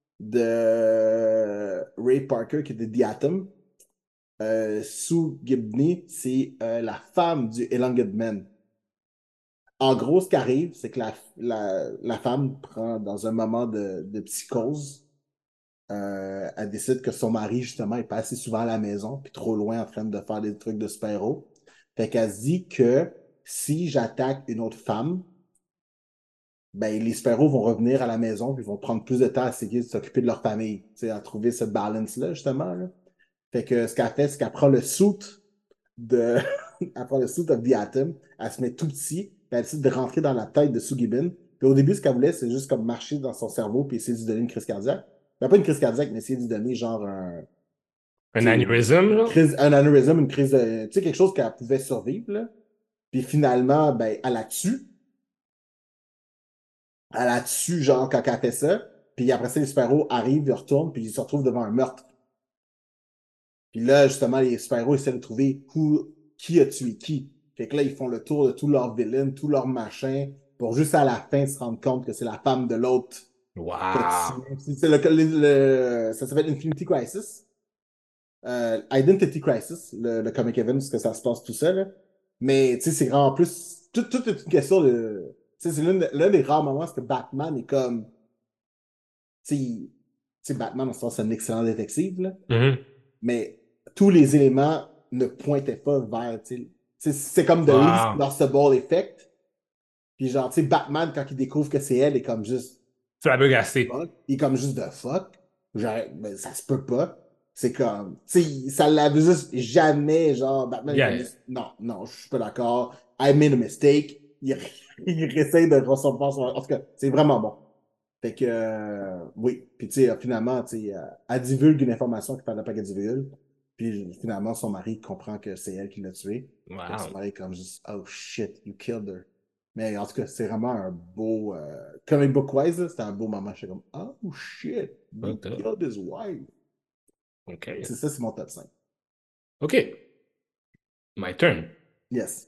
de Ray Parker qui était The Atom. Sue Gibney, c'est la femme du Elonged Man. En gros, ce qui arrive, c'est que la femme prend, dans un moment de psychose, elle décide que son mari, justement, est pas assez souvent à la maison, puis trop loin en train de faire des trucs de super-héros. Fait qu'elle se dit que si j'attaque une autre femme, ben, les super-héros vont revenir à la maison, puis vont prendre plus de temps à essayer de s'occuper de leur famille, tu sais, à trouver ce balance-là, justement, là. Fait que ce qu'elle fait, c'est qu'elle prend le suit de. Elle prend le suit of the Atom, elle se met tout petit, puis elle décide de rentrer dans la tête de Sugibin. Puis au début, ce qu'elle voulait, c'est juste comme marcher dans son cerveau, puis essayer de lui donner une crise cardiaque. Ben, pas une crise cardiaque, mais essayer de lui donner genre Un anévrisme, genre? un anévrisme, une crise de. Tu sais, quelque chose qu'elle pouvait survivre, là. Puis finalement, ben, elle la tue. Elle la tue, genre, quand elle fait ça. Puis après ça, les super-héros arrivent, ils retournent, puis ils se retrouvent devant un meurtre. Puis là, justement, les super-héros essaient de trouver qui a tué qui. Fait que là, ils font le tour de tous leurs villains, tous leurs machins, pour juste à la fin se rendre compte que c'est la femme de l'autre qui a Wow. tué. Ça s'appelle Infinity Crisis. Identity Crisis, le comic event, parce que ça se passe tout seul. Mais, tu sais, c'est vraiment plus. Tout est une question de. Tu sais, c'est l'un des rares moments où que Batman est comme. Tu sais, Batman, en ce sens, c'est un excellent détective, là. Mhm. Mais tous les éléments ne pointaient pas vers, tu sais, c'est comme The Least Wow. Noticeable Effect. Puis genre, tu sais, Batman, quand il découvre que c'est elle, est comme juste Tu l'as agacé. fuck. Il est comme juste de fuck. Genre, ben, ça se peut pas. C'est comme, tu sais, ça l'avait juste jamais, genre, Batman est comme Yeah. juste, non, non, je suis pas d'accord. I made a mistake. Il essaie de recevoir son. En tout cas, c'est vraiment bon. Fait que, oui. Puis, tu sais, finalement, tu sais, elle divulgue une information qu'il fallait pas qu'elle divulgue. Puis, finalement, son mari comprend que c'est elle qui l'a tué. Fait que son Wow. mari est comme juste, oh shit, you killed her. Mais en tout cas, c'est vraiment un beau. Comic book-wise, là, c'était un beau moment. J'étais comme, oh shit, you Fucked up. killed his wife. OK. C'est ça, c'est mon top 5. OK. My turn. Yes.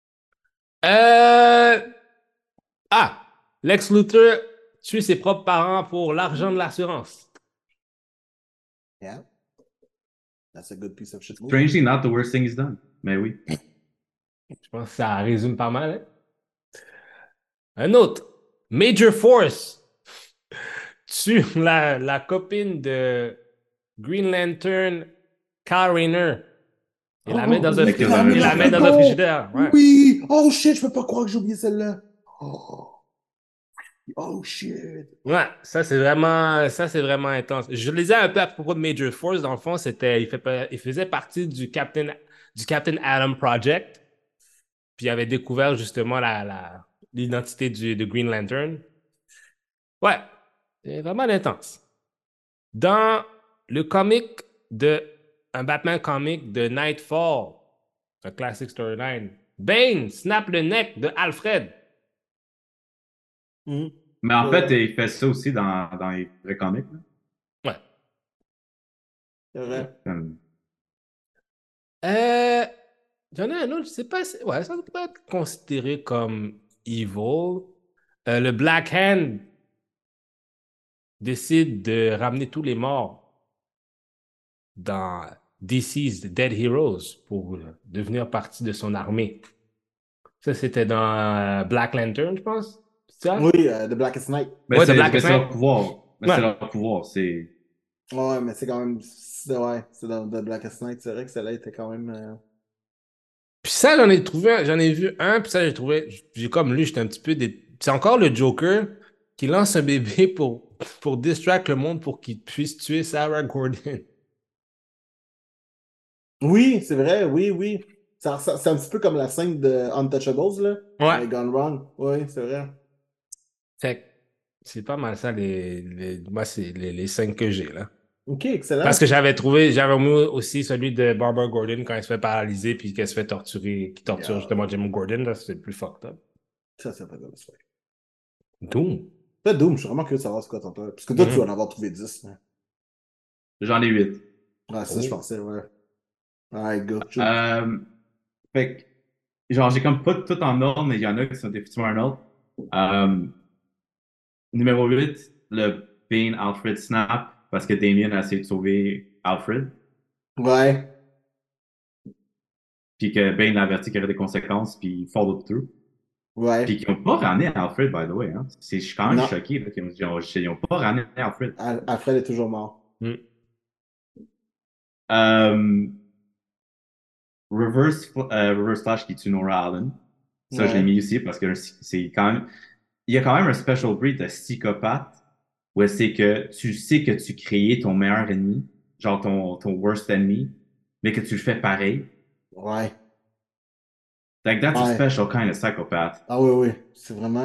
Euh... Ah! Lex Luthor tue ses propres parents pour l'argent de l'assurance. Yeah. That's a good piece of shit movie. Strangely not the worst thing he's done. Mais oui. Je pense que ça résume pas mal, hein? Un autre. Major Force tue la copine de Green Lantern, Kyle Rayner. Il la met dans un, Avec il la la met dans un frigidaire. Ouais. Oui! Oh shit, je peux pas croire que j'ai oublié celle-là. Oh, oh shit. Ouais, ça c'est vraiment intense. Je lisais un peu à propos de Major Force. Dans le fond, il faisait partie du Captain Atom Project. Puis il avait découvert justement l'identité de Green Lantern. Ouais, c'est vraiment intense. Dans le comic un Batman comic de Nightfall, un classic storyline, Bane snap le neck de Alfred. Mhm. Mais en fait, il fait ça aussi dans les vrais comics, là. Ouais. C'est vrai. Euh, il y en a un autre, je sais pas. Ouais, ça peut être considéré comme evil. Le Black Hand décide de ramener tous les morts dans DC's Dead Heroes pour devenir partie de son armée. Ça, c'était dans Black Lantern, je pense. C'est ça? Oui, The Blackest Night. Mais Ouais, The Black c'est Knight. leur pouvoir. Mais Ouais. c'est leur pouvoir. C'est. Ouais, mais c'est quand même. Ouais, c'est dans The Blackest Night. C'est vrai que celle-là était quand même. Puis ça, j'en ai vu un, puis ça, j'ai comme lu, j'étais un petit peu. C'est encore le Joker qui lance un bébé pour distraire le monde pour qu'il puisse tuer Sarah Gordon. Oui, c'est vrai, oui, oui. C'est un petit peu comme la scène de Untouchables, là, Ouais. avec Gone Wrong. Oui, c'est vrai. Fait que c'est pas mal ça, moi, c'est les cinq que j'ai, là. OK, Parce excellent. que j'avais mis aussi celui de Barbara Gordon quand elle se fait paralyser puis qu'elle se fait torturer, qui torture Yeah. justement Jim Gordon, là, c'est le plus fucked up. Ça, c'est pas de ça. Doom. Fait Doom, je suis vraiment curieux de savoir ce que t'en penses. Parce que toi, tu vas en Mhm. avoir trouvé 10. Hein. J'en ai 8. Ouais, ça, je Oh. pensais, ouais. Ouais, go, shoot. Fait que, genre, j'ai comme pas tout en ordre, mais il y en a qui sont définitivement en ordre. Euh, Numéro 8, le Bane Alfred Snap, parce que Damien a essayé de sauver Alfred, Ouais. puis que Bane l'a averti qu'il y avait des conséquences, puis il follow through. Puis Ouais. qu'ils n'ont pas ramené Alfred, by the way. Hein. Je suis quand même Non. choqué là, qu'ils n'ont pas ramené Alfred. Alfred est toujours mort. Mm. Euh, Reverse Flash qui tue Nora Allen. Ça, je l'ai Ouais. mis aussi parce que c'est quand même. Il y a quand même un special breed de psychopathe où c'est que tu sais que tu crées ton meilleur ennemi, genre ton worst enemy, mais que tu le fais pareil. Ouais. Like, that's a Ouais. special kind of psychopath. Ah oui, oui. C'est vraiment.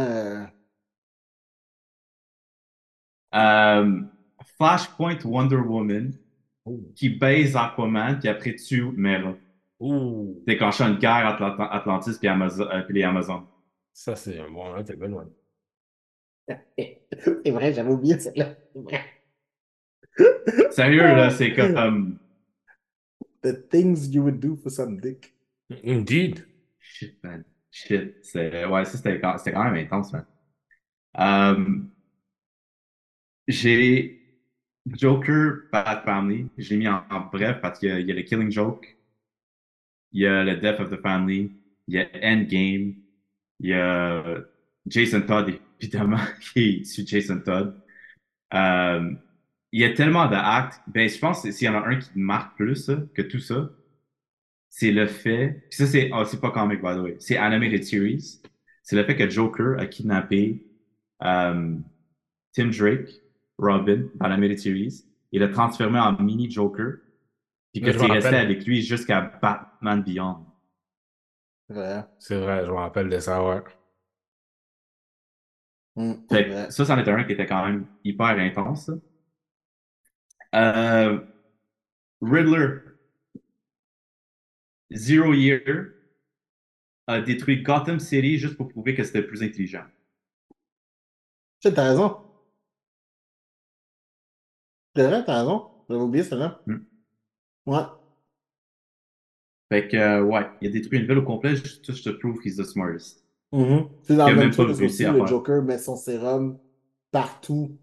Euh, Flashpoint Wonder Woman Ouh. qui baise Aquaman puis après tue Mera. Ouh. Déclenchant une guerre entre Atlantis puis les Amazones. Ça, c'est un bon, hein, c'est good one. C'est vrai, j'avais oublié celle-là. C'est vrai. Sérieux, là, c'est comme. The things you would do for some dick. Indeed. Shit, man. Shit. Ouais, ça, c'était quand même intense, man. Euh, j'ai Joker, Bad Family. Je l'ai mis en bref parce qu'il y a le Killing Joke, il y a le Death of the Family, il y a Endgame, il y a Jason Todd, évidemment, qui est issu de Jason Todd. Euh, il y a tellement d'actes. Ben, je pense que s'il y en a un qui me marque plus que tout ça, c'est le fait. Puis ça, c'est pas comic, by the way. C'est Animated Series. C'est le fait que Joker a kidnappé euh, Tim Drake, Robin, dans l'Animated Series, et l'a transformé en mini Joker, puis Là, que je me c'est resté rappelle. avec lui jusqu'à Batman Beyond. C'est vrai. C'est vrai, je me rappelle de ça, ouais. C'est Fait que vrai. ça, c'en était un qui était quand même hyper intense. Euh, Riddler, Zero Year, a détruit Gotham City juste pour prouver que c'était le plus intelligent. Shit, t'as raison. C'est vrai, t'as raison. J'avais oublié celle-là. Hmm. Ouais. Fait que, ouais, il a détruit une ville au complet juste to prove he's the smartest. C'est dans Il le a même même pas truc parce que réussi aussi à le faire. Joker met son sérum partout.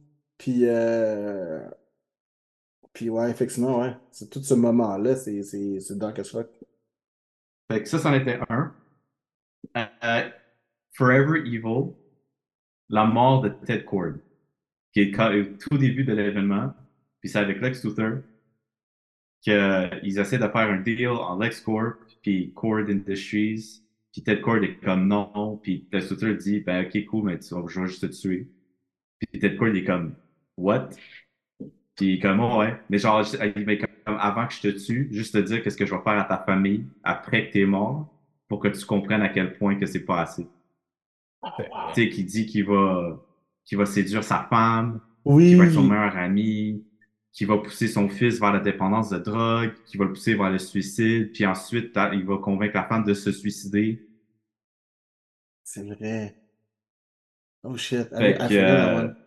Puis ouais, effectivement, ouais. C'est tout ce moment-là, c'est dark as fuck. Fait que ça, c'en était un. Euh, Forever Evil, la mort de Ted Cord, qui est au tout début de l'événement. Puis c'est avec Lex Luthor qu'ils essaient de faire un deal en LexCorp, puis Cord Industries. Puis Ted Cord est comme non. Puis Lex Luthor dit, ben ok, cool, mais je vais juste te tuer. Puis Ted Cord est comme, what? Puis comme, oh, ouais. Mais genre, mais comme, avant que je te tue, juste te dire qu'est-ce que je vais faire à ta famille après que t'es mort, pour que tu comprennes à quel point que c'est pas assez. Tu sais, qui dit qu'il va séduire sa femme, qu'il va être son Oui, meilleur ami, qu'il va pousser son fils vers la dépendance de drogue, qu'il va le pousser vers le suicide, puis ensuite, il va convaincre la femme de se suicider. c'est vrai. Oh shit, Fait I que forgot that one.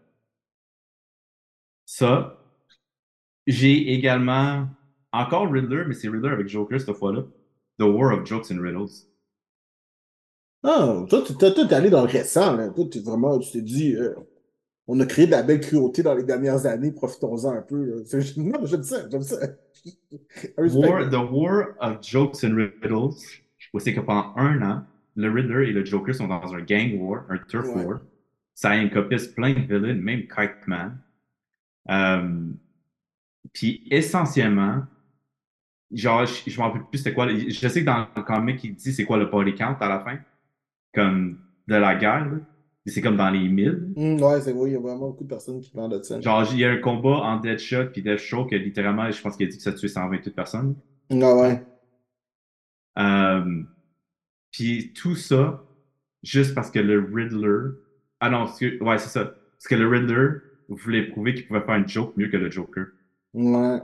ça, j'ai également encore Riddler, mais c'est Riddler avec Joker cette fois-là. The War of Jokes and Riddles. Ah, toi, t'es allé dans le récent, là. Toi, tu t'es dit, on a créé de la belle cruauté dans les dernières années, profitons-en un peu, là. Non, j'aime ça, j'aime ça. I respect that. The War of Jokes and Riddles, où c'est que pendant un an, le Riddler et le Joker sont dans un gang war, un turf Ouais. war. Ça encopisse plein de villains, même Kite Man. Euh, Puis essentiellement, genre, je m'en rappelle plus c'était quoi. Je sais que dans le comic, il dit c'est quoi le body count à la fin, comme de la guerre, là. Et c'est comme dans les 1000. Ouais, c'est vrai, il y a vraiment beaucoup de personnes qui parlent de ça. Genre, il y a un combat en Deadshot puis Deathstroke, littéralement, je pense qu'il a dit que ça tuait 128 personnes. Ah ouais. Puis tout ça, juste parce que le Riddler. Ah non, ouais, c'est ça. Parce que le Riddler voulait prouver qu'il pouvait faire une joke mieux que le Joker. Ouais.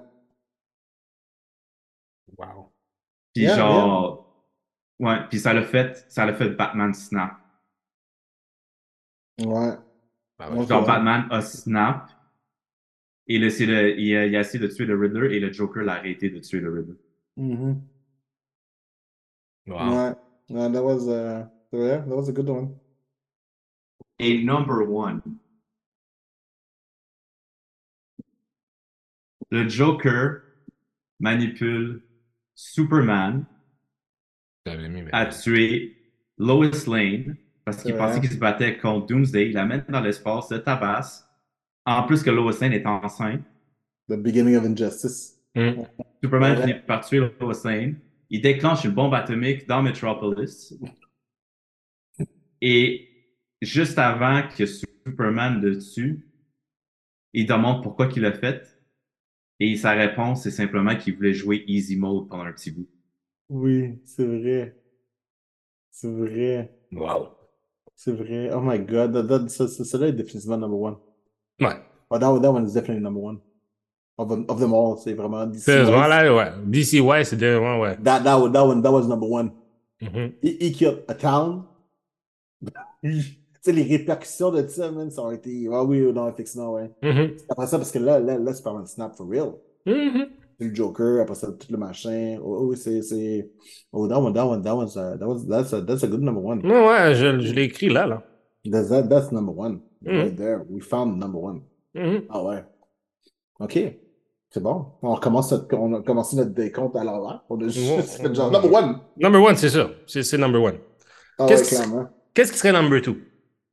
Wow. Puis Yeah, yeah. genre, ouais, puis ça l'a fait Batman snap. Ouais. Ah ouais. Ok. Genre, Batman a snap et il a essayé de tuer le Riddler et le Joker l'a arrêté de tuer le Riddler. Mhm. Wow. Ouais. Ouais, that was a good one. Et number one, le Joker manipule Superman J'avais mis, mais à vas-y. tuer Lois Lane parce C'est qu'il pensait vrai. qu'il se battait contre Doomsday. Il l'amène dans l'espace, le tabasse. En plus que Lois Lane est enceinte, The beginning of Injustice. Hmm. C'est Superman finit vrai. par tuer Lois Lane. Il déclenche une bombe atomique dans Metropolis. Et juste avant que Superman le tue, il demande pourquoi il l'a fait. Et sa réponse, c'est simplement qu'il voulait jouer Easy Mode pendant un petit bout. Oui, c'est vrai. C'est vrai. Wow. C'est vrai. Oh my God. Celui-là est définitivement number one. Ouais. Oh, that one is definitely number one. Of them all, c'est vraiment DC Sérieusement, Wise. là, ouais. DC, ouais, c'est vraiment, ouais. That was number one. Mhm. He killed a town. Tu sais, les répercussions de ça, man, ça aurait été. Ah oui, non, effectivement, ouais. Mhm. Après ça, parce que là, c'est pas mal snap for real. Mhm. C'est le Joker, après ça, tout le machin. Oh, oui, c'est. Oh, that's a good number one. Ouais, ouais, je l'ai écrit là, là. That's number one. Right Mhm. there. We found number one. Mhm. Ah ouais. OK. C'est bon. On a commencé notre décompte à l'envers. On a juste fait genre number one. Number one, c'est ça. C'est number one. Ah Qu'est-ce ouais, qui, clairement. qu'est-ce qui serait number two?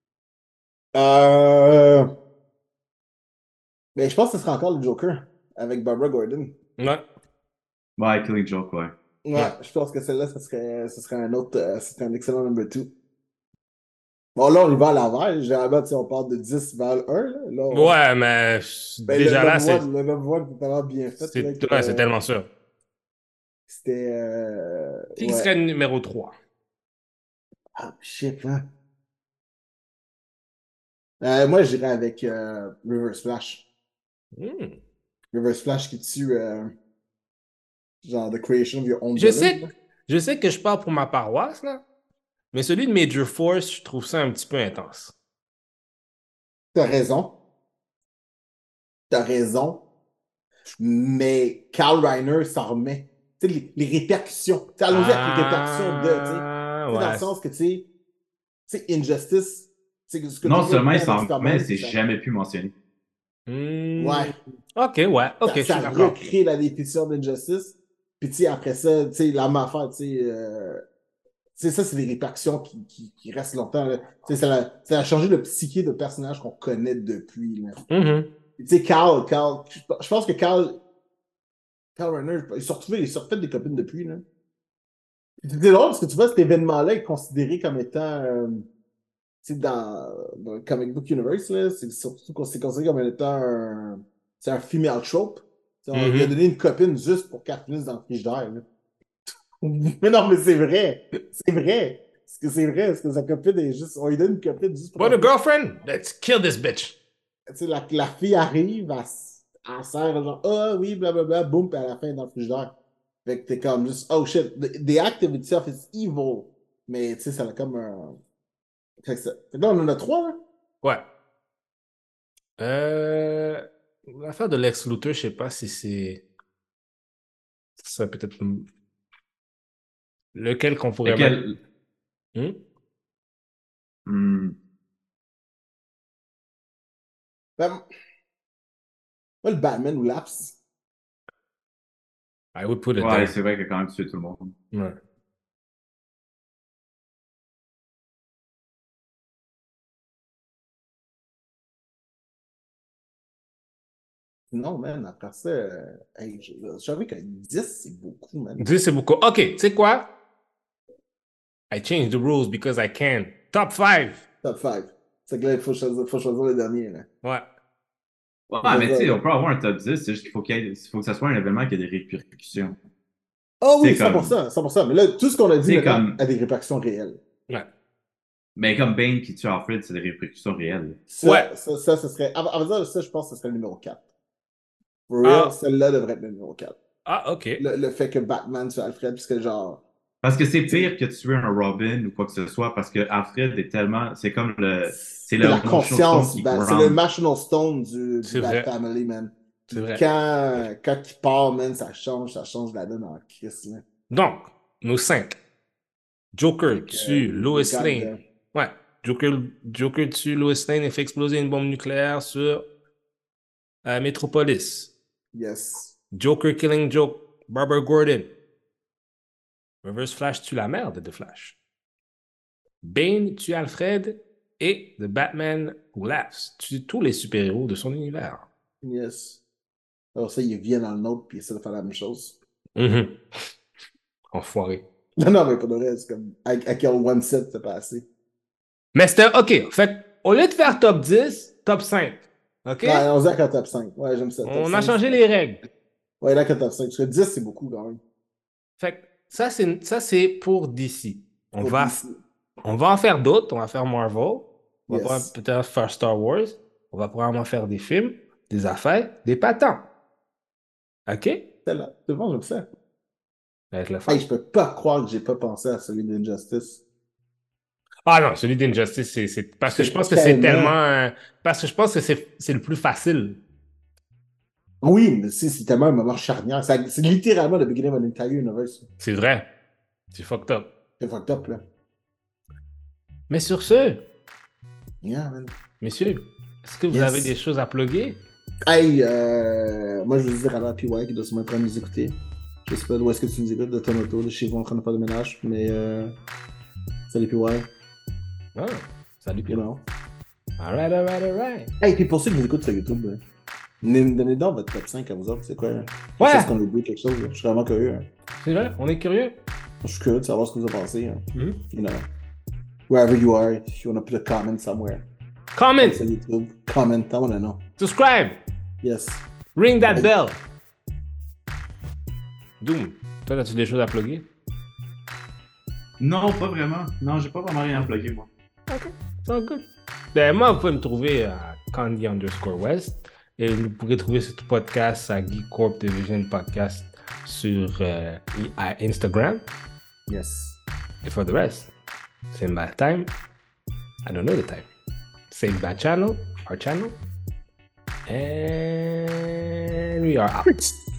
Euh... Mais je pense que ce sera encore le Joker avec Barbara Gordon. Ouais. Ouais, Killing Joke, ouais. Ouais, Ouais. je pense que celle-là, ce serait un autre, ce serait un excellent number two. Bon, là, on y va à l'envers. Généralement, tu sais, on part de 10 vers le 1. Là, Ouais, mais Ben, déjà là, le number one, c'est tellement bien fait. Là, c'est que tellement sûr. c'était. Qui Ouais. serait numéro 3? Ah, shit, là. Moi, j'irais avec Reverse Flash. Reverse Flash qui tue, genre, The Creation of Your Own Je Villain. sais, je sais que je parle pour ma paroisse, là, mais celui de Major Force, je trouve ça un petit peu intense. T'as raison. T'as raison. Mais Carl Reiner s'en remet. Tu sais, les répercussions. Tu sais, allons-y avec les répercussions de, tu sais. Ah, Tu sais, dans le ouais. sens que, tu sais, Injustice, c'est ce que tu Non vois seulement il tant avec s'en remet, Superman, c'est puis ça. jamais pu mentionner. Hmm. Ouais, Ok, ouais, ok, je suis ça d'accord. recrée la définition d'Injustice. Puis, tu sais, après ça, tu sais, la mafia, tu sais, ça, c'est des répercussions qui restent longtemps. Là. Tu sais, ça a changé le psyché de personnage qu'on connaît depuis. Là. Mhm. Tu sais, Carl, je pense que Carl Reiner, ils se refait des copines depuis. Là. C'est drôle parce que tu vois, cet événement-là est considéré comme étant, tu sais, dans le comic book universe, là, c'est surtout qu'on c'est considéré comme étant c'est un female trope. Tu sais, on lui a Mhm. donné une copine juste pour qu'elle finisse dans le frigidaire. Là. Mais non, mais c'est vrai. C'est vrai. Parce que c'est vrai. Parce que sa copine est juste. On lui donne une copine juste pour Want qu'elle a finisse. girlfriend? Let's kill this bitch. Tu sais, la fille arrive, elle sert genre, ah oui, blablabla, boum, puis à la fin, elle est dans le frigidaire. Fait que t'es comme juste, oh shit, the act of itself is evil. Mais tu sais, ça a comme un. Fait que là, on en a trois, là. Ouais. L'affaire de Lex Luthor, je sais pas si c'est ça peut-être lequel qu'on pourrait mettre. Lequel? Hmm? Hmm, Ben, moi, le Batman ou Laps. I would put it ouais, there. c'est vrai qu'il a quand même tué tout le monde. Ouais. Non, man, après ça, hey, j'avoue que 10, c'est beaucoup, man. 10, c'est beaucoup. OK, tu sais quoi? I changed the rules because I can. Top 5. Top 5. C'est que là, il faut choisir le dernier, là. Ouais. Faut Ouais, mais tu choisir sais, on le- peut avoir un top 10, c'est juste qu'il faut que ça soit un événement qui a des répercussions. Oh oui, C'est comme- 100%, 100%. Mais là, tout ce qu'on a dit C'est maintenant comme- a des répercussions réelles. Ouais. Mais comme Bane qui tue Alfred, c'est des répercussions réelles. Ouais. Ça, ce serait. À vrai dire, ça, je pense que ce serait le numéro 4. For real, Ah, celle-là devrait être le numéro 4. OK. Le fait que Batman tue Alfred, puisque genre. Parce que c'est pire que tuer un Robin ou quoi que ce soit, parce que Alfred est tellement. C'est comme le. C'est C'est la Emotional Stone conscience, qui c'est le ground. National Stone du C'est Bat vrai. Family, man. C'est vrai. Quand il part, man, ça change la donne en Christ, man. Donc, nos 5. Joker tue Lois God Lane. damn. Ouais. Joker tue Lois Lane et fait exploser une bombe nucléaire sur Metropolis. Yes. Joker Killing Joke, Barbara Gordon. Reverse Flash tue la mère de The Flash. Bane tue Alfred et The Batman Who Laughs tue tous les super-héros de son univers. Yes. Alors ça, il vient dans le nôtre puis il essaie de faire la même chose. Mhm. Enfoiré. Non, mais pour le reste, c'est comme à quel one set t'as passé. Mais c'était OK. Fait au lieu de faire top 10, top 5. OK? Ouais, on dirait qu'à top 5. Ouais, j'aime ça. Top On a 5, changé les règles. Ouais, là, qu'à top 5. Parce que 10, c'est beaucoup quand même. Fait que ça, c'est pour DC. On Pour va DC. en faire d'autres. On va faire Marvel. On va Yes. peut-être faire Star Wars. On va probablement faire des films, des affaires, des patents. OK? C'est là. C'est bon, j'aime ça. Ça va être le fun. Hey, je peux pas croire que j'ai pas pensé à celui d'Injustice. Ah non, celui d'Injustice, c'est parce que je pense que c'est tellement. Parce que je pense que c'est le plus facile. Oui, mais c'est tellement un moment charnière. C'est littéralement le beginning of an entire universe. C'est vrai. C'est fucked up. C'est fucked up, là. Mais sur ce, Yeah, man. messieurs, est-ce que vous Yes. avez des choses à plugger? Hey, moi, je veux dire à la PY qui doit sûrement être en train de nous écouter. Je sais pas d'où est-ce que tu nous écoutes, de ton auto, de chez vous en train de faire le ménage, mais salut PY, Ah, salut you Pierre. know. Alright, alright, alright. Hey, puis pour ceux qui nous écoutent sur YouTube, donnez donc votre top 5 à vous autres, c'est quoi? Quelque Ouais. chose qu'on a oublié, quelque chose, là. Je suis vraiment curieux. Hein. C'est vrai, on est curieux. Je suis curieux de savoir ce que vous en pensez. Hein. Mhm. You know. Wherever you are, if you want to put a comment somewhere. Comment, Sur YouTube, comment, I wanna know. subscribe, Yes. ring that bell. Doom, toi, as-tu des choses à plugger? Non, pas vraiment. Non, j'ai pas vraiment rien à plugger, moi. C'est all good. Ben, moi, vous pouvez me trouver à Candy_West. Et vous pourrez trouver ce podcast à Geek Corp Division Podcast sur à Instagram. Yes. And for the rest, same bad time. I don't know the time. Same bad channel, our channel. And we are out.